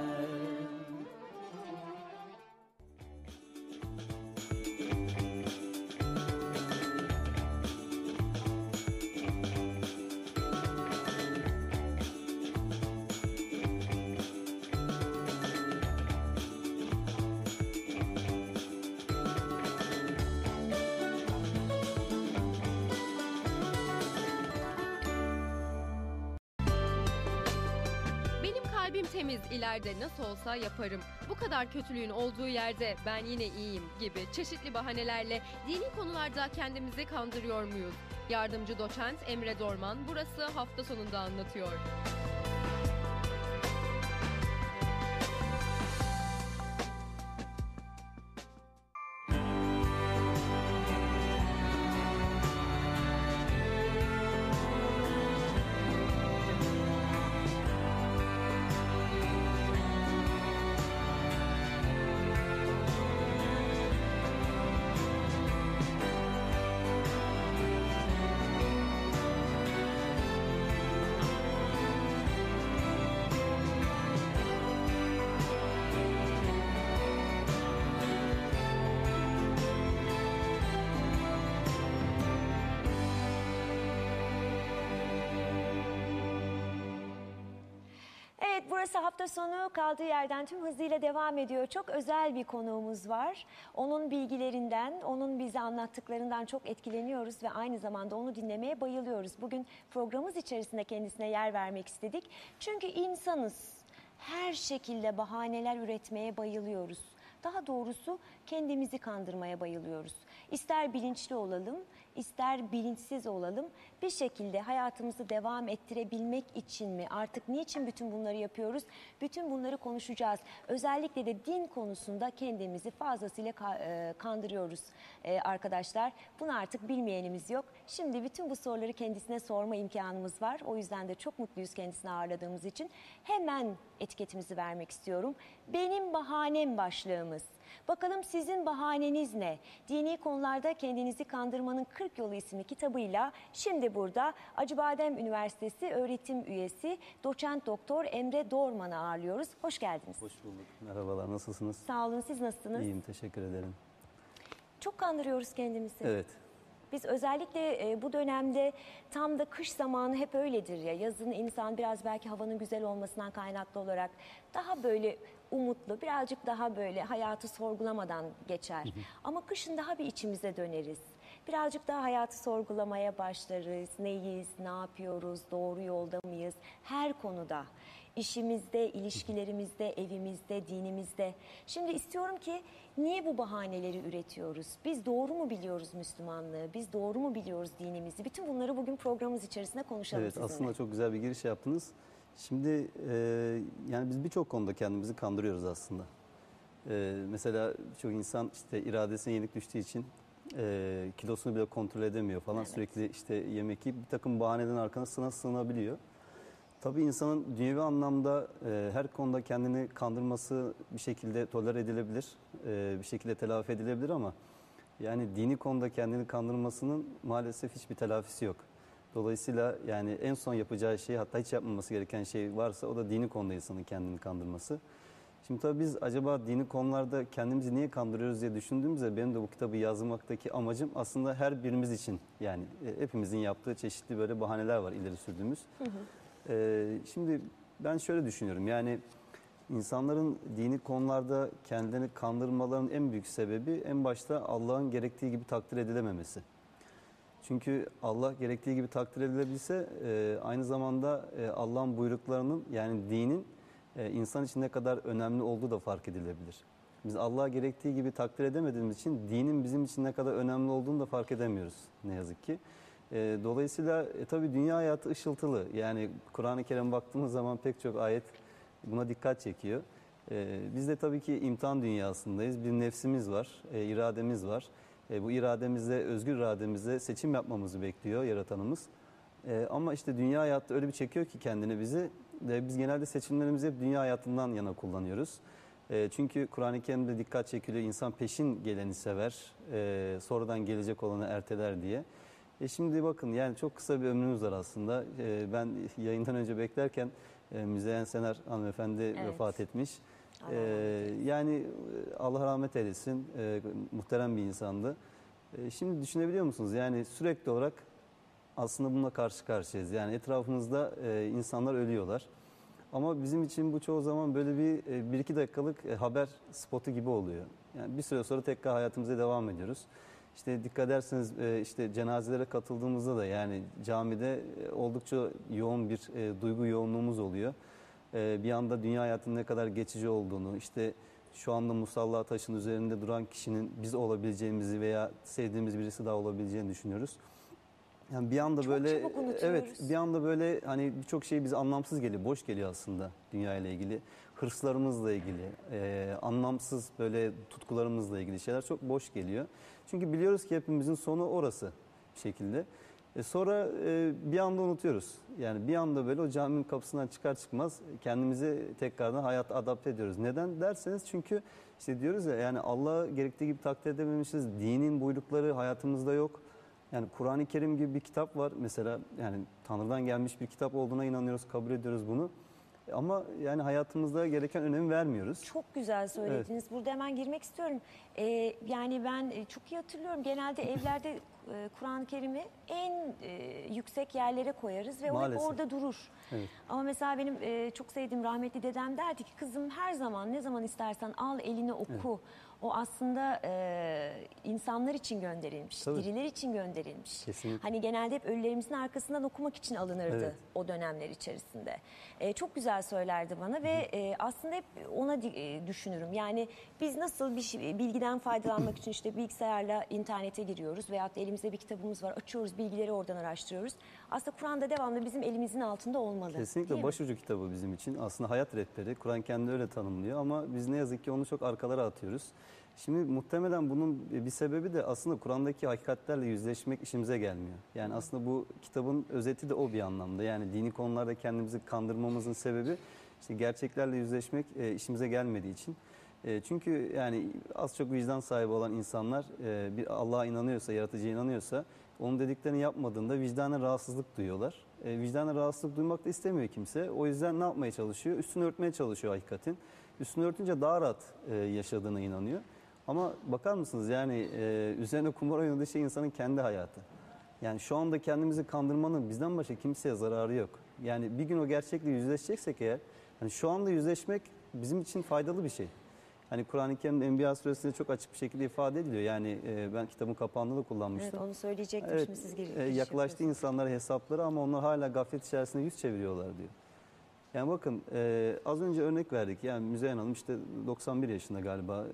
Speaker 1: Benim kalbim temiz, ileride nasıl olsa yaparım. Bu kadar kötülüğün olduğu yerde ben yine iyiyim gibi çeşitli bahanelerle dini konularda kendimizi kandırıyor muyuz? Yardımcı doçent Emre Dorman burası hafta sonunda anlatıyor.
Speaker 2: hafta sonu kaldığı yerden tüm hızıyla devam ediyor. Çok özel bir konuğumuz var. Onun bilgilerinden, onun bize anlattıklarından çok etkileniyoruz ve aynı zamanda onu dinlemeye bayılıyoruz. Bugün programımız içerisinde kendisine yer vermek istedik. Çünkü insanız. Her şekilde bahaneler üretmeye bayılıyoruz. Daha doğrusu kendimizi kandırmaya bayılıyoruz. İster bilinçli olalım, ister bilinçsiz olalım, bir şekilde hayatımızı devam ettirebilmek için mi? Artık niçin bütün bunları yapıyoruz? Bütün bunları konuşacağız. Özellikle de din konusunda kendimizi fazlasıyla kandırıyoruz arkadaşlar. Bunu artık bilmeyenimiz yok. Şimdi bütün bu soruları kendisine sorma imkanımız var. O yüzden de çok mutluyuz kendisini ağırladığımız için. Hemen etiketimizi vermek istiyorum. Benim bahanem başlığımız. Bakalım sizin bahaneniz ne? Dini konularda kendinizi kandırmanın 40 yolu isimli kitabıyla şimdi burada Acıbadem Üniversitesi öğretim üyesi doçent doktor Emre Dorman'ı ağırlıyoruz. Hoş geldiniz.
Speaker 3: Hoş bulduk. Merhabalar, nasılsınız?
Speaker 2: Sağ olun, siz nasılsınız?
Speaker 3: İyiyim, teşekkür ederim.
Speaker 2: Çok kandırıyoruz kendimizi.
Speaker 3: Evet.
Speaker 2: Biz özellikle bu dönemde tam da kış zamanı hep öyledir ya. Yazın insan biraz belki havanın güzel olmasından kaynaklı olarak daha böyle umutlu, birazcık daha böyle hayatı sorgulamadan geçer. Ama kışın daha bir içimize döneriz. Birazcık daha hayatı sorgulamaya başlarız. Neyiz, ne yapıyoruz, doğru yolda mıyız? Her konuda. İşimizde, ilişkilerimizde, evimizde, dinimizde. Şimdi istiyorum ki niye bu bahaneleri üretiyoruz? Biz doğru mu biliyoruz Müslümanlığı? Biz doğru mu biliyoruz dinimizi? Bütün bunları bugün programımız içerisinde konuşalım
Speaker 3: Evet,
Speaker 2: sizinle.
Speaker 3: aslında çok güzel bir giriş yaptınız. Şimdi yani biz birçok konuda kendimizi kandırıyoruz aslında. Mesela çok insan işte iradesine yenik düştüğü için kilosunu bile kontrol edemiyor falan.
Speaker 2: Evet.
Speaker 3: Sürekli işte yemek yiyip bir takım bahanelerin arkasına sığınabiliyor. Tabii insanın dünyevi anlamda her konuda kendini kandırması bir şekilde tolere edilebilir, bir şekilde telafi edilebilir ama yani dini konuda kendini kandırmasının maalesef hiçbir telafisi yok. Dolayısıyla yani en son yapacağı şey, hatta hiç yapmaması gereken şey varsa o da dini konuda insanın kendini kandırması. Şimdi tabii biz acaba dini konularda kendimizi niye kandırıyoruz diye düşündüğümüzde benim de bu kitabı yazmaktaki amacım aslında her birimiz için, yani hepimizin yaptığı çeşitli böyle bahaneler var ileri sürdüğümüz. Şimdi ben şöyle düşünüyorum, yani insanların dini konularda kendilerini kandırmalarının en büyük sebebi en başta Allah'ın gerektiği gibi takdir edilememesi. Çünkü Allah gerektiği gibi takdir edilebilse aynı zamanda Allah'ın buyruklarının, yani dinin insan için ne kadar önemli olduğu da fark edilebilir. Biz Allah'a gerektiği gibi takdir edemediğimiz için dinin bizim için ne kadar önemli olduğunu da fark edemiyoruz ne yazık ki. Dolayısıyla tabii dünya hayatı ışıltılı. Yani Kur'an-ı Kerim'e baktığımız zaman pek çok ayet buna dikkat çekiyor. Biz de tabii ki imtihan dünyasındayız. Bir nefsimiz var, irademiz var. Bu irademizle, özgür irademizle seçim yapmamızı bekliyor yaratanımız. Ama işte dünya hayatı öyle bir çekiyor ki kendini bizi. Biz genelde seçimlerimizi hep dünya hayatından yana kullanıyoruz. Çünkü Kur'an-ı Kerim'de dikkat çekiliyor. İnsan peşin geleni sever, sonradan gelecek olanı erteler diye. Şimdi bakın, yani çok kısa bir ömrümüz var aslında. Ben yayından önce beklerken Müzeyyen Senar hanımefendi vefat etmiş. Yani Allah rahmet eylesin, muhterem bir insandı. Şimdi düşünebiliyor musunuz? Yani sürekli olarak aslında bununla karşı karşıyayız. Yani etrafımızda insanlar ölüyorlar. Ama bizim için bu çoğu zaman böyle bir iki dakikalık haber spotu gibi oluyor. Yani bir süre sonra tekrar hayatımıza devam ediyoruz. İşte dikkat ederseniz işte cenazelere katıldığımızda da yani camide oldukça yoğun bir duygu yoğunluğumuz oluyor. Bir anda dünya hayatının ne kadar geçici olduğunu, işte şu anda musalla taşın üzerinde duran kişinin biz olabileceğimizi veya sevdiğimiz birisi daha olabileceğini düşünüyoruz. Yani bir anda
Speaker 2: Çok
Speaker 3: böyle,
Speaker 2: çabuk unutuyoruz.
Speaker 3: evet, bir anda böyle hani birçok şey bize anlamsız geliyor, boş geliyor aslında dünya ile ilgili. Hırslarımızla ilgili, anlamsız böyle tutkularımızla ilgili şeyler çok boş geliyor. Çünkü biliyoruz ki hepimizin sonu orası bir şekilde. Sonra bir anda unutuyoruz. Yani bir anda böyle o caminin kapısından çıkar çıkmaz kendimizi tekrardan hayata adapte ediyoruz. Neden derseniz, çünkü işte diyoruz ya, yani Allah'ı gerektiği gibi takdir edememişiz. Dinin buyrukları hayatımızda yok. Yani Kur'an-ı Kerim gibi bir kitap var mesela, yani Tanrı'dan gelmiş bir kitap olduğuna inanıyoruz, kabul ediyoruz bunu. Ama yani hayatımızda gereken önemi vermiyoruz.
Speaker 2: Çok güzel söylediniz. Burada hemen girmek istiyorum. Yani ben çok iyi hatırlıyorum. Genelde evlerde Kur'an-ı Kerim'i en yüksek yerlere koyarız ve o hep
Speaker 3: Maalesef.
Speaker 2: orada durur.
Speaker 3: Evet.
Speaker 2: Ama mesela benim çok sevdiğim rahmetli dedem derdi ki kızım her zaman ne zaman istersen al eline oku. O aslında insanlar için gönderilmiş,
Speaker 3: Tabii.
Speaker 2: diriler için gönderilmiş.
Speaker 3: Kesinlikle.
Speaker 2: Hani genelde hep ölülerimizin arkasından okumak için alınırdı
Speaker 3: Evet.
Speaker 2: o dönemler içerisinde. Çok güzel söylerdi bana ve aslında hep ona düşünürüm. Yani biz nasıl bir bilgiden faydalanmak için işte bilgisayarla internete giriyoruz veyahut da elimizde bir kitabımız var, açıyoruz, bilgileri oradan araştırıyoruz. Aslında Kur'an'da devamlı bizim elimizin altında olmalı.
Speaker 3: Kesinlikle
Speaker 2: değil mi?
Speaker 3: başucu kitabı bizim için. Aslında hayat rehberi. Kur'an kendini öyle tanımlıyor ama biz ne yazık ki onu çok arkalara atıyoruz. Şimdi muhtemelen bunun bir sebebi de aslında Kur'an'daki hakikatlerle yüzleşmek işimize gelmiyor. Yani aslında bu kitabın özeti de o bir anlamda. Yani dini konularda kendimizi kandırmamızın sebebi işte gerçeklerle yüzleşmek işimize gelmediği için. Çünkü yani az çok vicdan sahibi olan insanlar bir Allah'a inanıyorsa, yaratıcıya inanıyorsa onun dediklerini yapmadığında vicdanen rahatsızlık duyuyorlar. Vicdanen rahatsızlık duymak da istemiyor kimse. O yüzden ne yapmaya çalışıyor? Üstünü örtmeye çalışıyor hakikatin. Üstünü örtünce daha rahat yaşadığına inanıyor. Ama bakar mısınız yani üzerine kumar oynadığı şey insanın kendi hayatı. Yani şu anda kendimizi kandırmanın bizden başka kimseye zararı yok. Yani bir gün o gerçekle yüzleşeceksek eğer, hani şu anda yüzleşmek bizim için faydalı bir şey. Hani Kur'an-ı Kerim'de Enbiya Suresi'nde çok açık bir şekilde ifade ediliyor. Yani ben kitabın kapağında da kullanmıştım.
Speaker 2: Evet, onu söyleyecektim
Speaker 3: Evet,
Speaker 2: şimdi siz
Speaker 3: yaklaştı insanlara hesapları ama onlar hala gaflet içerisinde yüz çeviriyorlar diyor. Yani bakın az önce örnek verdik. Yani Müzeyyen Hanım işte 91 yaşında galiba.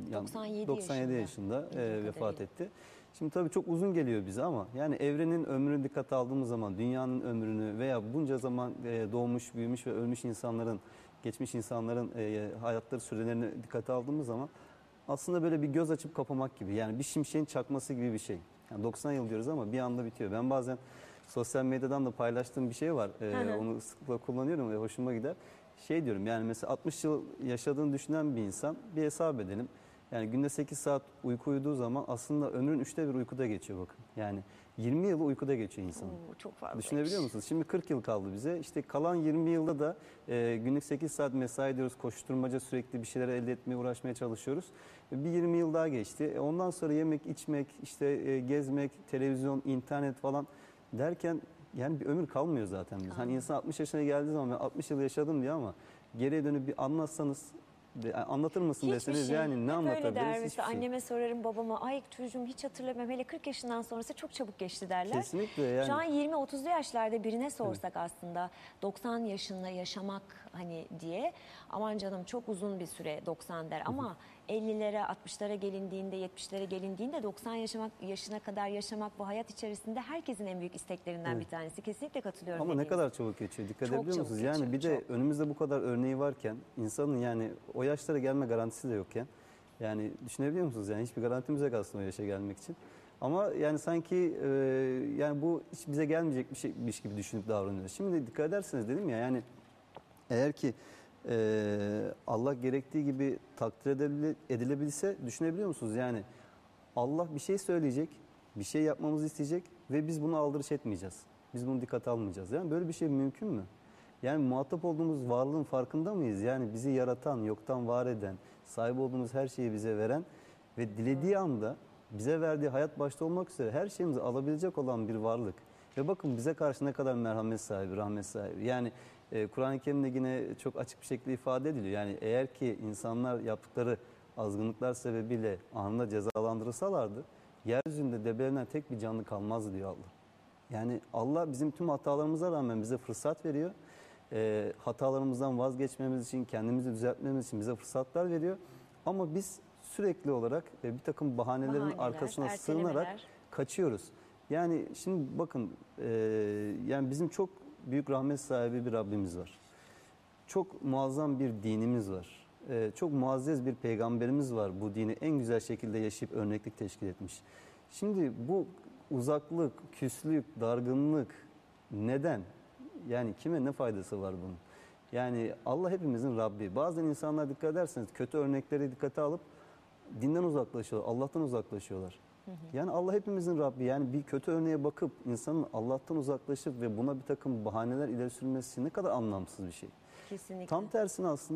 Speaker 3: 97 yaşında vefat etti. Şimdi tabii çok uzun geliyor bize ama yani evrenin ömrünü dikkate aldığımız zaman dünyanın ömrünü veya bunca zaman doğmuş, büyümüş ve ölmüş insanların, geçmiş insanların hayatları sürelerini dikkate aldığımız zaman aslında böyle bir göz açıp kapamak gibi. Yani bir şimşeğin çakması gibi bir şey. Yani 90 yıl diyoruz ama bir anda bitiyor. Ben bazen sosyal medyadan da paylaştığım bir şey var. Onu sıklıkla kullanıyorum ve hoşuma gider. Şey diyorum yani mesela 60 yıl yaşadığını düşünen bir insan bir hesap edelim. Yani günde 8 saat uyku uyuduğu zaman aslında ömrün 1/3 uykuda geçiyor bakın. Yani 20 yılı uykuda geçiyor insanın.
Speaker 2: Çok fazla.
Speaker 3: Düşünebiliyor musunuz? Şimdi 40 yıl kaldı bize. İşte kalan 20 yılda da günlük 8 saat mesai ediyoruz. Koşturmaca sürekli bir şeyler elde etmeye uğraşmaya çalışıyoruz. Bir 20 yıl daha geçti. Ondan sonra yemek, içmek, işte gezmek, televizyon, internet falan derken yani bir ömür kalmıyor zaten biz. Hani insan 60 yaşına geldiği zaman ben 60 yıl yaşadım diyor ama geriye dönüp bir anlatsanız anlatır mısın deseniz yani ne
Speaker 2: Hep öyle der
Speaker 3: anlatabiliriz? Hiçbir
Speaker 2: mesela
Speaker 3: şey.
Speaker 2: Anneme sorarım babama ay çocuğum hiç hatırlamıyorum hele 40 yaşından sonrası çok çabuk geçti derler.
Speaker 3: Kesinlikle yani.
Speaker 2: Şu an 20-30'lu yaşlarda birine sorsak aslında 90 yaşında yaşamak hani diye aman canım çok uzun bir süre 90 der ama 50'lere 60'lara gelindiğinde 70'lere gelindiğinde 90 yaşına kadar yaşamak bu hayat içerisinde herkesin en büyük isteklerinden bir tanesi. Kesinlikle katılıyorum.
Speaker 3: Ama ne
Speaker 2: dediğiniz.
Speaker 3: kadar çabuk geçiyor. Dikkat
Speaker 2: Çok
Speaker 3: edebiliyor
Speaker 2: çabuk
Speaker 3: musunuz? Yani bir
Speaker 2: geçiyor,
Speaker 3: de önümüzde bu kadar örneği varken insanın yani o yaşlara gelme garantisi de yokken yani düşünebiliyor musunuz? Yani hiçbir garantimiz yok aslında o yaşa gelmek için. Ama yani sanki yani bu hiç bize gelmeyecek bir şeymiş gibi düşünüp davranıyoruz. Şimdi dikkat ederseniz dedim ya yani eğer ki Allah gerektiği gibi takdir edilebilse düşünebiliyor musunuz? Yani Allah bir şey söyleyecek, bir şey yapmamızı isteyecek ve biz bunu aldırış etmeyeceğiz. Biz bunu dikkate almayacağız. Yani böyle bir şey mümkün mü? Yani muhatap olduğumuz varlığın farkında mıyız? Yani bizi yaratan, yoktan var eden, sahip olduğumuz her şeyi bize veren ve dilediği anda bize verdiği hayat başta olmak üzere her şeyimizi alabilecek olan bir varlık. Ve bakın bize karşı ne kadar merhamet sahibi, rahmet sahibi. Yani Kur'an-ı Kerim'de yine çok açık bir şekilde ifade ediliyor. Yani eğer ki insanlar yaptıkları azgınlıklar sebebiyle anında cezalandırılsalardı, yeryüzünde debelenen tek bir canlı kalmazdı diyor Allah. Yani Allah bizim tüm hatalarımıza rağmen bize fırsat veriyor. Hatalarımızdan vazgeçmemiz için, kendimizi düzeltmemiz için bize fırsatlar veriyor. Ama biz sürekli olarak bir takım bahanelerin arkasına sığınarak kaçıyoruz. Yani şimdi bakın yani bizim çok büyük rahmet sahibi bir Rabbimiz var. Çok muazzam bir dinimiz var. Çok muazzez bir peygamberimiz var. Bu dini en güzel şekilde yaşayıp örneklik teşkil etmiş. Şimdi bu uzaklık, küslük, dargınlık neden? Yani kime ne faydası var bunun? Yani Allah hepimizin Rabbi. Bazen insanlar dikkat ederseniz kötü örnekleri dikkate alıp dinden uzaklaşıyorlar, Allah'tan uzaklaşıyorlar. Yani Allah hepimizin Rabbi. Yani bir kötü örneğe bakıp insanın Allah'tan uzaklaşıp ve buna bir takım bahaneler ileri sürmesi ne kadar anlamsız bir şey.
Speaker 2: Kesinlikle.
Speaker 3: Tam tersine aslında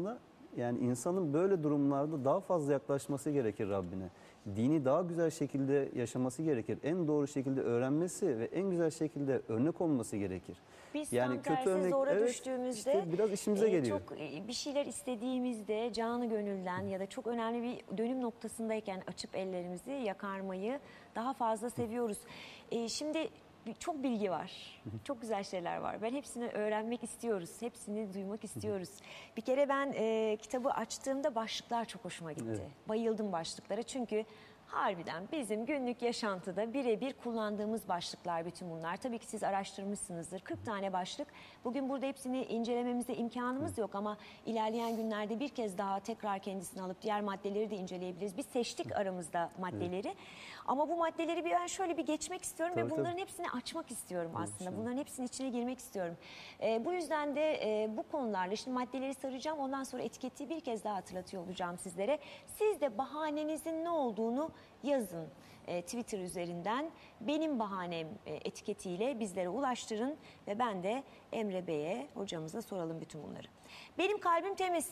Speaker 3: yani insanın böyle durumlarda daha fazla yaklaşması gerekir Rabbine. Dini daha güzel şekilde yaşaması gerekir. En doğru şekilde öğrenmesi ve en güzel şekilde örnek olması gerekir.
Speaker 2: Biz tam tersi zora düştüğümüzde
Speaker 3: işte biraz işimize geliyor.
Speaker 2: çok bir şeyler istediğimizde canı gönülden ya da çok önemli bir dönüm noktasındayken açıp ellerimizi yakarmayı daha fazla seviyoruz. Şimdi çok bilgi var. Çok güzel şeyler var. Ben hepsini öğrenmek istiyoruz. Hepsini duymak istiyoruz. Bir kere ben kitabı açtığımda başlıklar çok hoşuma gitti.
Speaker 3: Evet.
Speaker 2: Bayıldım başlıklara çünkü harbiden bizim günlük yaşantıda birebir kullandığımız başlıklar bütün bunlar. Tabii ki siz araştırmışsınızdır. 40 tane başlık. Bugün burada hepsini incelememize imkanımız yok ama ilerleyen günlerde bir kez daha tekrar kendisini alıp diğer maddeleri de inceleyebiliriz. Biz seçtik aramızda maddeleri. Ama bu maddeleri ben şöyle bir geçmek istiyorum ve bunların hepsini açmak istiyorum aslında. Bunların hepsinin içine girmek istiyorum. Bu yüzden de bu konularla şimdi maddeleri saracağım. Ondan sonra etiketi bir kez daha hatırlatıyor olacağım sizlere. Siz de bahanenizin ne olduğunu yazın Twitter üzerinden. Benim bahanem etiketiyle bizlere ulaştırın ve ben de Emre Bey'e, hocamıza soralım bütün bunları. Benim kalbim temiz.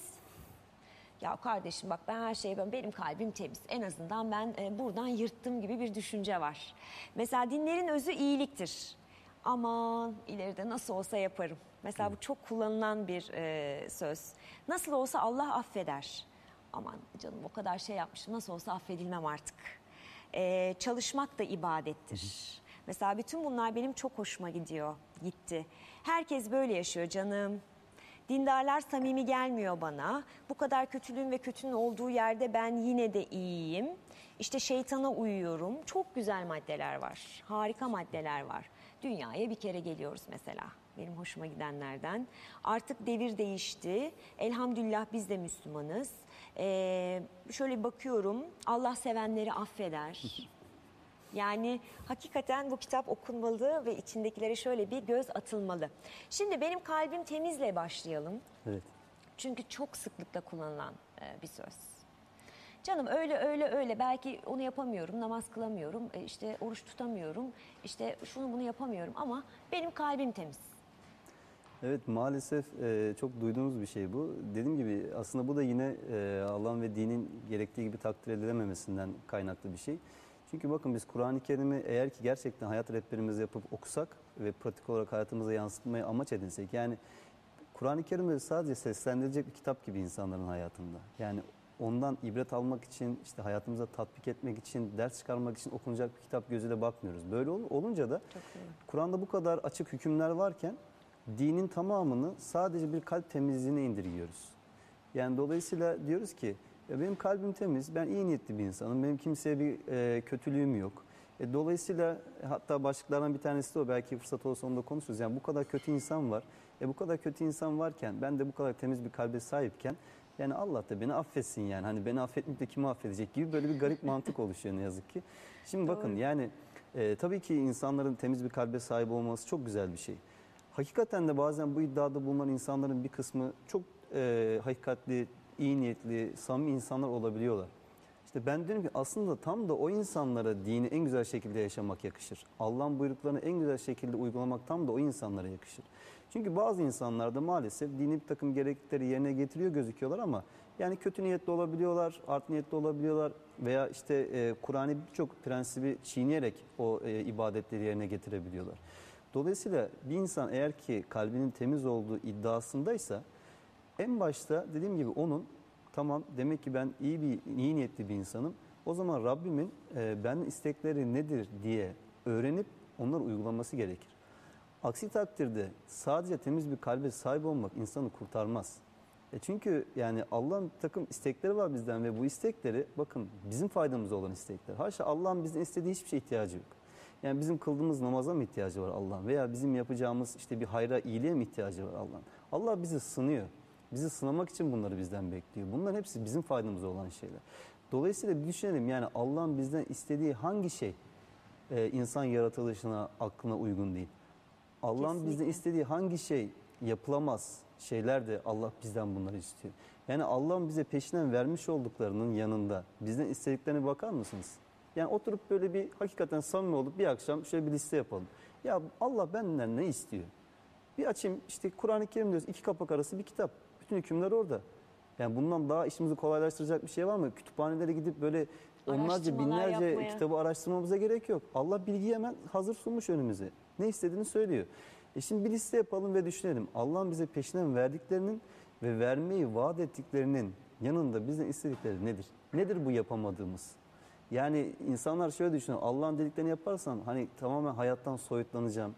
Speaker 2: Ya kardeşim bak ben her şeyi benim kalbim temiz. En azından ben buradan yırttım gibi bir düşünce var. Mesela dinlerin özü iyiliktir. Aman ileride nasıl olsa yaparım. Mesela bu çok kullanılan bir söz. Nasıl olsa Allah affeder. Aman canım o kadar şey yapmışım nasıl olsa affedilmem artık. Çalışmak da ibadettir. Mesela bütün bunlar benim çok hoşuma gitti. Herkes böyle yaşıyor canım. Dindarlar samimi gelmiyor bana. Bu kadar kötülüğün ve kötünün olduğu yerde ben yine de iyiyim. İşte şeytana uyuyorum. Çok güzel maddeler var. Harika maddeler var. Dünyaya bir kere geliyoruz mesela. Benim hoşuma gidenlerden. Artık devir değişti. Elhamdülillah biz de Müslümanız. Şöyle bakıyorum. Allah sevenleri affeder. Yani hakikaten bu kitap okunmalı ve içindekilere şöyle bir göz atılmalı. Şimdi benim kalbim temizle başlayalım.
Speaker 3: Evet.
Speaker 2: Çünkü çok sıklıkla kullanılan bir söz. Canım öyle belki onu yapamıyorum, namaz kılamıyorum, işte oruç tutamıyorum, işte şunu bunu yapamıyorum ama benim kalbim temiz.
Speaker 3: Evet maalesef çok duyduğumuz bir şey bu. Dediğim gibi aslında bu da yine Allah'ın ve dinin gerektiği gibi takdir edilememesinden kaynaklı bir şey. Çünkü bakın biz Kur'an-ı Kerim'i eğer ki gerçekten hayat rehberimizi yapıp okusak ve pratik olarak hayatımıza yansıtmayı amaç edinsek yani Kur'an-ı Kerim'i sadece seslendirilecek bir kitap gibi insanların hayatında. Yani ondan ibret almak için, işte hayatımıza tatbik etmek için, ders çıkarmak için okunacak bir kitap gözüyle bakmıyoruz. Böyle olunca da Kur'an'da bu kadar açık hükümler varken dinin tamamını sadece bir kalp temizliğine indirgiyoruz. Yani dolayısıyla diyoruz ki ya benim kalbim temiz, ben iyi niyetli bir insanım, benim kimseye bir kötülüğüm yok. Dolayısıyla hatta başlıklardan bir tanesi de o, belki fırsat olsa onu da konuşuruz. Yani bu kadar kötü insan var. Bu kadar kötü insan varken, ben de bu kadar temiz bir kalbe sahipken yani Allah da beni affetsin yani. Hani beni affetmeyip de kimi affedecek gibi böyle bir garip mantık oluşuyor ne yazık ki. Şimdi bakın yani tabii ki insanların temiz bir kalbe sahip olması çok güzel bir şey. Hakikaten de bazen bu iddiada bulunan insanların bir kısmı çok hakikatli, iyi niyetli, samimi insanlar olabiliyorlar. İşte ben diyorum ki aslında tam da o insanlara dini en güzel şekilde yaşamak yakışır. Allah'ın buyruklarını en güzel şekilde uygulamak tam da o insanlara yakışır. Çünkü bazı insanlar da maalesef dini bir takım gereklilikleri yerine getiriyor gözüküyorlar ama yani kötü niyetli olabiliyorlar, art niyetli olabiliyorlar veya işte Kur'an'ı birçok prensibi çiğneyerek o ibadetleri yerine getirebiliyorlar. Dolayısıyla bir insan eğer ki kalbinin temiz olduğu iddiasındaysa en başta dediğim gibi onun tamam demek ki ben iyi niyetli bir insanım. O zaman Rabbimin benden istekleri nedir diye öğrenip onları uygulaması gerekir. Aksi takdirde sadece temiz bir kalbe sahip olmak insanı kurtarmaz. Çünkü yani Allah'ın bir takım istekleri var bizden ve bu istekleri bakın bizim faydamıza olan istekler. Haşa Allah'ın bizden istediği hiçbir şeye ihtiyacı yok. Yani bizim kıldığımız namaza mı ihtiyacı var Allah'ın veya bizim yapacağımız işte bir hayra, iyiliğe mi ihtiyacı var Allah'ın? Allah bizi sınıyor. Bizi sınamak için bunları bizden bekliyor. Bunların hepsi bizim faydamıza olan şeyler. Dolayısıyla bir düşünelim yani Allah'ın bizden istediği hangi şey insan yaratılışına, aklına uygun değil? Allah'ın bizden istediği hangi şey yapılamaz şeyler de Allah bizden bunları istiyor. Yani Allah'ın bize peşinden vermiş olduklarının yanında bizden istediklerine bakar mısınız? Yani oturup böyle bir hakikaten samimi olup bir akşam şöyle bir liste yapalım. Ya Allah benden ne istiyor? Bir açayım işte Kur'an-ı Kerim diyoruz 2 kapak arası bir kitap. Bütün hükümler orada. Yani bundan daha işimizi kolaylaştıracak bir şey var mı? Kütüphanelere gidip böyle onlarca,
Speaker 2: Araştırmalar
Speaker 3: binlerce
Speaker 2: yapmaya.
Speaker 3: kitabı araştırmamıza gerek yok. Allah bilgiyi hemen hazır sunmuş önümüze. Ne istediğini söylüyor. Şimdi bir liste yapalım ve düşünelim. Allah'ın bize peşinden verdiklerinin ve vermeyi vaat ettiklerinin yanında bizden istedikleri nedir? Nedir bu yapamadığımız? Yani insanlar şöyle düşünüyor. Allah'ın dediklerini yaparsam hani tamamen hayattan soyutlanacağım.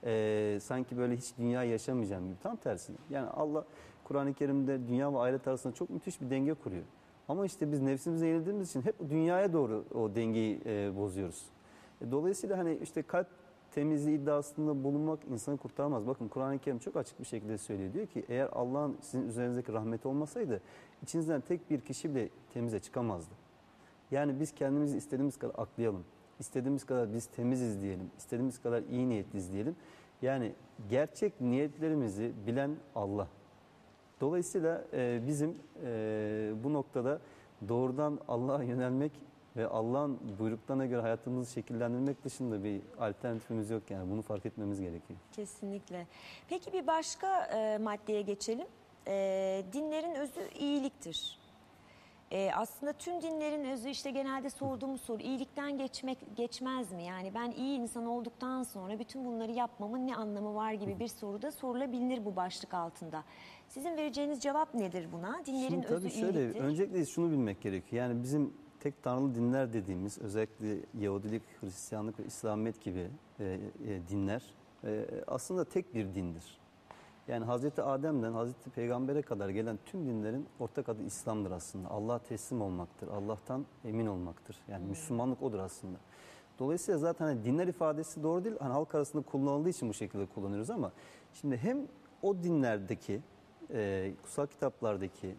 Speaker 3: Sanki böyle hiç dünya yaşamayacağım gibi. Tam tersine. Yani Allah Kur'an-ı Kerim'de dünya ve ahiret arasında çok müthiş bir denge kuruyor. Ama işte biz nefsimize yenildiğimiz için hep dünyaya doğru o dengeyi bozuyoruz. Dolayısıyla hani işte kalp temizliği iddiasında bulunmak insanı kurtarmaz. Bakın Kur'an-ı Kerim çok açık bir şekilde söylüyor. Diyor ki eğer Allah'ın sizin üzerinizdeki rahmeti olmasaydı içinizden tek bir kişi bile temize çıkamazdı. Yani biz kendimizi istediğimiz kadar aklayalım. İstediğimiz kadar biz temiziz diyelim. İstediğimiz kadar iyi niyetliyiz diyelim. Yani gerçek niyetlerimizi bilen Allah. Dolayısıyla bizim bu noktada doğrudan Allah'a yönelmek ve Allah'ın buyruklarına göre hayatımızı şekillendirmek dışında bir alternatifimiz yok. Yani bunu fark etmemiz gerekiyor.
Speaker 2: Kesinlikle. Peki bir başka maddeye geçelim. Dinlerin özü iyiliktir. Aslında tüm dinlerin özü işte genelde sorduğumuz soru iyilikten geçmez mi? Yani ben iyi insan olduktan sonra bütün bunları yapmamın ne anlamı var gibi bir soru da sorulabilir bu başlık altında. Sizin vereceğiniz cevap nedir buna? Dinlerin
Speaker 3: Şimdi
Speaker 2: özü
Speaker 3: tabii şöyle,
Speaker 2: iyiliktir.
Speaker 3: öncelikle şunu bilmek gerekiyor. Yani bizim tek tanrılı dinler dediğimiz özellikle Yahudilik, Hristiyanlık ve İslamiyet gibi dinler aslında tek bir dindir. Yani Hazreti Adem'den Hazreti Peygamber'e kadar gelen tüm dinlerin ortak adı İslam'dır aslında. Allah'a teslim olmaktır, Allah'tan emin olmaktır. Yani Müslümanlık odur aslında. Dolayısıyla zaten hani dinler ifadesi doğru değil. Hani halk arasında kullanıldığı için bu şekilde kullanıyoruz ama şimdi hem o dinlerdeki kutsal kitaplardaki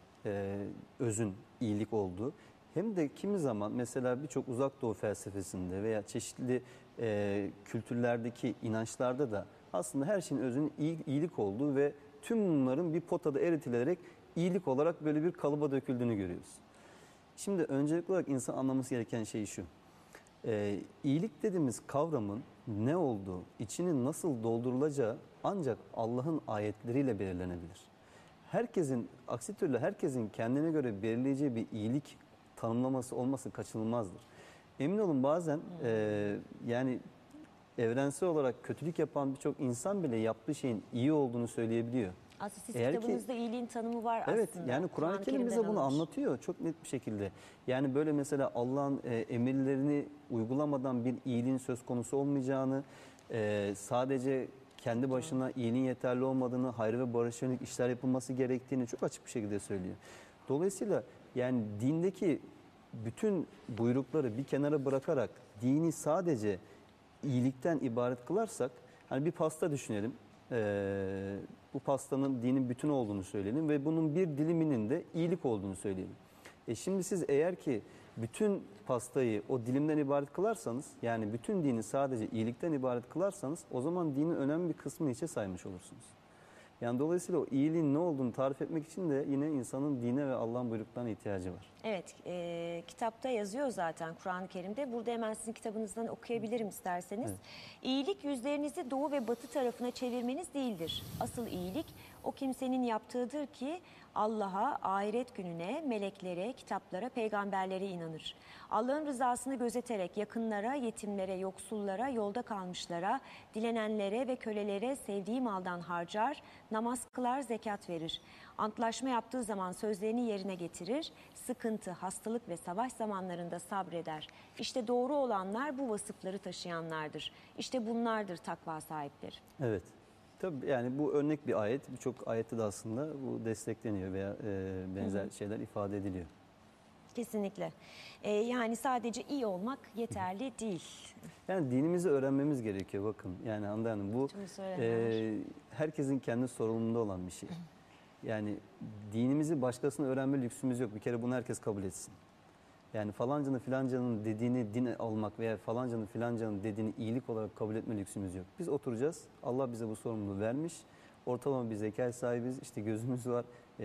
Speaker 3: özün iyilik olduğu hem de kimi zaman mesela birçok uzak doğu felsefesinde veya çeşitli kültürlerdeki inançlarda da aslında her şeyin özünün iyilik olduğu ve tüm bunların bir potada eritilerek iyilik olarak böyle bir kalıba döküldüğünü görüyoruz. Şimdi öncelikli olarak insan anlaması gereken şey şu. İyilik dediğimiz kavramın ne olduğu, içinin nasıl doldurulacağı ancak Allah'ın ayetleriyle belirlenebilir. Aksi türlü herkesin kendine göre belirleyeceği bir iyilik tanımlaması olması kaçınılmazdır. Emin olun bazen yani evrensel olarak kötülük yapan birçok insan bile yaptığı şeyin iyi olduğunu söyleyebiliyor.
Speaker 2: Aslında siz
Speaker 3: Eğer ki-
Speaker 2: kitabınızda iyiliğin tanımı var
Speaker 3: Evet,
Speaker 2: aslında.
Speaker 3: yani Kur'an-ı Kerim bize
Speaker 2: Kerim'den
Speaker 3: bunu
Speaker 2: alınmış.
Speaker 3: anlatıyor çok net bir şekilde. Yani böyle mesela Allah'ın emirlerini uygulamadan bir iyiliğin söz konusu olmayacağını, sadece kendi başına iyiliğin yeterli olmadığını, hayır ve barışa yönelik işler yapılması gerektiğini çok açık bir şekilde söylüyor. Dolayısıyla yani dindeki bütün buyrukları bir kenara bırakarak dini sadece iyilikten ibaret kılarsak, hani bir pasta düşünelim. Bu pastanın dinin bütün olduğunu söyleyelim ve bunun bir diliminin de iyilik olduğunu söyleyelim. Şimdi siz eğer ki bütün pastayı o dilimden ibaret kılarsanız, yani bütün dini sadece iyilikten ibaret kılarsanız, o zaman dinin önemli bir kısmını hiçe saymış olursunuz. Yani dolayısıyla o iyiliğin ne olduğunu tarif etmek için de yine insanın dine ve Allah'ın buyruklarına ihtiyacı var.
Speaker 2: Evet, kitapta yazıyor zaten Kur'an-ı Kerim'de. Burada hemen sizin kitabınızdan okuyabilirim isterseniz.
Speaker 3: Evet.
Speaker 2: İyilik yüzlerinizi doğu ve batı tarafına çevirmeniz değildir. Asıl iyilik o kimsenin yaptığıdır ki Allah'a, ahiret gününe, meleklere, kitaplara, peygamberlere inanır. Allah'ın rızasını gözeterek yakınlara, yetimlere, yoksullara, yolda kalmışlara, dilenenlere ve kölelere sevdiği maldan harcar, namaz kılar, zekat verir. Antlaşma yaptığı zaman sözlerini yerine getirir, sıkıntı, hastalık ve savaş zamanlarında sabreder. İşte doğru olanlar bu vasıfları taşıyanlardır. İşte bunlardır takva sahipleri.
Speaker 3: Evet. Tabii yani bu örnek bir ayet. Birçok ayette de aslında bu destekleniyor veya benzer şeyler ifade ediliyor.
Speaker 2: Kesinlikle. Yani sadece iyi olmak yeterli değil.
Speaker 3: Yani dinimizi öğrenmemiz gerekiyor bakın. Yani Hande Hanım bu
Speaker 2: Tüm söylenenler.
Speaker 3: herkesin kendi sorumluluğunda olan bir şey. Yani dinimizi başkasına öğrenme lüksümüz yok. Bir kere bunu herkes kabul etsin. Yani falancanın filancanın dediğini din almak veya falancanın filancanın dediğini iyilik olarak kabul etme lüksümüz yok. Biz oturacağız. Allah bize bu sorumluluğu vermiş. Ortalama bir zeka sahibiz. İşte gözümüz var.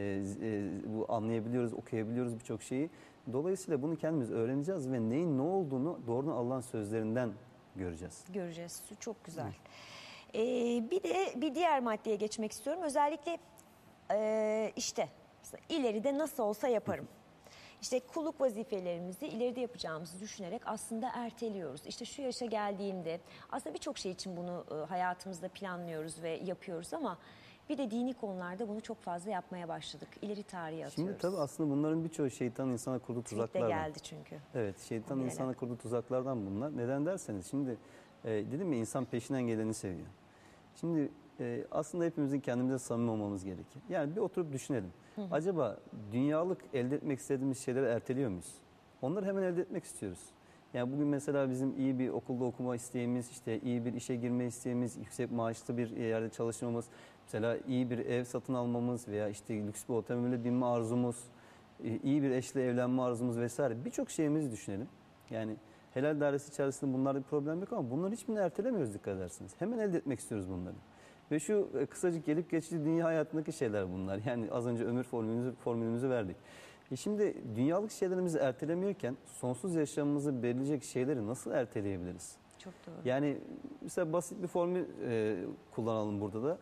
Speaker 3: Bu anlayabiliyoruz, okuyabiliyoruz birçok şeyi. Dolayısıyla bunu kendimiz öğreneceğiz ve neyin ne olduğunu doğrudan Allah'ın sözlerinden göreceğiz.
Speaker 2: Göreceğiz. Çok güzel. Bir de bir diğer maddeye geçmek istiyorum. Özellikle işte aslında. İleride nasıl olsa yaparım. İşte kulluk vazifelerimizi ileride yapacağımızı düşünerek aslında erteliyoruz. İşte şu yaşa geldiğimde aslında birçok şey için bunu hayatımızda planlıyoruz ve yapıyoruz ama bir de dini konularda bunu çok fazla yapmaya başladık. İleri tarihe atıyoruz.
Speaker 3: Şimdi tabii aslında bunların birçoğu şeytanın insana kurduğu
Speaker 2: Tweet de
Speaker 3: tuzaklardan.
Speaker 2: geldi çünkü.
Speaker 3: Evet, şeytanın
Speaker 2: Onu
Speaker 3: insana
Speaker 2: bilerek.
Speaker 3: kurduğu tuzaklardan bunlar. Neden derseniz şimdi dedim ya insan peşinden geleni seviyor. Şimdi aslında hepimizin kendimize samimi olmamız gerekir. Yani bir oturup düşünelim. Acaba dünyalık elde etmek istediğimiz şeyleri erteliyor muyuz? Onları hemen elde etmek istiyoruz. Yani bugün mesela bizim iyi bir okulda okuma isteğimiz, işte iyi bir işe girme isteğimiz, yüksek maaşlı bir yerde çalışmamız, mesela iyi bir ev satın almamız veya işte lüks bir otomobile binme arzumuz, iyi bir eşle evlenme arzumuz vesaire birçok şeyimizi düşünelim. Yani helal dairesi içerisinde bunlarda bir problem yok ama bunların hiçbirini ertelemiyoruz dikkat ederseniz. Hemen elde etmek istiyoruz bunları. Ve şu kısacık gelip geçici dünya hayatındaki şeyler bunlar. Yani az önce ömür formülümüzü verdik. Şimdi dünyalık şeylerimizi ertelemiyorken sonsuz yaşamımızı belirleyecek şeyleri nasıl erteleyebiliriz?
Speaker 2: Çok doğru.
Speaker 3: Yani mesela basit bir formül kullanalım burada da.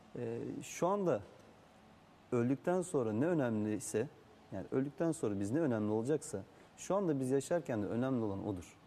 Speaker 3: Şu anda öldükten sonra ne önemliyse, yani öldükten sonra biz ne önemli olacaksa şu anda biz yaşarken de önemli olan odur.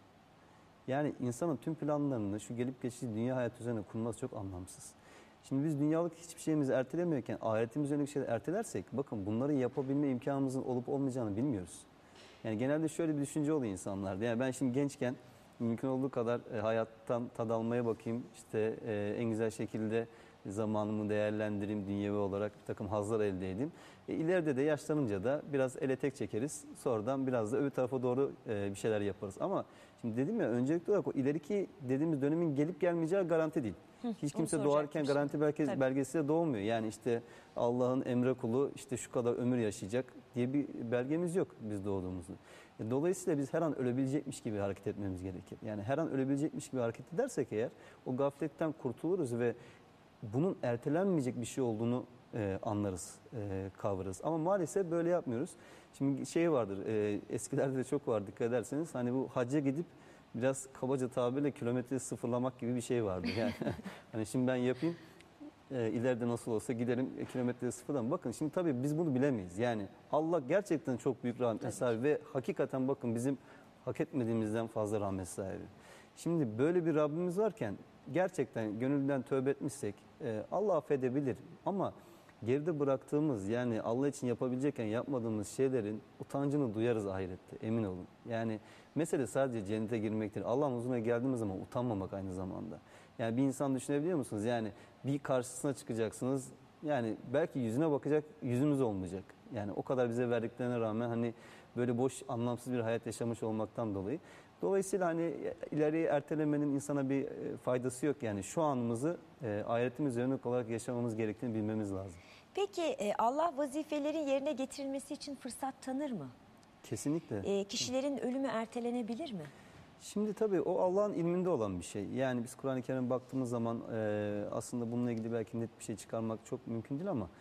Speaker 3: Yani insanın tüm planlarını şu gelip geçici dünya hayatı üzerine kurması çok anlamsız. Şimdi biz dünyalık hiçbir şeyimizi ertelemiyorken ahiretimiz yönelik şeyler ertelersek bakın bunları yapabilme imkanımızın olup olmayacağını bilmiyoruz. Yani genelde şöyle bir düşünce oluyor insanlarda. Yani ben şimdi gençken mümkün olduğu kadar hayattan tad almaya bakayım. İşte en güzel şekilde zamanımı değerlendireyim, dünyevi olarak bir takım hazlar elde edeyim. İleride de yaşlanınca da biraz ele tek çekeriz. Sonradan biraz da öbür tarafa doğru bir şeyler yaparız. Ama şimdi dedim ya öncelikli olarak o ileriki dediğimiz dönemin gelip gelmeyeceği garanti değil. Hiç kimse doğarken garanti belgesiyle doğmuyor. Yani işte Allah'ın emre kulu işte şu kadar ömür yaşayacak diye bir belgemiz yok biz doğduğumuzda. Dolayısıyla biz her an ölebilecekmiş gibi hareket etmemiz gerekir. Yani her an ölebilecekmiş gibi hareket edersek eğer o gafletten kurtuluruz ve bunun ertelenmeyecek bir şey olduğunu anlarız, kavrarız. Ama maalesef böyle yapmıyoruz. Şimdi şey vardır, eskilerde de çok var dikkat ederseniz. Hani bu hacca gidip biraz kabaca tabirle kilometreyi sıfırlamak gibi bir şey vardır. Yani hani şimdi ben yapayım, ileride nasıl olsa giderim kilometreyi sıfırdan. Bakın şimdi tabii biz bunu bilemeyiz. Yani Allah gerçekten çok büyük rahmet sahibi ve hakikaten bakın bizim hak etmediğimizden fazla rahmet sahibi. Şimdi böyle bir Rabbimiz varken gerçekten gönülden tövbe etmişsek Allah affedebilir ama geride bıraktığımız yani Allah için yapabilecekken yapmadığımız şeylerin utancını duyarız ahirette emin olun. Yani mesele sadece cennete girmektir. Allah'ın huzuruna geldiğimiz zaman utanmamak aynı zamanda. Yani bir insan düşünebiliyor musunuz? Yani bir karşısına çıkacaksınız. Yani belki yüzüne bakacak yüzümüz olmayacak. Yani o kadar bize verdiklerine rağmen hani böyle boş anlamsız bir hayat yaşamış olmaktan dolayı. Dolayısıyla hani ileriye ertelemenin insana bir faydası yok. Yani şu anımızı ahiretimiz yönelik olarak yaşamamız gerektiğini bilmemiz lazım.
Speaker 2: Peki Allah vazifelerin yerine getirilmesi için fırsat tanır mı?
Speaker 3: Kesinlikle.
Speaker 2: Kişilerin ölümü ertelenebilir mi?
Speaker 3: Şimdi tabii o Allah'ın ilminde olan bir şey. Yani biz Kur'an-ı Kerim'e baktığımız zaman aslında bununla ilgili belki net bir şey çıkarmak çok mümkün değil ama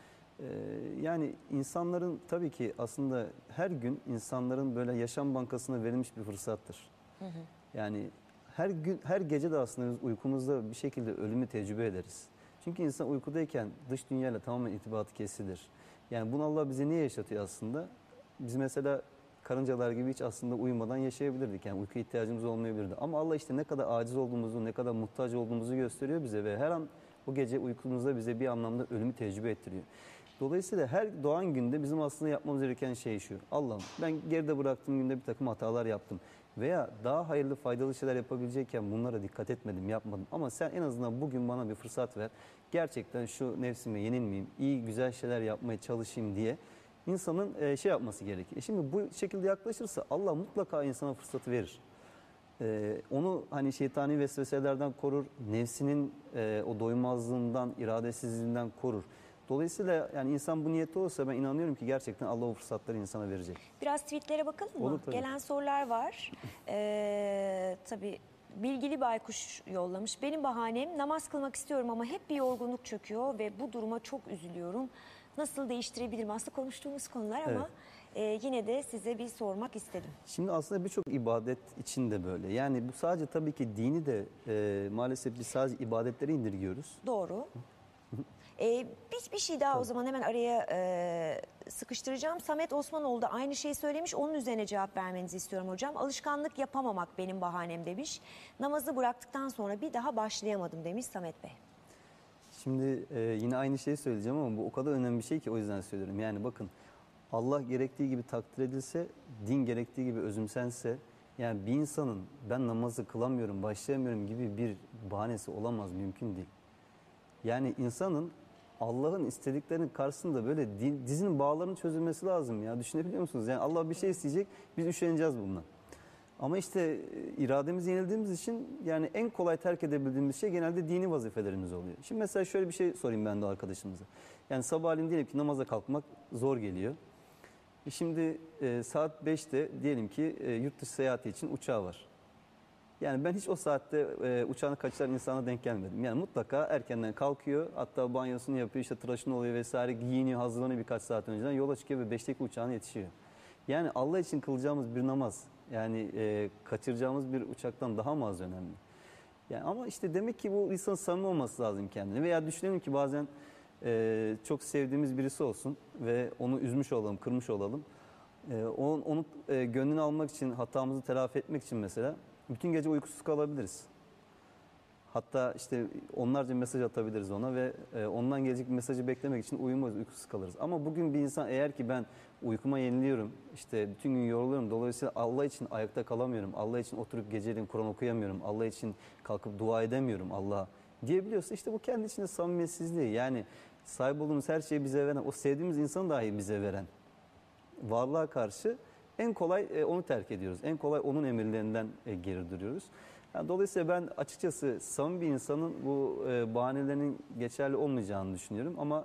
Speaker 3: yani insanların tabii ki aslında her gün insanların böyle yaşam bankasına verilmiş bir fırsattır. Yani her gün her gece de aslında biz uykumuzda bir şekilde ölümü tecrübe ederiz. Çünkü insan uykudayken dış dünyayla tamamen irtibatı kesilir. Yani bunu Allah bize niye yaşatıyor aslında? Biz mesela karıncalar gibi hiç aslında uyumadan yaşayabilirdik. Yani uyku ihtiyacımız olmayabilirdi. Ama Allah işte ne kadar aciz olduğumuzu, ne kadar muhtaç olduğumuzu gösteriyor bize ve her an o gece uykumuzda bize bir anlamda ölümü tecrübe ettiriyor. Dolayısıyla her doğan günde bizim aslında yapmamız gereken şey şu. Allah'ım ben geride bıraktığım günde bir takım hatalar yaptım. Veya daha hayırlı faydalı şeyler yapabilecekken bunlara dikkat etmedim, yapmadım. Ama sen en azından bugün bana bir fırsat ver. Gerçekten şu nefsime yenilmeyeyim, iyi güzel şeyler yapmaya çalışayım diye insanın şey yapması gerekir. Şimdi bu şekilde yaklaşırsa Allah mutlaka insana fırsatı verir. Onu hani şeytani vesveselerden korur, nefsinin o doymazlığından, iradesizliğinden korur. Dolayısıyla yani insan bu niyette olsa ben inanıyorum ki gerçekten Allah o fırsatları insana verecek.
Speaker 2: Biraz tweetlere bakalım mı?
Speaker 3: Olur, tabii.
Speaker 2: Gelen sorular var. Tabii Bilgili Baykuş yollamış. Benim bahanem namaz kılmak istiyorum ama hep bir yorgunluk çöküyor ve bu duruma çok üzülüyorum. Nasıl değiştirebilirim? Aslında konuştuğumuz konular ama yine de size bir sormak istedim.
Speaker 3: Şimdi aslında birçok ibadet için de böyle. Yani bu sadece tabii ki dini de maalesef biz sadece ibadetlere indirgiyoruz.
Speaker 2: Doğru. Bir şey daha o zaman hemen araya sıkıştıracağım. Samet Osmanoğlu da aynı şeyi söylemiş. Onun üzerine cevap vermenizi istiyorum hocam. Alışkanlık yapamamak benim bahanem demiş. Namazı bıraktıktan sonra bir daha başlayamadım demiş Samet Bey.
Speaker 3: Şimdi yine aynı şeyi söyleyeceğim ama bu o kadar önemli bir şey ki o yüzden söylüyorum. Yani bakın, Allah gerektiği gibi takdir edilse, din gerektiği gibi özümsense, yani bir insanın ben namazı kılamıyorum, başlayamıyorum gibi bir bahanesi olamaz, mümkün değil. Yani insanın Allah'ın istediklerinin karşısında böyle dizinin bağlarının çözülmesi lazım ya. Düşünebiliyor musunuz? Yani Allah bir şey isteyecek, biz üşeneceğiz bununla. Ama işte irademizi yenildiğimiz için yani en kolay terk edebildiğimiz şey genelde dini vazifelerimiz oluyor. Şimdi mesela şöyle bir şey sorayım ben de arkadaşımıza. Yani sabahleyin diyelim ki namaza kalkmak zor geliyor. Şimdi saat 5'te diyelim ki yurt dışı seyahati için uçağı var. Yani ben hiç o saatte uçağını kaçıran insana denk gelmedim. Yani mutlaka erkenden kalkıyor, hatta banyosunu yapıyor, işte tıraşını oluyor vesaire, giyiniyor, hazırlanıyor birkaç saat önceden, yola çıkıyor ve 5'teki uçağına yetişiyor. Yani Allah için kılacağımız bir namaz, yani kaçıracağımız bir uçaktan daha mı az önemli? Yani ama işte demek ki bu insanın samimi olması lazım kendine. Veya düşünelim ki bazen çok sevdiğimiz birisi olsun ve onu üzmüş olalım, kırmış olalım. Onun gönlünü almak için, hatamızı telafi etmek için mesela bütün gece uykusuz kalabiliriz. Hatta işte onlarca mesaj atabiliriz ona ve ondan gelecek bir mesajı beklemek için uyumayız, uykusuz kalırız. Ama bugün bir insan eğer ki ben uykuma yeniliyorum, işte bütün gün yoruluyorum, dolayısıyla Allah için ayakta kalamıyorum, Allah için oturup geceleyin Kur'an okuyamıyorum, Allah için kalkıp dua edemiyorum Allah'a diyebiliyorsa, işte bu kendi içinde samimiyetsizliği. Yani sahip olduğumuz her şeyi bize veren, o sevdiğimiz insanı dahi bize veren varlığa karşı en kolay onu terk ediyoruz. En kolay onun emirlerinden geri duruyoruz. Yani dolayısıyla ben açıkçası samimi bir insanın bu bahanelerinin geçerli olmayacağını düşünüyorum. Ama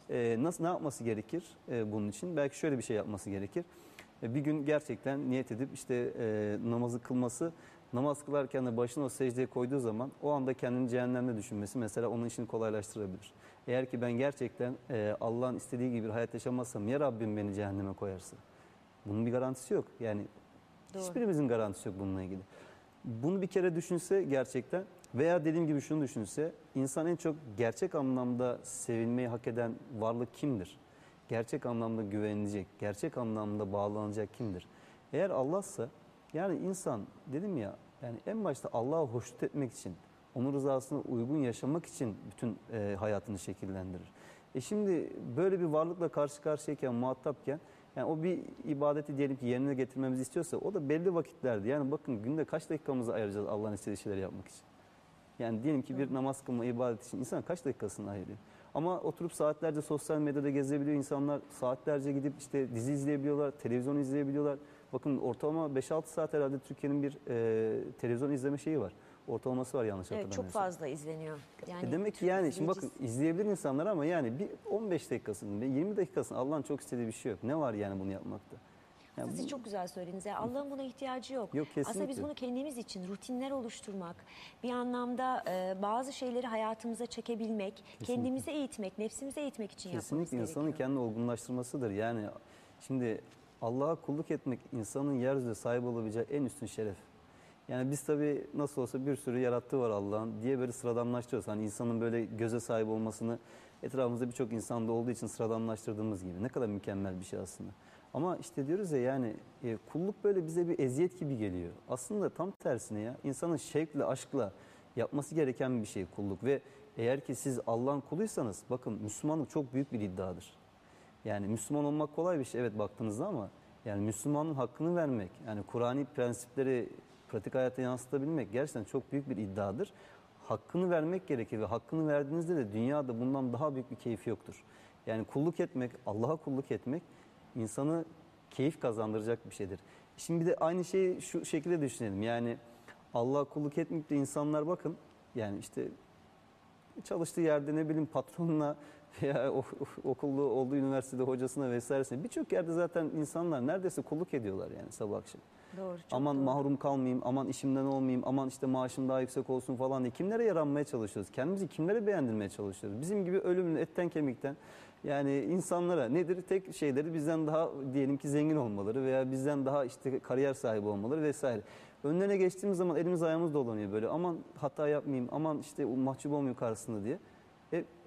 Speaker 3: ne yapması gerekir bunun için? Belki şöyle bir şey yapması gerekir. Bir gün gerçekten niyet edip işte namazı kılması, namaz kılarken de başını o secdeye koyduğu zaman o anda kendini cehennemde düşünmesi mesela onun işini kolaylaştırabilir. Eğer ki ben gerçekten Allah'ın istediği gibi bir hayat yaşamazsam ya Rabbim beni cehenneme koyarsa? Bunun bir garantisi yok. Yani
Speaker 2: Doğru.
Speaker 3: hiçbirimizin garantisi yok bununla ilgili. Bunu bir kere düşünse gerçekten veya dediğim gibi şunu düşünse, insan en çok gerçek anlamda sevilmeyi hak eden varlık kimdir? Gerçek anlamda güvenilecek, gerçek anlamda bağlanacak kimdir? Eğer Allah'sa, yani insan dedim ya, yani en başta Allah'ı hoşnut etmek için, onun rızasına uygun yaşamak için bütün hayatını şekillendirir. Şimdi böyle bir varlıkla karşı karşıyayken, muhatapken, yani o bir ibadeti diyelim ki yerine getirmemizi istiyorsa o da belli vakitlerde. Yani bakın günde kaç dakikamızı ayıracağız Allah'ın istediği şeyleri yapmak için. Yani diyelim ki bir namaz kılma ibadet için insan kaç dakikasını ayırıyor. Ama oturup saatlerce sosyal medyada gezebiliyor insanlar. Saatlerce gidip işte dizi izleyebiliyorlar, televizyon izleyebiliyorlar. Bakın ortalama 5-6 saat herhalde Türkiye'nin bir televizyon izleme şeyi var. Ortalaması var yanlış hatırlamıyorsam.
Speaker 2: Çok fazla izleniyor. Yani
Speaker 3: demek ki yani şimdi bakın izleyebilir insanlar ama yani bir 15 dakikasını, 20 dakikasını Allah'ın çok istediği bir şey yok. Ne var yani bunu yapmakta? Yani
Speaker 2: Siz çok güzel söylediniz. Yani Allah'ın buna ihtiyacı yok.
Speaker 3: Yok, kesinlikle.
Speaker 2: Aslında biz bunu kendimiz için rutinler oluşturmak, bir anlamda bazı şeyleri hayatımıza çekebilmek, kendimize eğitmek, nefsimize eğitmek için yapmamız
Speaker 3: kesinlikle
Speaker 2: gerekiyor.
Speaker 3: insanın kendini olgunlaştırmasıdır. Yani şimdi Allah'a kulluk etmek insanın yeryüzünde sahip olabileceği en üstün şeref. Yani biz tabii nasıl olsa bir sürü yarattığı var Allah'ın diye böyle sıradanlaştırıyoruz. Hani insanın böyle göze sahip olmasını etrafımızda birçok insanda olduğu için sıradanlaştırdığımız gibi. Ne kadar mükemmel bir şey aslında. Ama işte diyoruz ya yani kulluk böyle bize bir eziyet gibi geliyor. Aslında tam tersine ya, insanın şevkle, aşkla yapması gereken bir şey kulluk. Ve eğer ki siz Allah'ın kuluysanız, bakın Müslümanlık çok büyük bir iddiadır. Yani Müslüman olmak kolay bir şey evet baktığınızda ama yani Müslümanın hakkını vermek, yani Kur'ani prensipleri pratik hayata yansıtabilmek gerçekten çok büyük bir iddiadır. Hakkını vermek gerekir ve hakkını verdiğinizde de dünyada bundan daha büyük bir keyif yoktur. Yani kulluk etmek, Allah'a kulluk etmek insanı keyif kazandıracak bir şeydir. Şimdi bir de aynı şeyi şu şekilde düşünelim. Yani Allah'a kulluk etmeyip de insanlar bakın yani işte çalıştığı yerde ne bileyim patronuna veya okulda olduğu üniversitede hocasına vesairesine birçok yerde zaten insanlar neredeyse kulluk ediyorlar yani sabah akşam.
Speaker 2: Doğru, çok
Speaker 3: Aman
Speaker 2: doğru.
Speaker 3: mahrum kalmayayım, aman işimden olmayayım, aman işte maaşım daha yüksek olsun falan diye. Kimlere yaranmaya çalışıyoruz? Kendimizi kimlere beğendirmeye çalışıyoruz? Bizim gibi ölümlü etten kemikten yani insanlara nedir? Tek şeyleri bizden daha diyelim ki zengin olmaları veya bizden daha işte kariyer sahibi olmaları vesaire. Önlerine geçtiğimiz zaman elimiz ayağımız dolanıyor böyle. Aman hata yapmayayım, aman işte mahcup olmayayım karşısında diye.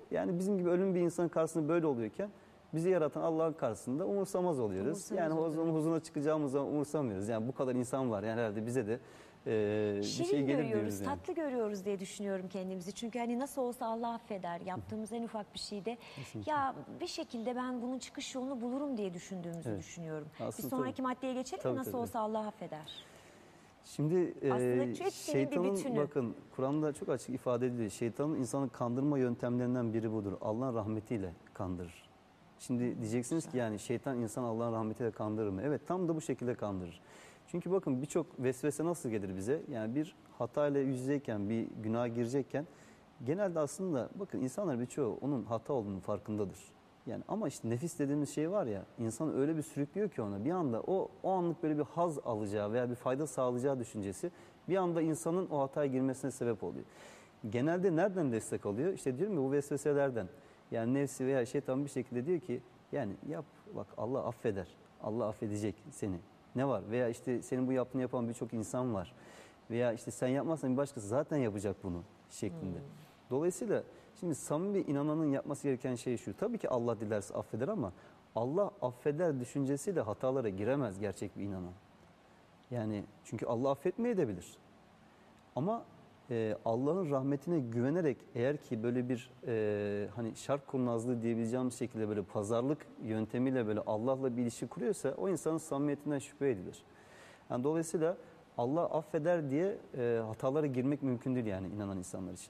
Speaker 3: yani bizim gibi ölüm bir insanın karşısında böyle oluyorken bizi yaratan Allah'ın karşısında umursamaz oluyoruz.
Speaker 2: Umursamaz
Speaker 3: Yani
Speaker 2: oluyoruz.
Speaker 3: onun huzuruna çıkacağımız zaman umursamıyoruz. Yani bu kadar insan var. Yani herhalde bize de bir
Speaker 2: Şirin
Speaker 3: şey gelir
Speaker 2: görüyoruz,
Speaker 3: diyoruz yani.
Speaker 2: tatlı görüyoruz diye düşünüyorum kendimizi. Çünkü hani nasıl olsa Allah affeder. Yaptığımız en ufak bir şeyde ya bir şekilde ben bunun çıkış yolunu bulurum diye düşündüğümüzü
Speaker 3: Evet.
Speaker 2: düşünüyorum.
Speaker 3: Aslında
Speaker 2: bir sonraki maddeye geçelim mi?
Speaker 3: Tabii,
Speaker 2: Nasıl
Speaker 3: tabii.
Speaker 2: olsa Allah affeder.
Speaker 3: Şimdi
Speaker 2: Aslında hepsinin bir
Speaker 3: şeytanın
Speaker 2: bütünü.
Speaker 3: bakın Kur'an'da çok açık ifade ediliyor. Şeytanın insanı kandırma yöntemlerinden biri budur. Allah'ın rahmetiyle kandırır. Şimdi diyeceksiniz ki yani şeytan insan Allah'ın rahmetiyle kandırır mı? Evet, tam da bu şekilde kandırır. Çünkü bakın birçok vesvese nasıl gelir bize? Yani bir hatayla yüz yüzeyken, bir günaha girecekken genelde aslında bakın insanlar birçoğu onun hata olduğunun farkındadır. Yani ama işte nefis dediğimiz şey var ya, insan öyle bir sürüklüyor ki ona bir anda o anlık böyle bir haz alacağı veya bir fayda sağlayacağı düşüncesi bir anda insanın o hataya girmesine sebep oluyor. Genelde nereden destek alıyor? İşte diyorum ya, bu vesveselerden. Yani nefsi veya şeytan bir şekilde diyor ki yani yap, bak Allah affeder. Allah affedecek seni. Ne var? Veya işte senin bu yaptığını yapan birçok insan var. Veya işte sen yapmazsan bir başkası zaten yapacak bunu şeklinde. Dolayısıyla şimdi samimi bir inananın yapması gereken şey şu. Tabii ki Allah dilerse affeder ama Allah affeder düşüncesiyle hatalara giremez gerçek bir inanan. Yani çünkü Allah affetmeyebilir. Ama Allah'ın rahmetine güvenerek eğer ki böyle bir hani şark kurnazlığı diyebileceğimiz şekilde böyle pazarlık yöntemiyle böyle Allah'la bir ilişki kuruyorsa o insanın samimiyetinden şüphe edilir. Yani dolayısıyla Allah affeder diye hatalara girmek mümkün değil yani inanan insanlar için.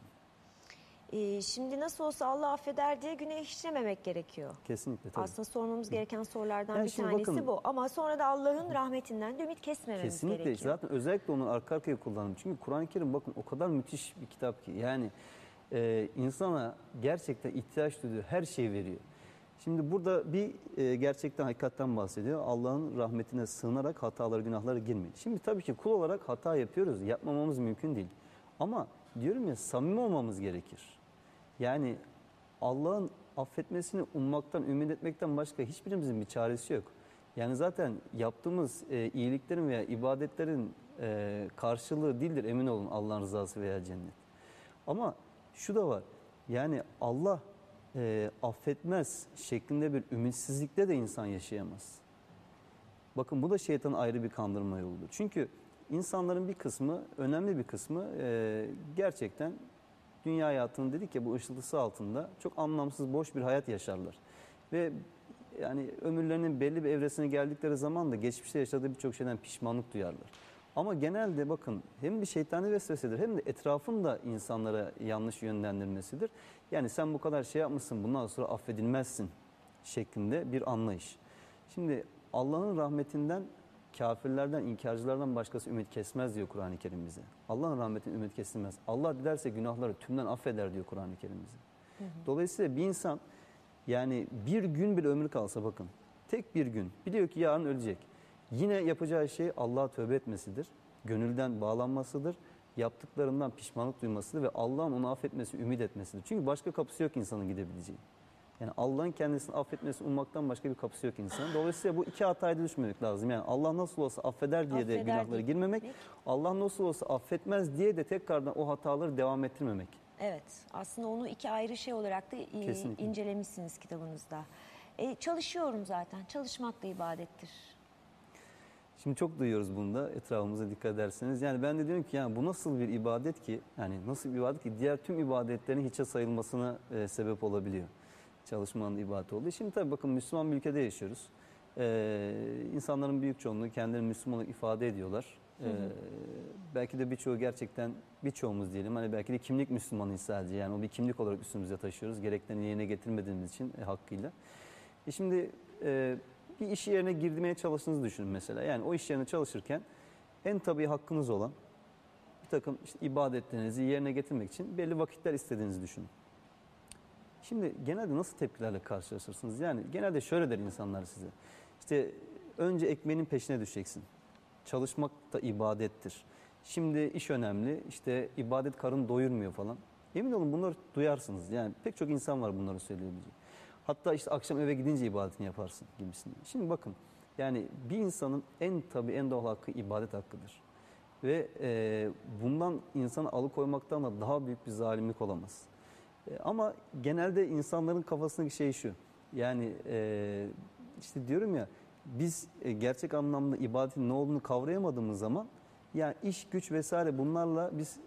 Speaker 2: Şimdi nasıl olsa Allah affeder diye günah işlememek gerekiyor.
Speaker 3: Kesinlikle tabii.
Speaker 2: Aslında sormamız gereken sorulardan
Speaker 3: Yani
Speaker 2: bir
Speaker 3: şimdi
Speaker 2: tanesi
Speaker 3: bakın-
Speaker 2: bu. Ama sonra da Allah'ın rahmetinden de ümit kesmememiz
Speaker 3: Kesinlikle.
Speaker 2: gerekiyor.
Speaker 3: Zaten özellikle onu arka arkaya kullandım. Çünkü Kur'an-ı Kerim bakın o kadar müthiş bir kitap ki. Yani insana gerçekten ihtiyaç duyduğu her şeyi veriyor. Şimdi burada bir gerçekten hakikatten bahsediyor. Allah'ın rahmetine sığınarak hatalara, günahlara girmeyin. Şimdi tabii ki kul olarak hata yapıyoruz. Yapmamamız mümkün değil. Ama diyorum ya, samimi olmamız gerekir. Yani Allah'ın affetmesini ummaktan, ümit etmekten başka hiçbirimizin bir çaresi yok. Yani zaten yaptığımız iyiliklerin veya ibadetlerin karşılığı değildir, emin olun, Allah'ın rızası veya cennet. Ama şu da var, yani Allah affetmez şeklinde bir ümitsizlikte de insan yaşayamaz. Bakın bu da şeytanın ayrı bir kandırma yoludur. Çünkü insanların bir kısmı, önemli bir kısmı gerçekten dünya hayatının dedik ya bu ışıltısı altında çok anlamsız, boş bir hayat yaşarlar. Ve yani ömürlerinin belli bir evresine geldikleri zaman da geçmişte yaşadığı birçok şeyden pişmanlık duyarlar. Ama genelde bakın hem bir şeytani vesvesedir hem de etrafın da insanlara yanlış yönlendirmesidir. Yani sen bu kadar şey yapmışsın, bundan sonra affedilmezsin şeklinde bir anlayış. Şimdi Allah'ın rahmetinden, kafirlerden, inkarcılardan başkası ümit kesmez diyor Kur'an-ı Kerim bize. Allah'ın rahmetinden ümit kesilmez. Allah dilerse günahları tümden affeder diyor Kur'an-ı Kerim bize. Dolayısıyla bir insan yani bir gün bile ömrü kalsa bakın, tek bir gün biliyor ki yarın ölecek. Yine yapacağı şey Allah'a tövbe etmesidir, gönülden bağlanmasıdır, yaptıklarından pişmanlık duymasıdır ve Allah'ın onu affetmesi, ümit etmesidir. Çünkü başka kapısı yok insanın gidebileceği. Yani Allah'ın kendisini affetmesini ummaktan başka bir kapısı yok insanın. Dolayısıyla bu iki hataya düşmemek lazım. Yani Allah nasıl olsa affeder diye de
Speaker 2: Affeder
Speaker 3: günahlara
Speaker 2: diye
Speaker 3: girmemek, Allah nasıl olsa affetmez diye de tekrardan o hataları devam ettirmemek.
Speaker 2: Evet, aslında onu iki ayrı şey olarak da
Speaker 3: Kesinlikle.
Speaker 2: incelemişsiniz kitabınızda. Çalışıyorum zaten, çalışmak da ibadettir.
Speaker 3: Şimdi çok duyuyoruz bunu da, etrafımıza dikkat ederseniz. Yani ben de diyorum ki yani bu nasıl bir ibadet ki, yani nasıl bir ibadet ki diğer tüm ibadetlerin hiçe sayılmasına sebep olabiliyor. Çalışmanın ibadeti olduğu. Şimdi tabii bakın Müslüman bir ülkede yaşıyoruz. İnsanların büyük çoğunluğu kendilerini Müslüman olarak ifade ediyorlar. Belki de birçoğu gerçekten, birçoğumuz diyelim, hani belki de kimlik Müslümanıyız sadece. Yani o bir kimlik olarak üstümüze taşıyoruz. Gereklerini yerine getirmediğimiz için hakkıyla. Şimdi bir iş yerine girmeye çalıştığınızı düşünün mesela. Yani o iş yerine çalışırken en tabii hakkınız olan bir takım işte ibadetlerinizi yerine getirmek için belli vakitler istediğinizi düşünün. Şimdi genelde nasıl tepkilerle karşılaşırsınız? Yani genelde şöyle der insanlar size. İşte önce ekmeğinin peşine düşeceksin. Çalışmak da ibadettir. Şimdi iş önemli. İşte ibadet karın doyurmuyor falan. Emin olun bunları duyarsınız. Yani pek çok insan var bunları söyleyebilecek. Hatta işte akşam eve gidince ibadetini yaparsın gibisinden. Şimdi bakın yani bir insanın en doğal hakkı ibadet hakkıdır. Ve bundan insanı alıkoymaktan da daha büyük bir zalimlik olamaz. Ama genelde insanların kafasındaki şey şu. Yani işte diyorum ya, biz gerçek anlamda ibadetin ne olduğunu kavrayamadığımız zaman, yani iş, güç vesaire, bunlarla biz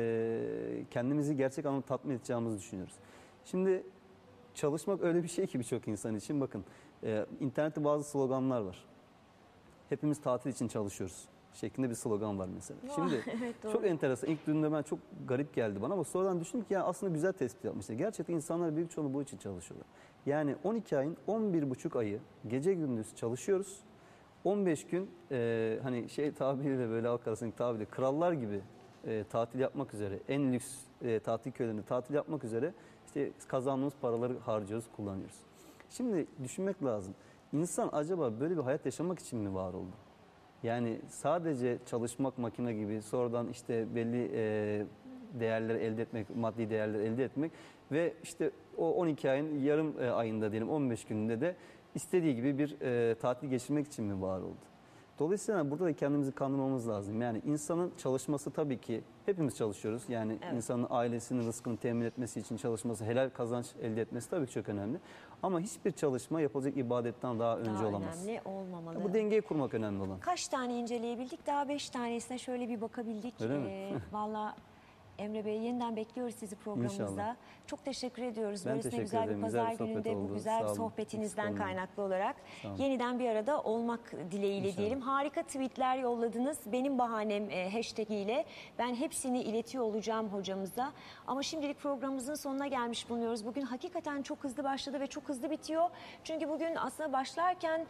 Speaker 3: kendimizi gerçek anlamda tatmin edeceğimizi düşünüyoruz. Şimdi çalışmak öyle bir şey ki birçok insan için. Bakın, internette bazı sloganlar var. Hepimiz tatil için çalışıyoruz şeklinde bir slogan var mesela. Şimdi
Speaker 2: Evet, doğru.
Speaker 3: çok enteresan. İlk duyduğumda ben çok garip geldi bana, ama sonradan düşündüm ki ya aslında güzel tespit yapmışlar. Gerçekten insanlar büyük çoğunluğu bu için çalışıyorlar. Yani 12 ayın 11,5 ayı gece gündüz çalışıyoruz. 15 gün hani şey tabiriyle, böyle halk arasındaki tabiriyle, krallar gibi tatil yapmak üzere, en lüks tatil köylerinde tatil yapmak üzere işte kazandığımız paraları harcıyoruz, kullanıyoruz. Şimdi düşünmek lazım. İnsan acaba böyle bir hayat yaşamak için mi var oldu? Yani sadece çalışmak, makine gibi, sonradan işte belli değerleri elde etmek, maddi değerleri elde etmek ve işte o 12 ayın yarım ayında diyelim 15 gününde de istediği gibi bir tatil geçirmek için mi var oldu? Dolayısıyla burada da kendimizi kandırmamız lazım. Yani insanın çalışması, tabii ki hepimiz çalışıyoruz. Yani
Speaker 2: Evet.
Speaker 3: insanın ailesinin rızkını temin etmesi için çalışması, helal kazanç elde etmesi tabii ki çok önemli. Ama hiçbir çalışma yapılacak ibadetten daha önce
Speaker 2: Daha
Speaker 3: olamaz.
Speaker 2: önemli olmamalı.
Speaker 3: Bu dengeyi kurmak önemli olan.
Speaker 2: Kaç tane inceleyebildik? Daha 5 tanesine şöyle bir bakabildik.
Speaker 3: Öyle mi?
Speaker 2: Valla Emre Bey, yeniden bekliyoruz sizi programımızda.
Speaker 3: İnşallah.
Speaker 2: Çok teşekkür ediyoruz.
Speaker 3: Ben
Speaker 2: Böylesine
Speaker 3: teşekkür
Speaker 2: güzel bir
Speaker 3: ederim.
Speaker 2: pazar
Speaker 3: Güzel bir sohbet
Speaker 2: gününde bu
Speaker 3: oldu.
Speaker 2: güzel
Speaker 3: Sağ olun.
Speaker 2: sohbetinizden
Speaker 3: Eksik olmayın.
Speaker 2: kaynaklı olarak
Speaker 3: Sağ olun.
Speaker 2: yeniden bir arada olmak dileğiyle
Speaker 3: İnşallah.
Speaker 2: diyelim. Harika tweetler yolladınız. Benim bahanem hashtag ile. Ben hepsini iletiyor olacağım hocamıza. Ama şimdilik programımızın sonuna gelmiş bulunuyoruz. Bugün hakikaten çok hızlı başladı ve çok hızlı bitiyor. Çünkü bugün aslında başlarken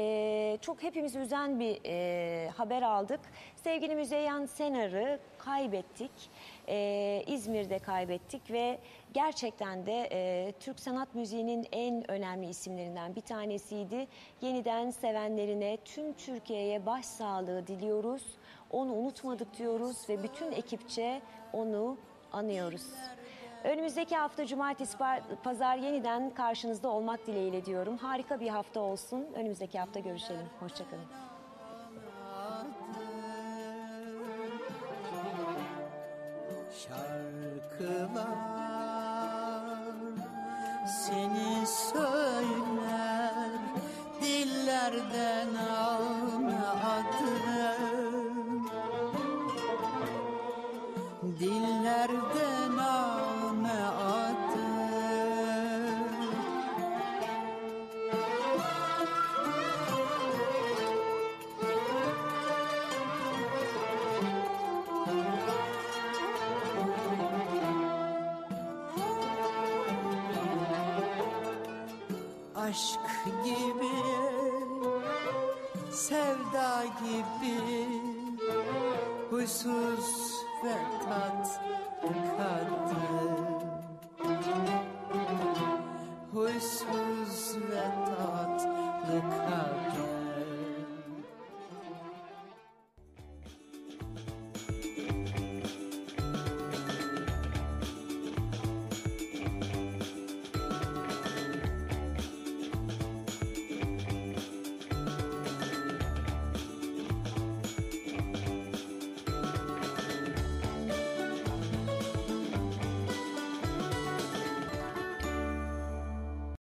Speaker 2: çok hepimizi üzen bir haber aldık. Sevgili Müzeyyen Senar'ı kaybettik. İzmir'de kaybettik ve gerçekten de Türk sanat müziğinin en önemli isimlerinden bir tanesiydi. Yeniden sevenlerine, tüm Türkiye'ye başsağlığı diliyoruz. Onu unutmadık diyoruz ve bütün ekipçe onu anıyoruz. Önümüzdeki hafta cumartesi, pazar yeniden karşınızda olmak dileğiyle diyorum. Harika bir hafta olsun. Önümüzdeki hafta görüşelim. Hoşçakalın.
Speaker 4: Şarkılar seni söyler, dillerden alma adını, dillerden alma adını. Aşk gibi, sevda gibi, huysuz ve tatlı kadın. Huysuz ve tatlı kadın.